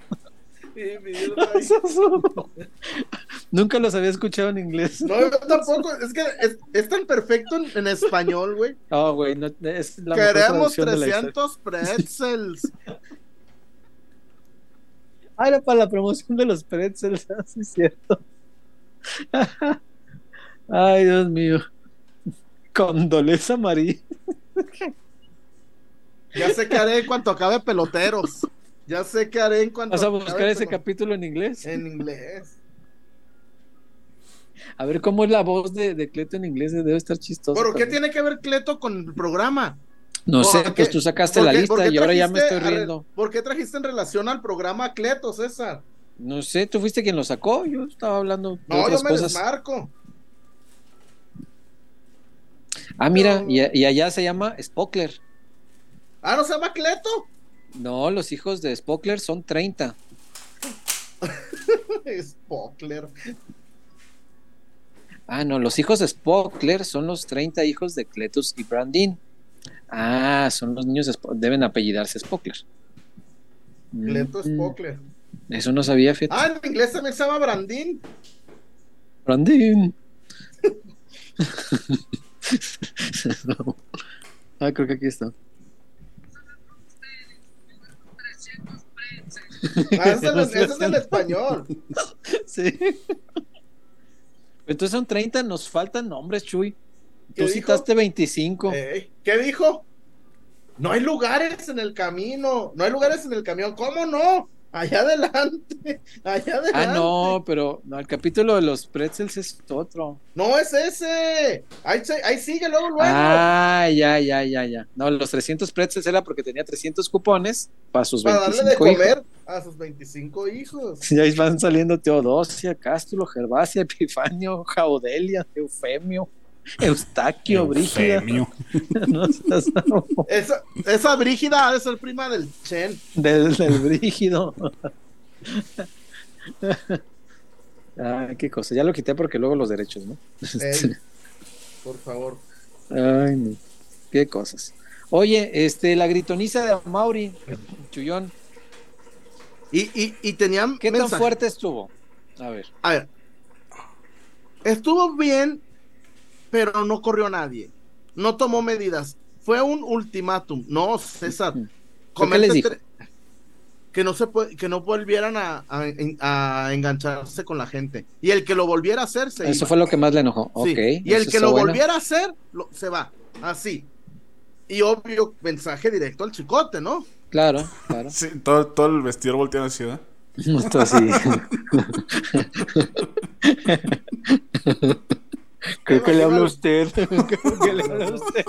Nunca los había escuchado en inglés. No, yo tampoco. Es que es, es tan perfecto en, en español, güey. Oh, güey, no, es la Queremos trescientos pretzels. Ah, era para la promoción de los pretzels, así es cierto. Ay, Dios mío. Condoleza Marie. Ya sé qué haré en cuanto acabe Peloteros. Ya sé qué haré en cuanto ¿Vas a acabe buscar ese Pelot- capítulo en inglés? En inglés. A ver cómo es la voz de, de Cleto en inglés, debe estar chistoso. ¿Pero qué también. tiene que ver Cleto con el programa? No ¿Por sé, qué? pues tú sacaste ¿Por la qué- lista por qué y ahora ya me trajiste- estoy a ver, riendo. ¿Por qué trajiste en relación al programa a Cleto, César? No sé, tú fuiste quien lo sacó, yo estaba hablando de No, otras yo me cosas. desmarco. Ah, mira, No. y, y allá se llama Spockler. Ah, ¿no se llama Cleto? No, los hijos de Spockler son treinta. Spockler. Ah, no, los hijos de Spockler son los treinta hijos de Cletus y Brandin. Ah, son los niños de Spo- deben apellidarse Spockler. Cleto Mm, Spockler. Eso no sabía, fíjate. Ah, en inglés también se llama Brandin. Brandin. Ah, creo que aquí está. Ah, ese es, el- ese es el español. Sí. Entonces son treinta, nos faltan nombres, Chuy. ¿Qué Tú dijo? citaste veinticinco. Ey, ¿qué dijo? No hay lugares en el camino. No hay lugares en el camión. ¿Cómo no? Allá adelante. Allá adelante. Ah, no, pero no, el capítulo de los pretzels es otro. No es ese. Ahí, se- ahí sigue luego, luego. Ah, ya, ya, ya, ya. No, los trescientos pretzels era porque tenía trescientos cupones para sus para darle de veinticinco hijos. comer a sus veinticinco hijos. Y ahí van saliendo Teodosia, Cástulo, Gervasia, Epifanio, Jaudelia, Eufemio, Eustaquio, Brígida. Eufemio. No seas- Esa, esa Brígida ha de ser prima del Chen. del, del Brígido. Ay, qué cosa. Ya lo quité porque luego los derechos, ¿no? Ey, por favor. Ay, no. Qué cosas. Oye, este, la gritoniza de Mauri, Chullón, Y, y, y tenían ¿qué tan mensaje. fuerte estuvo? A ver. A ver. Estuvo bien, pero no corrió a nadie. No tomó medidas. Fue un ultimátum. No, César. ¿Pero qué comente les dijo? tre- Que no se puede, que no volvieran a, a, a engancharse con la gente. Y el que lo volviera a hacer se Eso iba. fue lo que más le enojó. Sí. Ok. Y el eso que está lo bueno. volviera a hacer lo- se va. Así. Y obvio, mensaje directo al chicote, ¿no? Claro, claro. Sí, todo, todo el vestidor volteado así, ¿verdad? Esto así. Creo que le habla a usted. Creo que le habla a usted.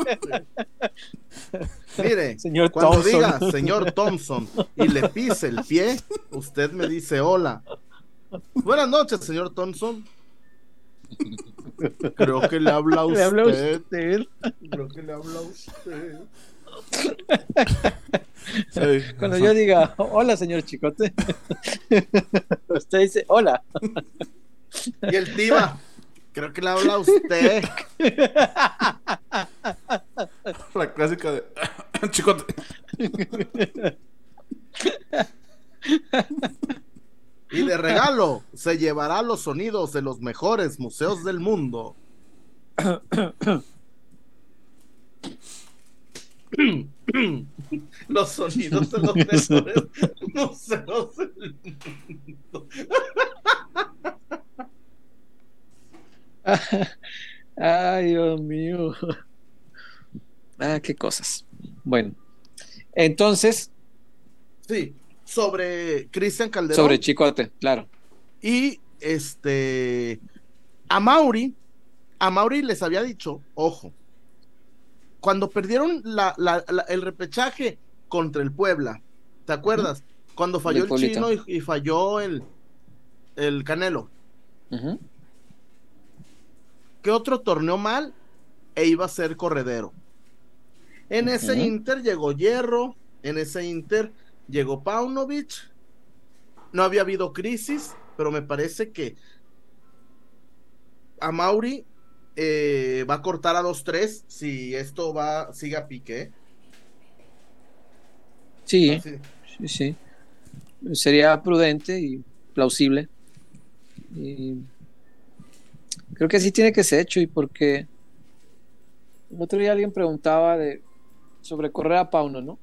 Mire, Señor cuando Thompson. diga señor Thompson y le pise el pie, usted me dice hola. Buenas noches, señor Thompson. Creo que le habla a usted. Le habla a usted. Creo que le habla a usted. Sí. Cuando yo diga, hola, señor Chicote, usted dice, hola. Y el Tiva, creo que le habla a usted. La clásica de chicote. Y de regalo se llevará los sonidos de los mejores museos del mundo. Los sonidos de los mejores museos del mundo. Ay, Dios mío. Ah, qué cosas. Bueno, entonces, Sí, sobre Cristian Calderón. sobre Chicote, claro. Y este a Mauri, a Mauri les había dicho, ojo, cuando perdieron la, la, la- el repechaje contra el Puebla, ¿te acuerdas? Cuando falló Del el Pueblito. Chino y, y falló el, el Canelo. Ujú. ¿Qué otro torneo mal? E iba a ser corredero. En ese Ujú. Inter llegó Hierro, en ese Inter llegó Paunovic. No había habido crisis, pero me parece que a Mauri eh, va a cortar a dos tres si esto va, sigue a pique. Sí, Así. sí, sí. Sería prudente y plausible. Y creo que así tiene que ser hecho, y porque el otro día alguien preguntaba de, sobre correr a Pauno, ¿no?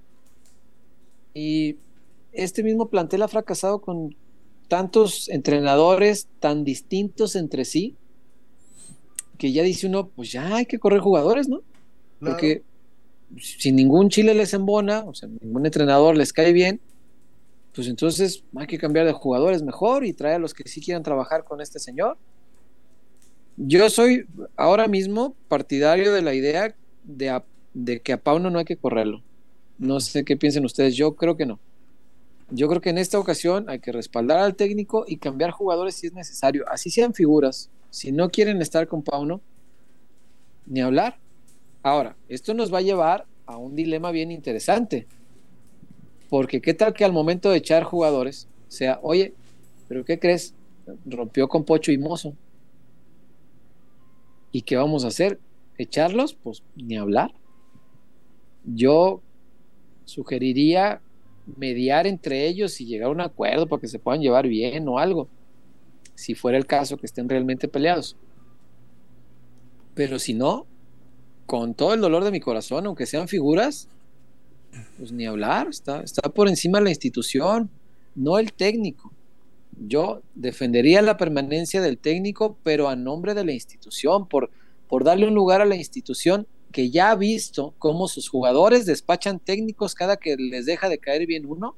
Y este mismo plantel ha fracasado con tantos entrenadores tan distintos entre sí, que ya dice uno, pues ya hay que correr jugadores, ¿no? Claro. Porque si ningún Chile les embona, o sea, ningún entrenador les cae bien, pues entonces hay que cambiar de jugadores mejor y traer a los que sí quieran trabajar con este señor. Yo soy ahora mismo partidario de la idea de, a- de que a Pauno no hay que correrlo. No sé qué piensen ustedes, yo creo que no. Yo creo que en esta ocasión hay que respaldar al técnico y cambiar jugadores si es necesario, así sean figuras. Si no quieren estar con Pauno, ni hablar. Ahora, esto nos va a llevar a un dilema bien interesante, porque qué tal que al momento de echar jugadores sea, oye, pero ¿qué crees? Rompió con Pocho y Mozo. ¿Y qué vamos a hacer? ¿Echarlos? Pues ni hablar. Yo sugeriría mediar entre ellos y llegar a un acuerdo para que se puedan llevar bien o algo, si fuera el caso que estén realmente peleados. Pero si no, con todo el dolor de mi corazón, aunque sean figuras, pues ni hablar, está, está por encima la institución, no el técnico. Yo defendería la permanencia del técnico, pero a nombre de la institución, por, por darle un lugar a la institución que ya ha visto cómo sus jugadores despachan técnicos cada que les deja de caer bien uno,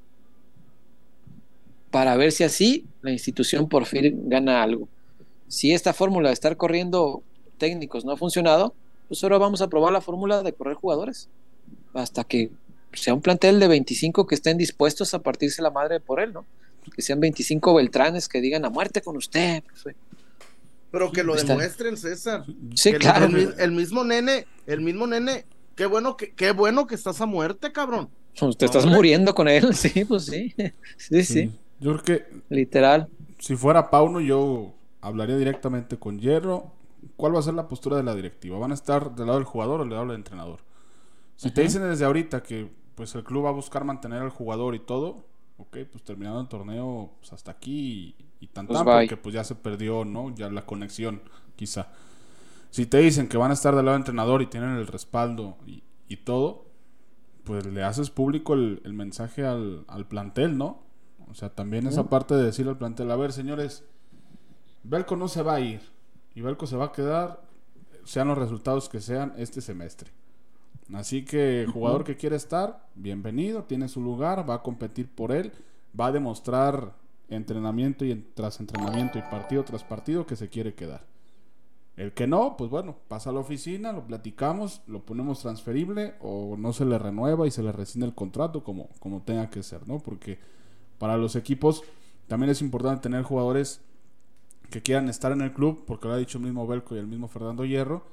para ver si así la institución por fin gana algo. Si esta fórmula de estar corriendo técnicos no ha funcionado, pues ahora vamos a probar la fórmula de correr jugadores, hasta que sea un plantel de veinticinco que estén dispuestos a partirse la madre por él, ¿no? Que sean veinticinco Beltranes que digan a muerte con usted, profe. Pero que lo Está. demuestren, César. Sí, Que el, claro. el, el mismo nene, el mismo nene, qué bueno que, qué bueno que estás a muerte, cabrón. Pues te estás Hombre. muriendo con él, sí, pues sí. Sí, sí. Sí. Yo creo que Literal. si fuera Pauno, yo hablaría directamente con Hierro. ¿Cuál va a ser la postura de la directiva? ¿Van a estar del lado del jugador o del lado del entrenador? Si uh-huh. te dicen desde ahorita que pues el club va a buscar mantener al jugador y todo, ok, pues terminando el torneo, pues hasta aquí y, y tan tan, pues porque pues ya se perdió, ¿no? Ya la conexión, quizá. Si te dicen que van a estar del lado del entrenador y tienen el respaldo y, y todo, pues le haces público el, el mensaje al, al plantel, ¿no? O sea, también uh-huh. esa parte de decirle al plantel, a ver, señores, Belko no se va a ir y Belko se va a quedar, sean los resultados que sean este semestre. Así que el jugador uh-huh. que quiere estar, bienvenido, tiene su lugar, va a competir por él, va a demostrar entrenamiento y en, tras entrenamiento y partido tras partido que se quiere quedar. El que no, pues bueno, pasa a la oficina, lo platicamos, lo ponemos transferible o no se le renueva y se le rescinde el contrato como, como tenga que ser, ¿no? Porque para los equipos también es importante tener jugadores que quieran estar en el club, porque lo ha dicho el mismo Belko y el mismo Fernando Hierro,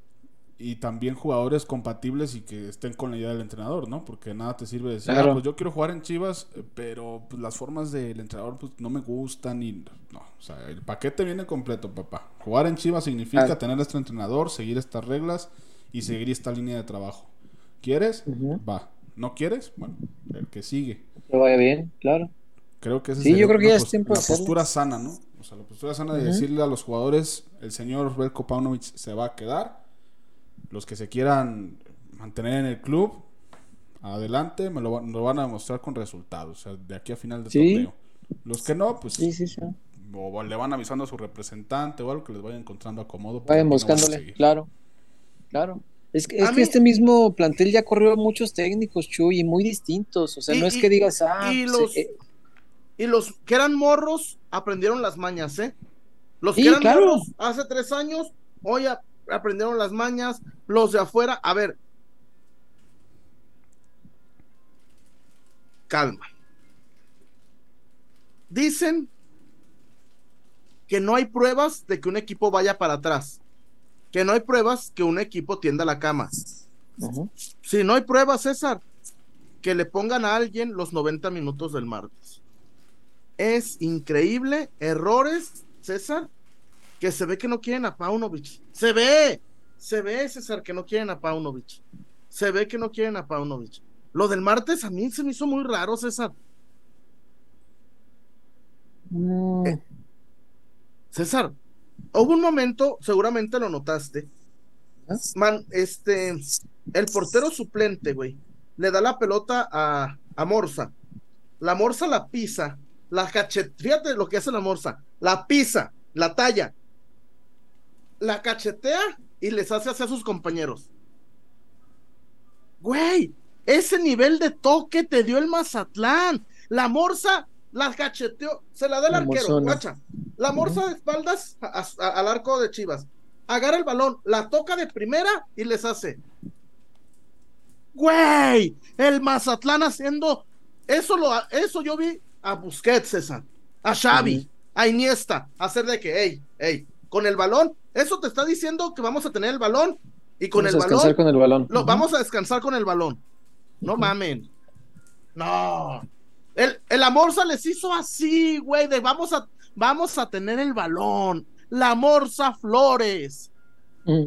y también jugadores compatibles y que estén con la idea del entrenador, ¿no? Porque nada te sirve decir, claro. ah, pues yo quiero jugar en Chivas, pero pues las formas del entrenador pues no me gustan y no, o sea, el paquete viene completo, papá. Jugar en Chivas significa claro. tener a este entrenador, seguir estas reglas y seguir esta línea de trabajo. ¿Quieres? Uh-huh. Va. ¿No quieres? Bueno, el que sigue. Que vaya bien, claro. Creo que esa sí, yo creo que ya post- es tiempo la de postura sana, ¿no? O sea, la postura sana uh-huh. de decirle a los jugadores, el señor Belko Paunovic se va a quedar. Los que se quieran mantener en el club, adelante, me lo, me lo van a demostrar con resultados, o sea, de aquí a final de sí. torneo. Los que no, pues sí, sí, sí. O le van avisando a su representante o algo que les vaya encontrando acomodo. Vayan buscándole, no claro, claro. Es que, es que mí... este mismo plantel ya corrió muchos técnicos, Chuy, y muy distintos, o sea, y, no es que digas, ah, y pues, los, eh, y los que eran morros aprendieron las mañas, ¿eh? Los sí, que eran claro. morros hace tres años, hoy aprendieron las mañas, los de afuera, a ver, calma, dicen que no hay pruebas de que un equipo vaya para atrás, que no hay pruebas que un equipo tienda la cama. Uh-huh. Si no hay pruebas, César, que le pongan a alguien los noventa minutos del martes. Es increíble, errores, César, que se ve que no quieren a Paunovic. Se ve, se ve, César, que no quieren a Paunovic. Se ve que no quieren a Paunovic. Lo del martes a mí se me hizo muy raro, César. Mm. Eh, César, hubo un momento, seguramente lo notaste, man, este, el portero suplente, güey, le da la pelota a, a Morza, la Morza la pisa, la cachetea, fíjate lo que hace la Morza, la pisa, la talla, la cachetea y les hace hacia sus compañeros. Güey, ese nivel de toque te dio el Mazatlán. La Morza la cacheteó, se la da el arquero, guacha. La Morza de espaldas a, a, al arco de Chivas, agarra el balón, la toca de primera y les hace. Güey, el Mazatlán haciendo eso, lo, eso yo vi a Busquets, César, a Xavi, uh-huh. a Iniesta, hacer de que, hey, hey, con el balón, eso te está diciendo que vamos a tener el balón y con vamos el a descansar balón, con el balón. Lo, uh-huh. vamos a descansar con el balón. No uh-huh. mamen. No. El, el Amorza les hizo así, güey, de vamos a, vamos a tener el balón. La Morza Flores. Mm.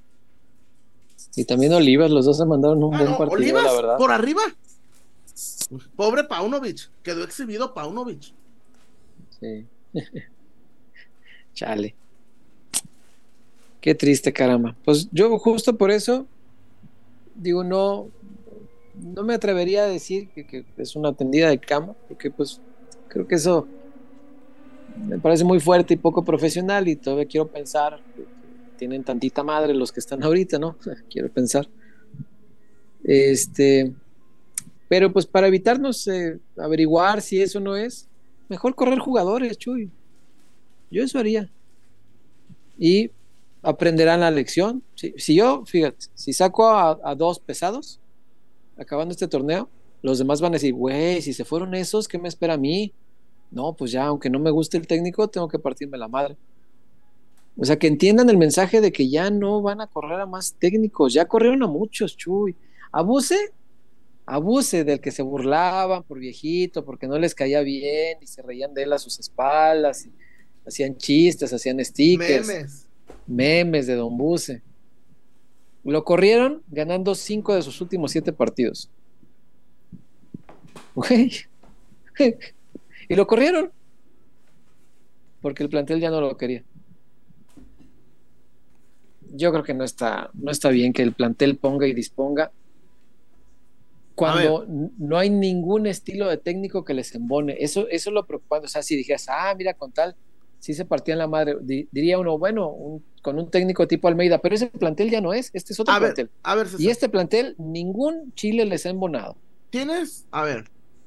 Y también Olivas, los dos se mandaron un ah, buen no, partido, Olivas, la verdad. Por arriba. Pobre Paunovic, quedó exhibido Paunovic. Sí. Chale. Qué triste, caramba. Pues yo justo por eso digo, no no me atrevería a decir que, que es una tendida de cama, porque pues creo que eso me parece muy fuerte y poco profesional, y todavía quiero pensar que, que tienen tantita madre los que están ahorita, ¿no? Quiero pensar. Este, pero pues para evitarnos eh, averiguar si eso no es, mejor correr jugadores, Chuy. Yo eso haría. Y aprenderán la lección. Si, si yo, fíjate, si saco a, a dos pesados acabando este torneo, los demás van a decir, güey, si se fueron esos, ¿qué me espera a mí? No, pues ya, aunque no me guste el técnico, tengo que partirme la madre. O sea, que entiendan el mensaje de que ya no van a correr a más técnicos, ya corrieron a muchos, Chuy. Abuse, abuse del que se burlaban por viejito, porque no les caía bien, y se reían de él a sus espaldas, y hacían chistes, hacían stickers. Memes. Memes de Don Buse. Lo corrieron ganando cinco de sus últimos siete partidos. Güey. Y lo corrieron. Porque el plantel ya no lo quería. Yo creo que no está, no está bien que el plantel ponga y disponga cuando no hay ningún estilo de técnico que les embone. Eso, eso es lo preocupante. O sea, si dijeras, ah, mira, con tal, sí se partían la madre, di, diría uno, bueno, un, con un técnico tipo Almeida, pero ese plantel ya no es, este es otro a plantel. Ver, a ver, César. Y este plantel, ningún Chile les ha embonado. Tienes, a ver,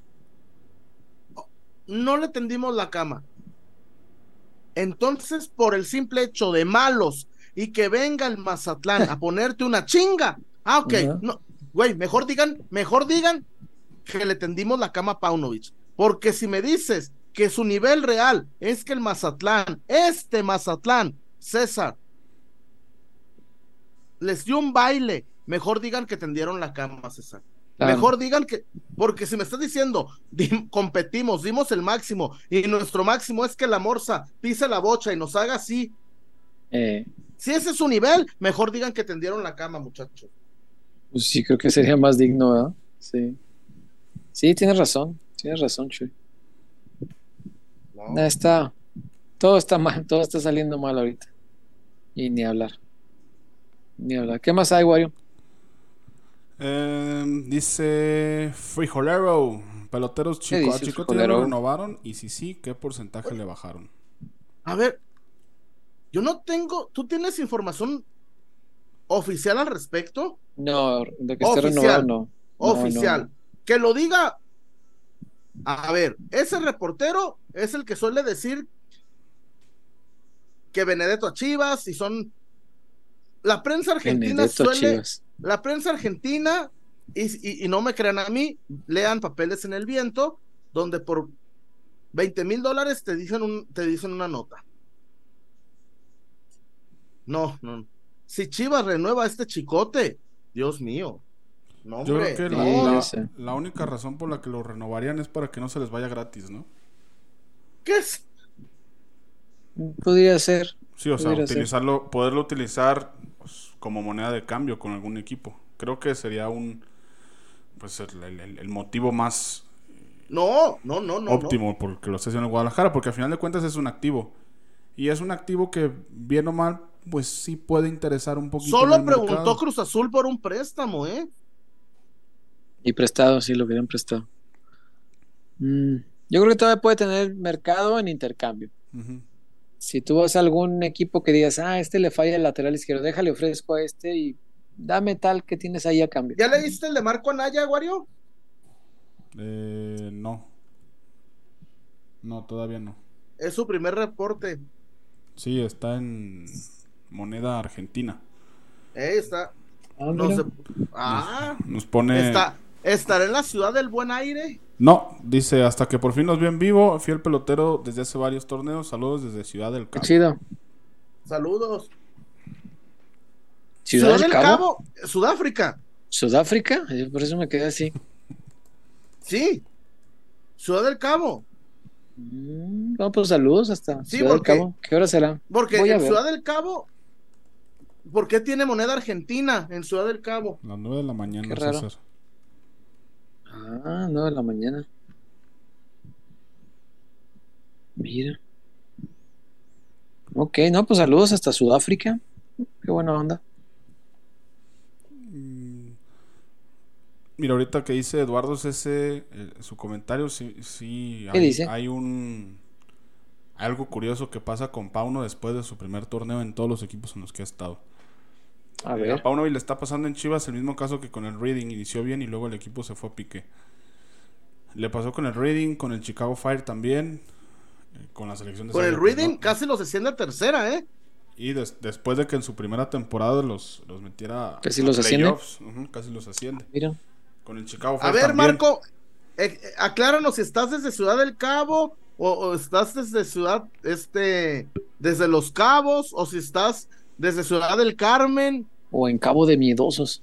no le tendimos la cama. Entonces, por el simple hecho de malos y que venga el Mazatlán a ponerte una chinga, ah, ok, uh-huh. no, güey, mejor digan, mejor digan que le tendimos la cama a Paunovic, porque si me dices que su nivel real es que el Mazatlán, este Mazatlán, César, les dio un baile, mejor digan que tendieron la cama, César. Claro. Mejor digan que, porque si me estás diciendo, di, competimos, dimos el máximo, y nuestro máximo es que la Morza pise la bocha y nos haga así. Eh. Si ese es su nivel, mejor digan que tendieron la cama, muchachos. Pues sí, creo que sería más digno, ¿verdad? Sí. Sí, tienes razón, tienes razón, Chuy. No. Está, todo está mal, todo está saliendo mal ahorita. Y ni hablar. Ni hablar. ¿Qué más hay, Wario? Eh, dice Frijolero, peloteros chicos, a Chicote ya lo renovaron, y si sí, ¿qué porcentaje le bajaron? A ver, yo no tengo, ¿tú tienes información oficial al respecto? No, de que esté renovado no. Oficial, no, no. Que lo diga. A ver, ese reportero es el que suele decir que Benedetto a Chivas, y son la prensa argentina Benedetto suele Chivas. La prensa argentina, y, y, y no me crean a mí, lean Papeles en el Viento, donde por veinte mil dólares te dicen, un, te dicen una nota. No, no. Si Chivas renueva a este chicote, Dios mío. No, Yo hombre, creo que no. la, ya la- sé. la única razón por la que lo renovarían es para que no se les vaya gratis, ¿no? ¿Qué es? Podría ser. Sí, o sea, Pudiera ser. utilizarlo, poderlo utilizar pues, como moneda de cambio con algún equipo. Creo que sería un, pues el, el- el motivo más No, no, no, no. óptimo porque lo esté haciendo en Guadalajara, porque al final de cuentas es un activo. Y es un activo que, bien o mal, pues sí puede interesar un No. poquito en Solo el preguntó mercado. Cruz Azul por un préstamo, ¿eh? Y prestado, sí, lo querían prestado. Mm, yo creo que todavía puede tener mercado en intercambio. Ujú. Si tú vas a algún equipo que digas, ah, este le falla el lateral izquierdo, déjale, ofrezco a este y dame tal que tienes ahí a cambio. ¿Ya leíste el de Marco Anaya, Wario? Eh, no. No, todavía no. Es su primer reporte. Sí, está en moneda argentina. Eh, está. Ah, No mira. sé. Ah, Nos pone... está. ¿Estará en la ciudad del buen aire? No, dice, hasta que por fin nos vio en vivo, fiel pelotero desde hace varios torneos, saludos desde Ciudad del Qué Cabo. chido. Saludos. Ciudad del Cabo, Sudáfrica. Sudáfrica, yo por eso me quedé así. Sí. Ciudad del Cabo. Mm, no, pues saludos hasta Sí, Ciudad del porque- Cabo. ¿Qué hora será? Porque Voy a en ver. Ciudad del Cabo. ¿Por qué tiene moneda argentina en Ciudad del Cabo? Las nueve de la mañana, Qué raro. César. Ah, no, de la mañana. Mira. Ok, no, pues saludos hasta Sudáfrica. Qué buena onda. Mira, ahorita que dice Eduardo Cese, eh, su comentario, sí, sí ¿Qué hay, dice? hay un... algo curioso que pasa con Pauno después de su primer torneo en todos los equipos en los que ha estado. A Eh, ver. A Paunovic le está pasando en Chivas el mismo caso que con el Reading. Inició bien y luego el equipo se fue a pique. Le pasó con el Reading, con el Chicago Fire también, eh, con la selección de Con el Serbia, pues, Reading ¿no? casi los desciende a tercera, ¿eh? Y des- después de que en su primera temporada los, los metiera Casi a los asciende. playoffs, ujú, casi los asciende. Mira. Con el Chicago A Fire ver, también. Marco, eh, eh, acláranos si estás desde Ciudad del Cabo o, o estás desde Ciudad, este, desde Los Cabos o si estás desde Ciudad del Carmen. O en Cabo de Miedosos.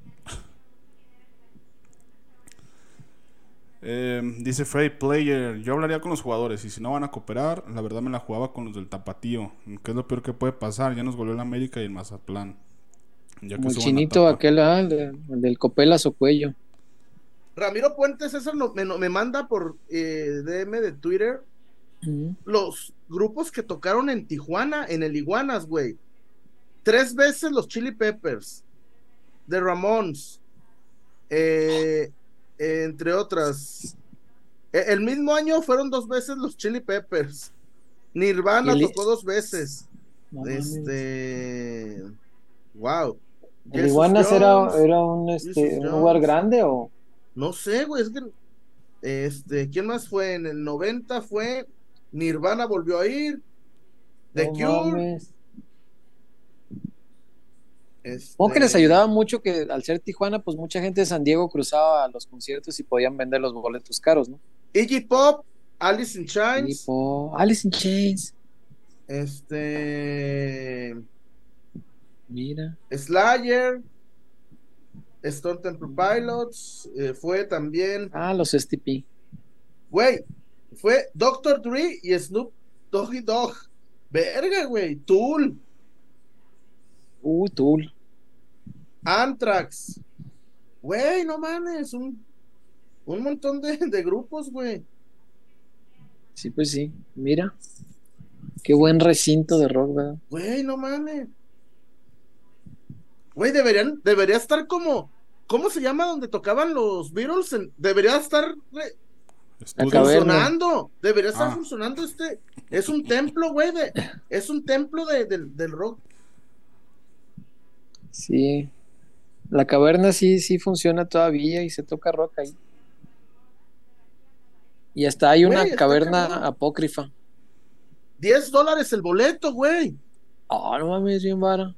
Eh, dice Freddy Player, yo hablaría con los jugadores y si no van a cooperar, la verdad me la jugaba con los del Tapatío, que es lo peor que puede pasar. Ya nos goleó el América y el Mazatlán. Ya que Como el suban a chinito tapa. aquel, ah, el, de- el del Copelas o Cuello. Ramiro Puentes, César no- me, no- me manda por eh, D M de Twitter Ujú. los grupos que tocaron en Tijuana, en el Iguanas, güey. Tres veces los Chili Peppers, The Ramones, eh, eh, entre otras. Eh, el mismo año fueron dos veces los Chili Peppers. Nirvana ¿Y el- tocó dos veces. No mames. Este. Wow. ¿El Iguanas era, era un, este, Jesus un Jones. lugar grande o...? No sé, güey, es que este, ¿quién más fue? En el noventa fue Nirvana, volvió a ir, The No Cure, mames. este, Supongo que les ayudaba mucho que al ser Tijuana, pues mucha gente de San Diego cruzaba a los conciertos y podían vender los boletos caros, ¿no? Iggy Pop, Alice in Chains, Tipo Alice in Chains. este, Mira. Slayer, Stone Temple Pilots, eh, fue también, Ah, los S T P. güey, fue doctor Dre y Snoop Doggy Dogg, verga, güey, Tool, Uy, Tool. Anthrax, güey, no mames, un, un montón de, de grupos, güey. Sí, pues sí. Mira. Qué buen recinto de rock, ¿verdad? Güey, no mames. Güey, deberían, debería estar como, ¿cómo se llama donde tocaban los Beatles? En- debería estar re- Estudios. caverna. funcionando, debería estar Ah. funcionando este, es un templo, güey, de, es un templo de, del- del rock. Sí. La caverna sí, sí funciona todavía y se toca rock ahí. Y hasta hay una Güey, está caverna cabrón. apócrifa. diez dólares el boleto, güey. Ah, no mames, bien vara.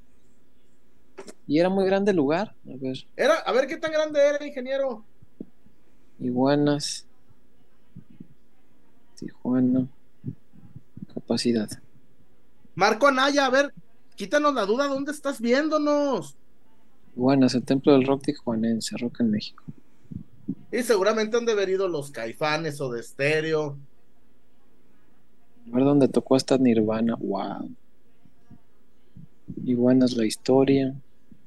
Y era muy grande el lugar. A ver, Era, a ver qué tan grande era, ingeniero. iguanas. Tijuana. Capacidad. Marco Anaya, a ver, quítanos la duda, ¿dónde estás viéndonos? Iguanas, el templo del rock tijuanense, rock en México. Y seguramente han de haber ido los Caifanes o de Estéreo. A ver dónde tocó hasta Nirvana. Wow. Iguanas, la historia.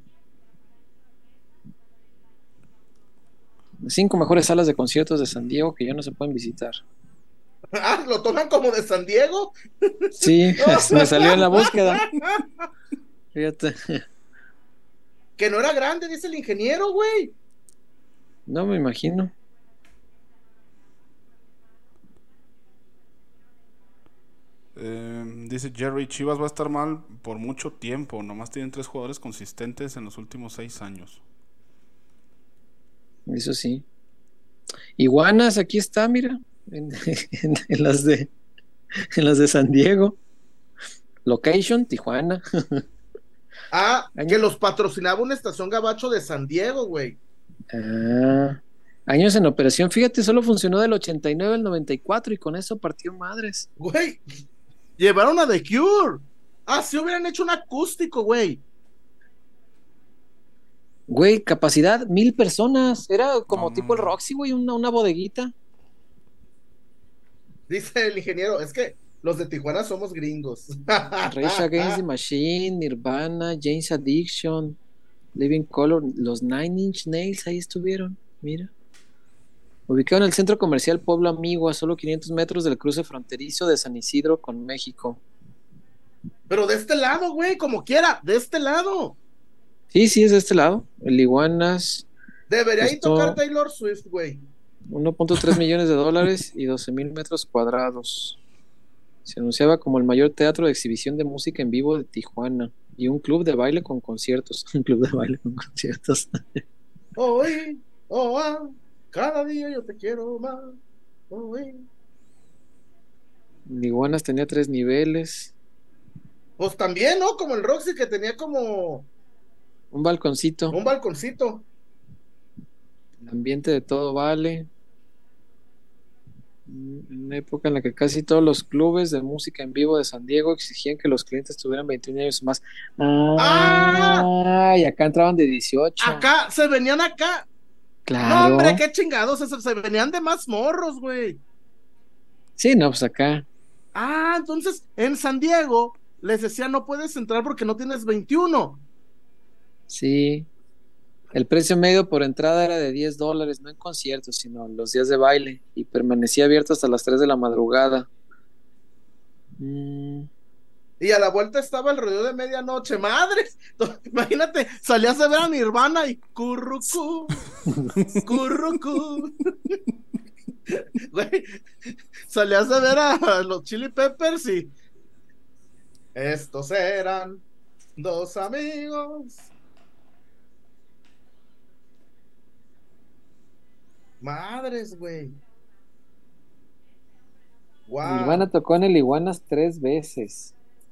Cinco mejores salas de conciertos de San Diego que ya no se pueden visitar. Ah, ¿lo toman como de San Diego? Sí, me salió en la búsqueda. Fíjate. Que no era grande, dice el ingeniero, güey. No me imagino. Eh, dice Jerry, Chivas va a estar mal por mucho tiempo. Nomás tienen tres jugadores consistentes en los últimos seis años. Eso sí. Iguanas, aquí está, mira. En, en, en las de en las de San Diego. Location, Tijuana. Ah, que los patrocinaba una estación gabacho de San Diego, güey. Ah, años en operación. Fíjate, solo funcionó del ochenta y nueve al noventa y cuatro y con eso partió madres. Güey, llevaron a The Cure. Ah, sí hubieran hecho un acústico, güey. Güey, capacidad, mil personas. Era como No, tipo el no. Roxy, güey, una, una bodeguita. Dice el ingeniero, es que los de Tijuana somos gringos. Rage Against the Machine, Nirvana, Jane's Addiction, Living Color, los Nine Inch Nails, ahí estuvieron, mira. Ubicado en el centro comercial Pueblo Amigo, a solo quinientos metros del cruce fronterizo de San Isidro con México. Pero de este lado, güey, como quiera, de este lado. Sí, sí, es de este lado. El Iguanas. Debería ir Costó tocar Taylor Swift, güey. uno punto tres millones de dólares y doce mil metros cuadrados. Se anunciaba como el mayor teatro de exhibición de música en vivo de Tijuana y un club de baile con conciertos. Un club de baile con conciertos. Hoy, oh, ah, cada día yo te quiero más. Hoy. Iguanas tenía tres niveles. Pues también, ¿no? Como el Roxy que tenía como Un balconcito. un balconcito. El ambiente de todo vale. En una época en la que casi todos los clubes de música en vivo de San Diego exigían que los clientes tuvieran veintiún años o más. Ah, y acá entraban de dieciocho. Acá, se venían acá. Claro. No, hombre, qué chingados, se, se venían de más morros, güey. Sí, no, pues acá. Ah, entonces, en San Diego les decía, no puedes entrar porque no tienes veintiuno. Sí. El precio medio por entrada era de diez dólares, no en conciertos, sino en los días de baile, y permanecía abierto hasta las tres de la madrugada. Mm. Y a la vuelta estaba el rodeo de medianoche, madres. Imagínate, salías de ver a Nirvana y currucú, currucú. Güey, salías de ver a los Chili Peppers y estos eran dos amigos. Madres, güey. Wow. Nirvana tocó en el Iguanas tres veces.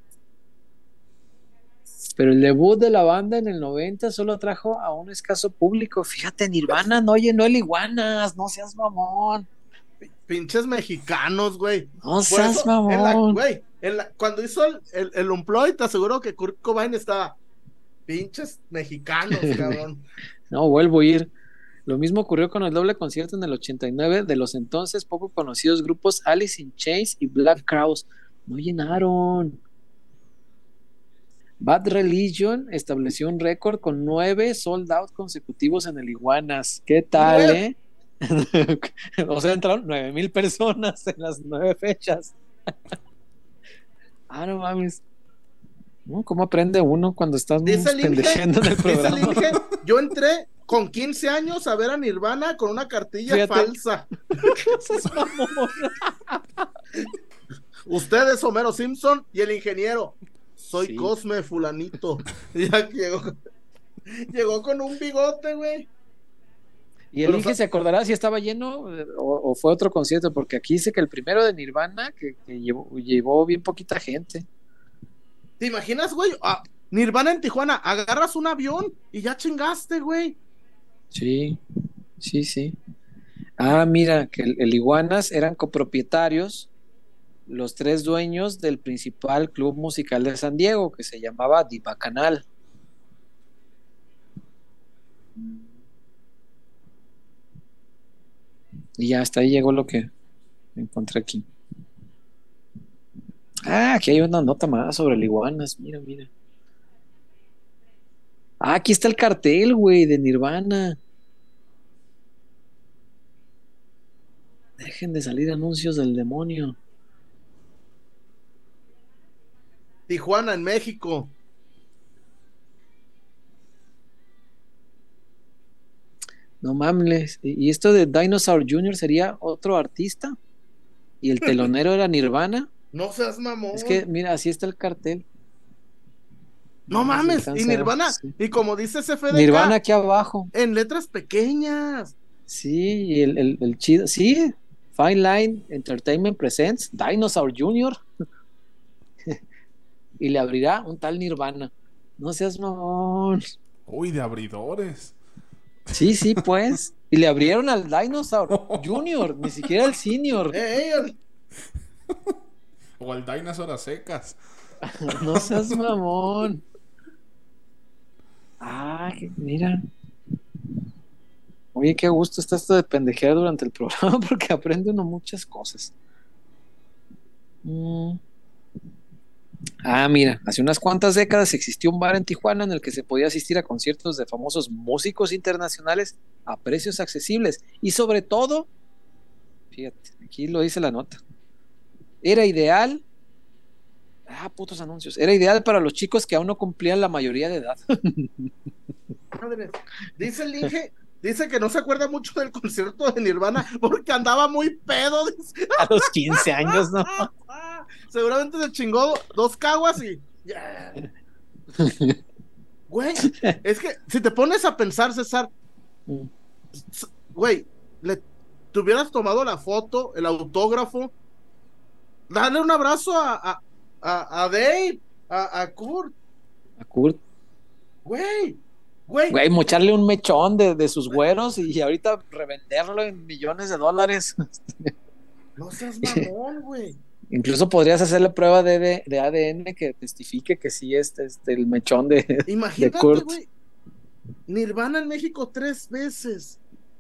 Pero el debut de la banda en el noventa solo trajo a un escaso público. Fíjate, Nirvana no llenó el Iguanas, no seas mamón. Pinches mexicanos, güey. No seas eso, mamón. En la, güey, en la, cuando hizo el, el, el Unplugged, te aseguro que Kurt Cobain estaba. Pinches mexicanos, cabrón. No, vuelvo a ir. Lo mismo ocurrió con el doble concierto en el ochenta y nueve de los entonces poco conocidos grupos Alice in Chains y Black Crowes. No llenaron. Bad Religion estableció un récord con nueve sold out consecutivos en el Iguanas. ¿Qué tal, eh? O sea, entraron nueve mil personas en las nueve fechas. Ah, no mames. ¿Cómo aprende uno cuando estás pendejeando en el programa? Dice el Inge, yo entré con quince años a ver a Nirvana con una cartilla Fíjate. falsa. Ustedes, Homero Simpson y el ingeniero. Soy sí. Cosme Fulanito. Ya llegó, llegó con un bigote, güey. Y el Inge se acordará si estaba lleno o, o fue otro concierto, porque aquí dice que el primero de Nirvana que, que llevó, llevó bien poquita gente. ¿Te imaginas, güey? Ah, Nirvana en Tijuana, agarras un avión y ya chingaste, güey. Sí, sí, sí. Ah, mira, que el, el Iguanas eran copropietarios, los tres dueños del principal club musical de San Diego, que se llamaba The Bacanal. Y ya hasta ahí llegó lo que encontré aquí. Ah, aquí hay una nota más sobre el Iguanas, mira, mira. Ah, aquí está el cartel, güey, de Nirvana. Dejen de salir anuncios del demonio. Tijuana, en México. No mames. ¿Y y esto de Dinosaur junior sería otro artista? ¿Y el telonero era Nirvana? No seas mamón. Es que, mira, así está el cartel. No No se mames, y alcanza a ver, Nirvana, sí. y como dice C F D K, Nirvana aquí abajo. en letras pequeñas. Sí, y el, el, el chido. Sí, Fine Line Entertainment Presents Dinosaur junior Y le abrirá un tal Nirvana. No seas mamón. Uy, de abridores. Sí, sí, pues. Y le abrieron al Dinosaur junior, ni siquiera al Senior. Eh, eh, O al Dinosaur a secas. No seas mamón. Ah, que- mira. Oye, qué gusto está esto de pendejear durante el programa porque aprende uno muchas cosas. Mm. Ah, mira, hace unas cuantas décadas existió un bar en Tijuana en el que se podía asistir a conciertos de famosos músicos internacionales a precios accesibles y sobre todo, fíjate, aquí lo dice la nota, era ideal, ah, putos anuncios, era ideal para los chicos que aún no cumplían la mayoría de edad. madre. Dice el Inge, dice que no se acuerda mucho del concierto de Nirvana porque andaba muy pedo. Dice. A los quince años, ¿no? Seguramente se chingó dos caguas y. Yeah. Güey, es que si te pones a pensar, César, güey, le te hubieras tomado la foto, el autógrafo, darle un abrazo a, a, a, a Dave, a, a Kurt. A Kurt. Güey, güey. Güey, mocharle un mechón de, de sus güeros y ahorita revenderlo en millones de dólares. No seas mamón, güey. Incluso podrías hacerle prueba de, de, de A D N que testifique que sí es este, el mechón de, Imagínate, de Kurt. güey. Nirvana en México tres veces.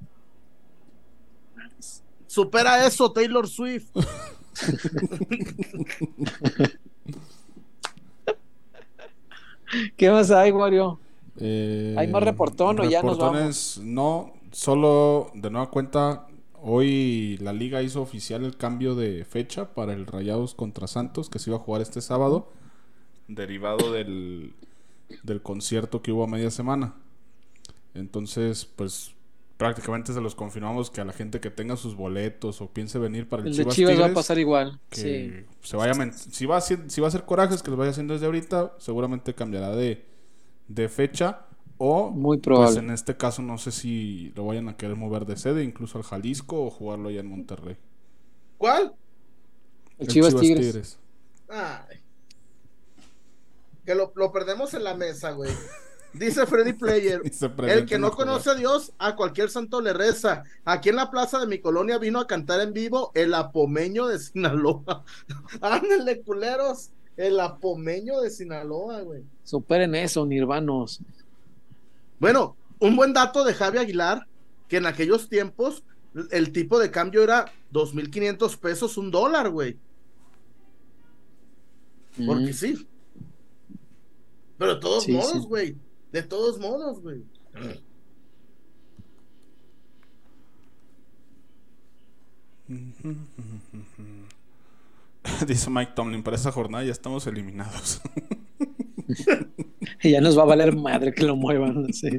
Supera eso, Taylor Swift. ¿Qué más hay, Wario? Eh, ¿Hay más reportón o ya nos reportones, no, solo de nueva cuenta, hoy la liga hizo oficial el cambio de fecha para el Rayados contra Santos, que se iba a jugar este sábado, derivado del, del concierto que hubo a media semana. Entonces, pues prácticamente se los confirmamos que a la gente que tenga sus boletos o piense venir para el, El de Chivas, Chivas va a Tigres, pasar igual. que Sí. se vaya men- si va a hacer, si va a hacer corajes, que los vaya haciendo desde ahorita, seguramente cambiará de, de fecha, o Muy probable. pues en este caso no sé si lo vayan a querer mover de sede incluso al Jalisco o jugarlo allá en Monterrey. ¿Cuál? El Chivas Tigres. Ay. Que lo, lo perdemos en la mesa, güey. Dice Freddy Player, Y se el presenten que a no jugar. conoce a Dios, a cualquier santo le reza. Aquí en la plaza de mi colonia vino a cantar en vivo el Apomeño de Sinaloa. Ándale, culeros, el Apomeño de Sinaloa, güey. Superen eso, Nirvanos. Bueno, un buen dato de Javi Aguilar, que en aquellos tiempos el tipo de cambio era dos mil quinientos pesos un dólar, güey. Porque Mm. sí. Pero de todos Sí, modos, sí. güey. De todos modos, güey. Dice Mike Tomlin, para esa jornada ya estamos eliminados. Y ya nos va a valer madre que lo muevan. Sí.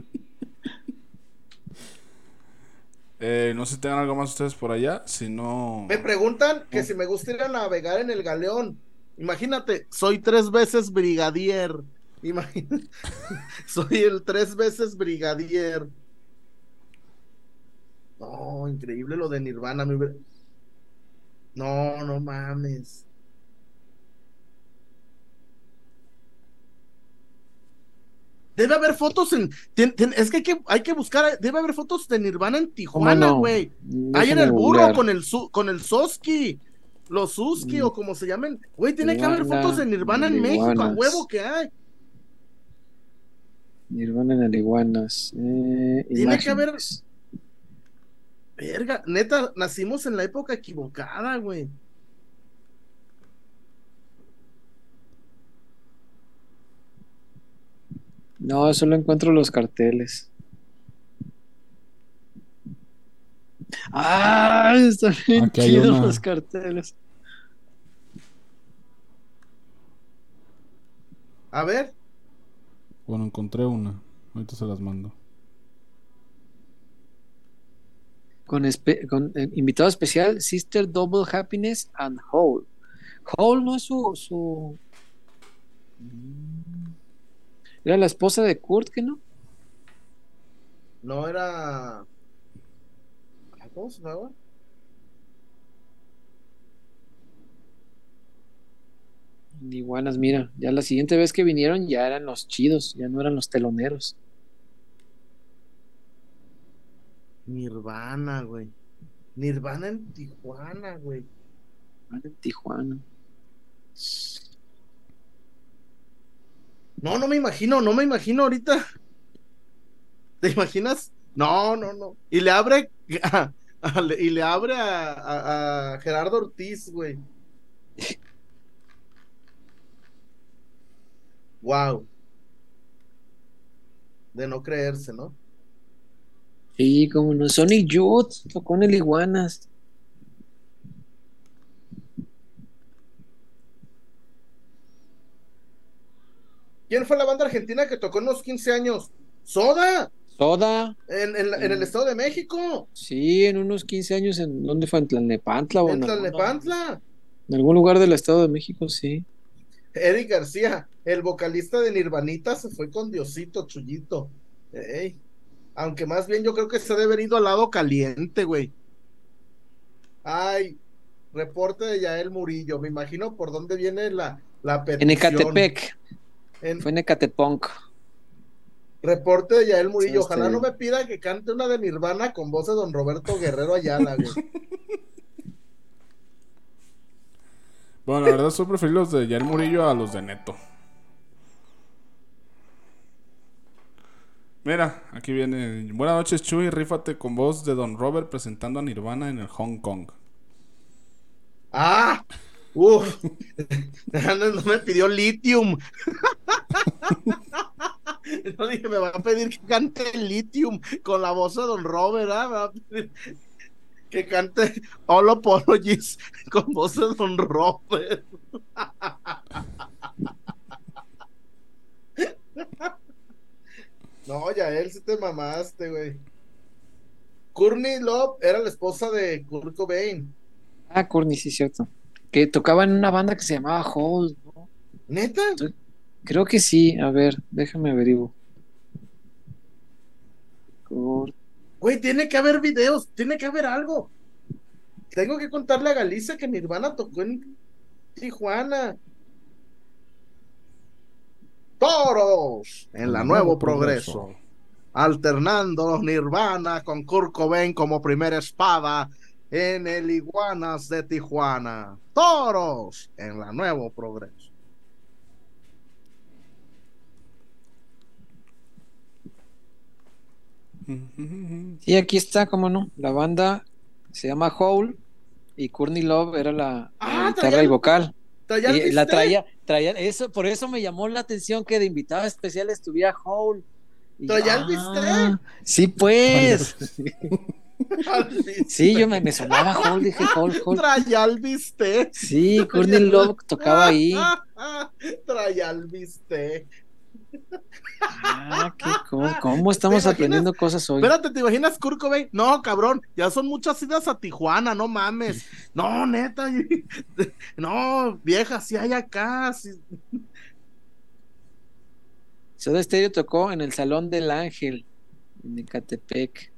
eh, no sé si tengan algo más ustedes por allá, si no... Me preguntan que si me gusta ir a navegar en el galeón. Imagínate, soy tres veces brigadier. Imagínate, soy el tres veces brigadier. No, increíble lo de Nirvana. Me hubiera- No, no mames. Debe haber fotos en... tien- tien- es que hay, que hay que buscar... Debe haber fotos de Nirvana en Tijuana, no? güey. Déjame Ahí en el burro googlear. con el, su, con el Soski. Los Suski Mm. o como se llamen. Güey, tiene que haber Nirvana, fotos de Nirvana en México. A Nirvanas. huevo que hay. Nirvana en Aliguanas. Eh, Tiene que haber- imágenes. Verga, neta, nacimos en la época equivocada, güey. No, solo encuentro los carteles. ¡Ah! Están bien Aquí hay chidos una. los carteles. A ver, Bueno, encontré una. Ahorita se las mando. Con, espe- con eh, invitado especial, Sister Double Happiness and Hole. Hole no es su, su... Mm. Era la esposa de Kurt, ¿que no? no era... ¿Cómo se llama? Iguanas, mira, ya la siguiente vez que vinieron ya eran los chidos, ya no eran los teloneros. Nirvana, güey. Nirvana en Tijuana, güey. Van en Tijuana. No, no me imagino, no me imagino ahorita. ¿Te imaginas? No, no, no. Y le abre a- a- y le abre a, a- a Gerardo Ortiz, güey. Wow. De no creerse, ¿no? Sí, como no, Sonic Youth tocó en el Iguanas. ¿Quién fue la banda argentina que tocó en los quince años? Soda, Soda, en, en la- en el Estado de México, sí, en unos quince años, ¿en dónde fue? ¿En Tlalnepantla o en en, algún- Tlalnepantla. en algún lugar del Estado de México? Sí. Eric García, el vocalista de Nirvanita, se fue con Diosito, Chuyito. Ey. Aunque más bien yo creo que se debe haber ido al lado caliente, güey. Ay, reporte de Yael Murillo. Me imagino por dónde viene la, la petición. En Ecatepec, En- fue en Ecatepunk. Reporte de Yael Murillo. Sí, Ojalá este- no me pida que cante una de Nirvana con voz de don Roberto Guerrero Ayala, güey. Bueno, la verdad, yo preferí los de Yael Murillo a los de Neto. Mira, aquí viene. Buenas noches, Chuy. Rífate con voz de Don Robert presentando a Nirvana en el Hong Kong. ¡Ah! ¡Uf! No me pidió Lithium. No dije, me va a pedir que cante Lithium con la voz de Don Robert, ¿ah? Me va a pedir que cante All Apologies con voz de Don Robert. No, ya él sí te mamaste, güey. Courtney Love era la esposa de Kurt Cobain. Ah, Courtney, sí, cierto. Que tocaba en una banda que se llamaba Hole, ¿no? ¿Neta? Creo que sí, a ver, déjame averiguo. Kurt- Güey, tiene que haber videos, tiene que haber algo. Tengo que contarle a Galicia que Nirvana tocó en Tijuana. Toros en la Nuevo Progreso, alternando Nirvana con Kurt Cobain como primera espada en el Iguanas de Tijuana. Toros en la Nuevo Progreso. Sí, aquí está, cómo no. La banda se llama Hole y Courtney Love era la, la Ah, guitarra traía- y vocal. ¿Traía el Y la bistec? traía, traía, eso, por eso me llamó la atención que de invitada especial estuviera Hole. Y- ¿Traía el ah, sí, pues. Al bistec. Sí, yo me, me sonaba Hole, dije Hole, Hole. Traía el bistec. Sí, Courtney Love tocaba ahí. Traía el bistec. Ah, qué co- ¿cómo estamos ¿Te imaginas? aprendiendo cosas hoy? Espérate, ¿te imaginas Kurt Cobain? No, cabrón, ya son muchas idas a Tijuana, no mames. No, neta. No, vieja, sí hay acá. Sí. Soda Stereo tocó en el Salón del Ángel, en Ecatepec.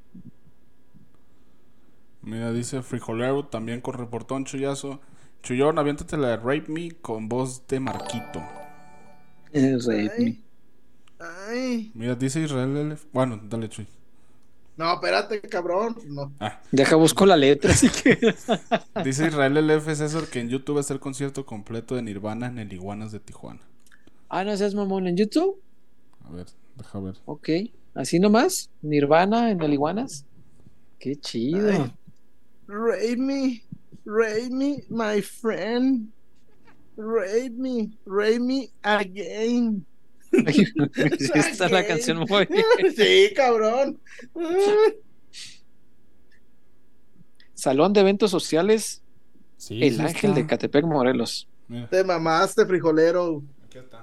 Mira, dice Frijolero también con reportón Chuyazo. Chuyón, aviéntate la de Rape Me con voz de Marquito. Eh, Rape Me. Ay. Ay. Mira, dice Israel L F. Bueno, dale, Chuy. No, espérate, cabrón. No. Ah. Deja busco la letra, así que. Dice Israel L F César que en YouTube está el concierto completo de Nirvana en el Iguanas de Tijuana. Ah, no seas mamón, en YouTube. A ver, deja ver. Ok, así nomás. Nirvana en el Iguanas. Qué chido. Ay. Rate me, rate me, my friend. Rate me, rate me again. Sí, esta es la canción muy bien. Sí, cabrón. Salón de eventos sociales. Sí, El sí Ángel está. de Catepec, Morelos. Mira, Te mamaste, frijolero. aquí está.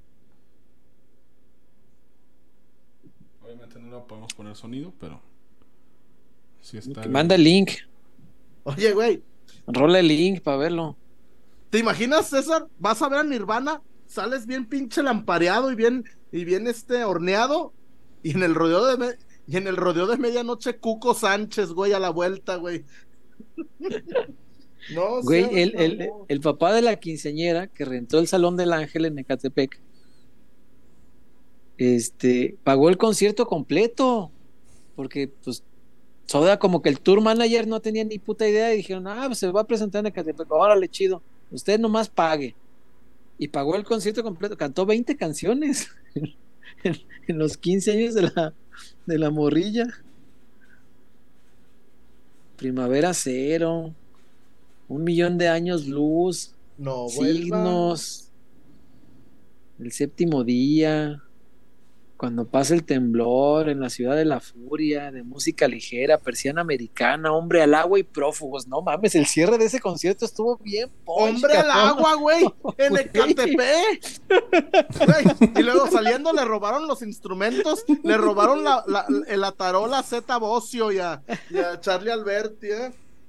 Obviamente no le podemos poner sonido, pero sí está. Que manda el link. Oye, güey, Rola el link para verlo. ¿te imaginas, César? Vas a ver a Nirvana, sales bien pinche lampareado y bien, y bien este horneado, y en el rodeo de me- y en el rodeo de medianoche, Cuco Sánchez, güey, a la vuelta, güey. No, Güey, seas el, el, mamón. el papá de la quinceañera que rentó el Salón del Ángel en Ecatepec, este, pagó el concierto completo, porque pues Soda como que el tour manager no tenía ni puta idea y dijeron, ah, pues se va a presentar en Ecatepec, órale, chido, usted nomás pague. Y pagó el concierto completo, cantó veinte canciones en, en los quince años de la, de la morrilla. Primavera Cero, Un Millón de Años Luz, No, Signos, El Séptimo Día, Cuando pasa el temblor, En la Ciudad de la Furia, De música ligera, Persiana Americana, Hombre al agua y Prófugos. No mames, el cierre de ese concierto estuvo bien punch, Hombre al cabrón. agua, güey, en Güey. Ecatepec. Güey, y luego saliendo le robaron los instrumentos, le robaron la, la, la tarola a Zeta Bocio y a, y a Charlie Alberti, ¿eh?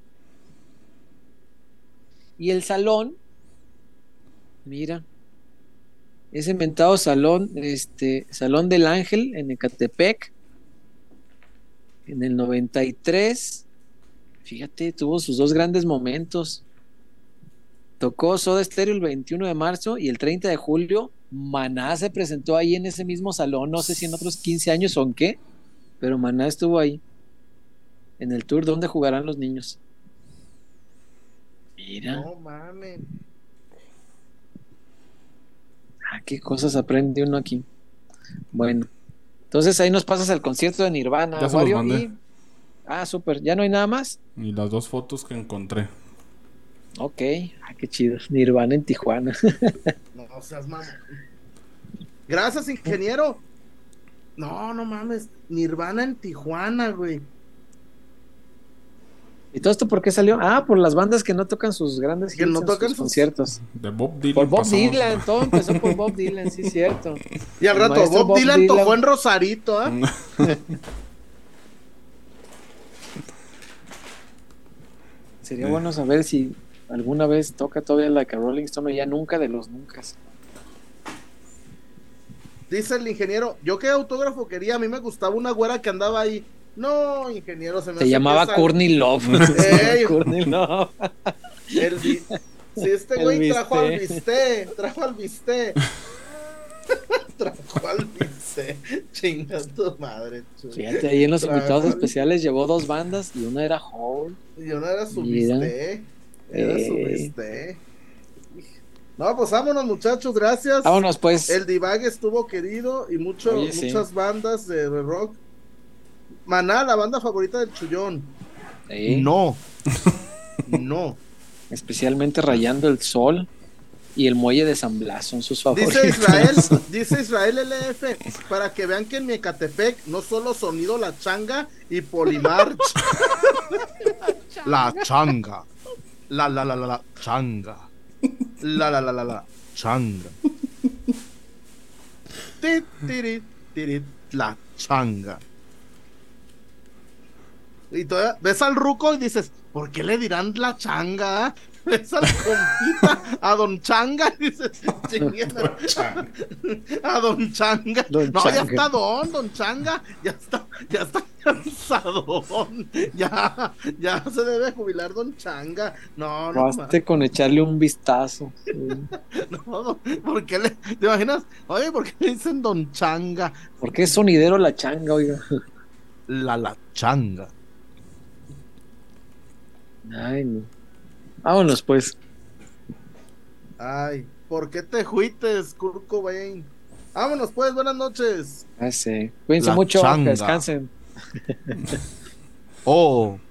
Y el salón, mira, ese inventado salón, este, Salón del Ángel en Ecatepec, en el noventa y tres, fíjate, tuvo sus dos grandes momentos. Tocó Soda Stereo el veintiuno de marzo y el treinta de julio Maná se presentó ahí en ese mismo salón, no sé si en otros quince años o en qué, pero Maná estuvo ahí, en el tour donde jugarán los niños. Mira. No mames. Ah, qué cosas aprende uno aquí. Bueno, entonces ahí nos pasas el concierto de Nirvana, Ya se los Wario, mandé. y... Ah, súper, ¿ya no hay nada más? Y las dos fotos que encontré. Ok, ah, qué chido. Nirvana en Tijuana. No seas mamón. Gracias, ingeniero. No, no mames. Nirvana en Tijuana, güey. ¿Y todo esto por qué salió? Ah, por las bandas que no tocan sus grandes Que hits no en tocan sus sus- conciertos. De Bob Dylan. Por Bob pasamos- Dylan, todo empezó por Bob Dylan, sí, cierto. Y al El rato, maestro Bob, Bob Dylan, Dylan. tocó en Rosarito, ¿ah? Sería Eh. bueno saber si alguna vez toca todavía la que Rolling Stone o ya nunca de los nunca. Dice el ingeniero, yo qué autógrafo quería, a mí me gustaba una güera que andaba ahí. No, ingeniero, se me Se hace llamaba que esa- Courtney Love. Ey. Courtney Love. El vi- Si este El güey trajo al bistec. bistec, trajo al bistec. Trajo al bistec. Chinga tu madre, chuy. Fíjate, ahí en los Trajo invitados al- especiales llevó dos bandas y una era Hole. Y no era su Mira. bistec. Era su Eh. bistec. No, pues vámonos, muchachos, gracias. Vámonos, pues. El divague estuvo querido y mucho, Oye, sí. muchas bandas de, de rock. Maná, la banda favorita del Chullón. Sí. No. No. Especialmente Rayando el Sol y el Muelle de San Blas son sus favoritos. Dice Israel, dice Israel L F, para que vean que en mi Ecatepec no solo sonido La Changa y Polimarch. La changa. La la la la la changa. La la la la la changa. Ti, tiri, tiri, la changa. Y todavía ves al ruco y dices, ¿por qué le dirán la changa? Ves al compita, a Don Changa, y dices, "Chinguera". A Don Changa. Don no, Changa. ya está Don, Don Changa, ya está, ya está cansadón. Ya, ya se debe jubilar Don Changa. No, no. Baste con echarle un vistazo. Sí. No, ¿por qué le, te imaginas? Oye, ¿por qué le dicen Don Changa? ¿Por qué es sonidero la changa, oiga? La la changa. Ay, no. Vámonos, pues. Ay, ¿por qué te juites, Kurt Cobain? Vámonos, pues, buenas noches. Ya sé. Cuídense La mucho, changa. que descansen. Oh.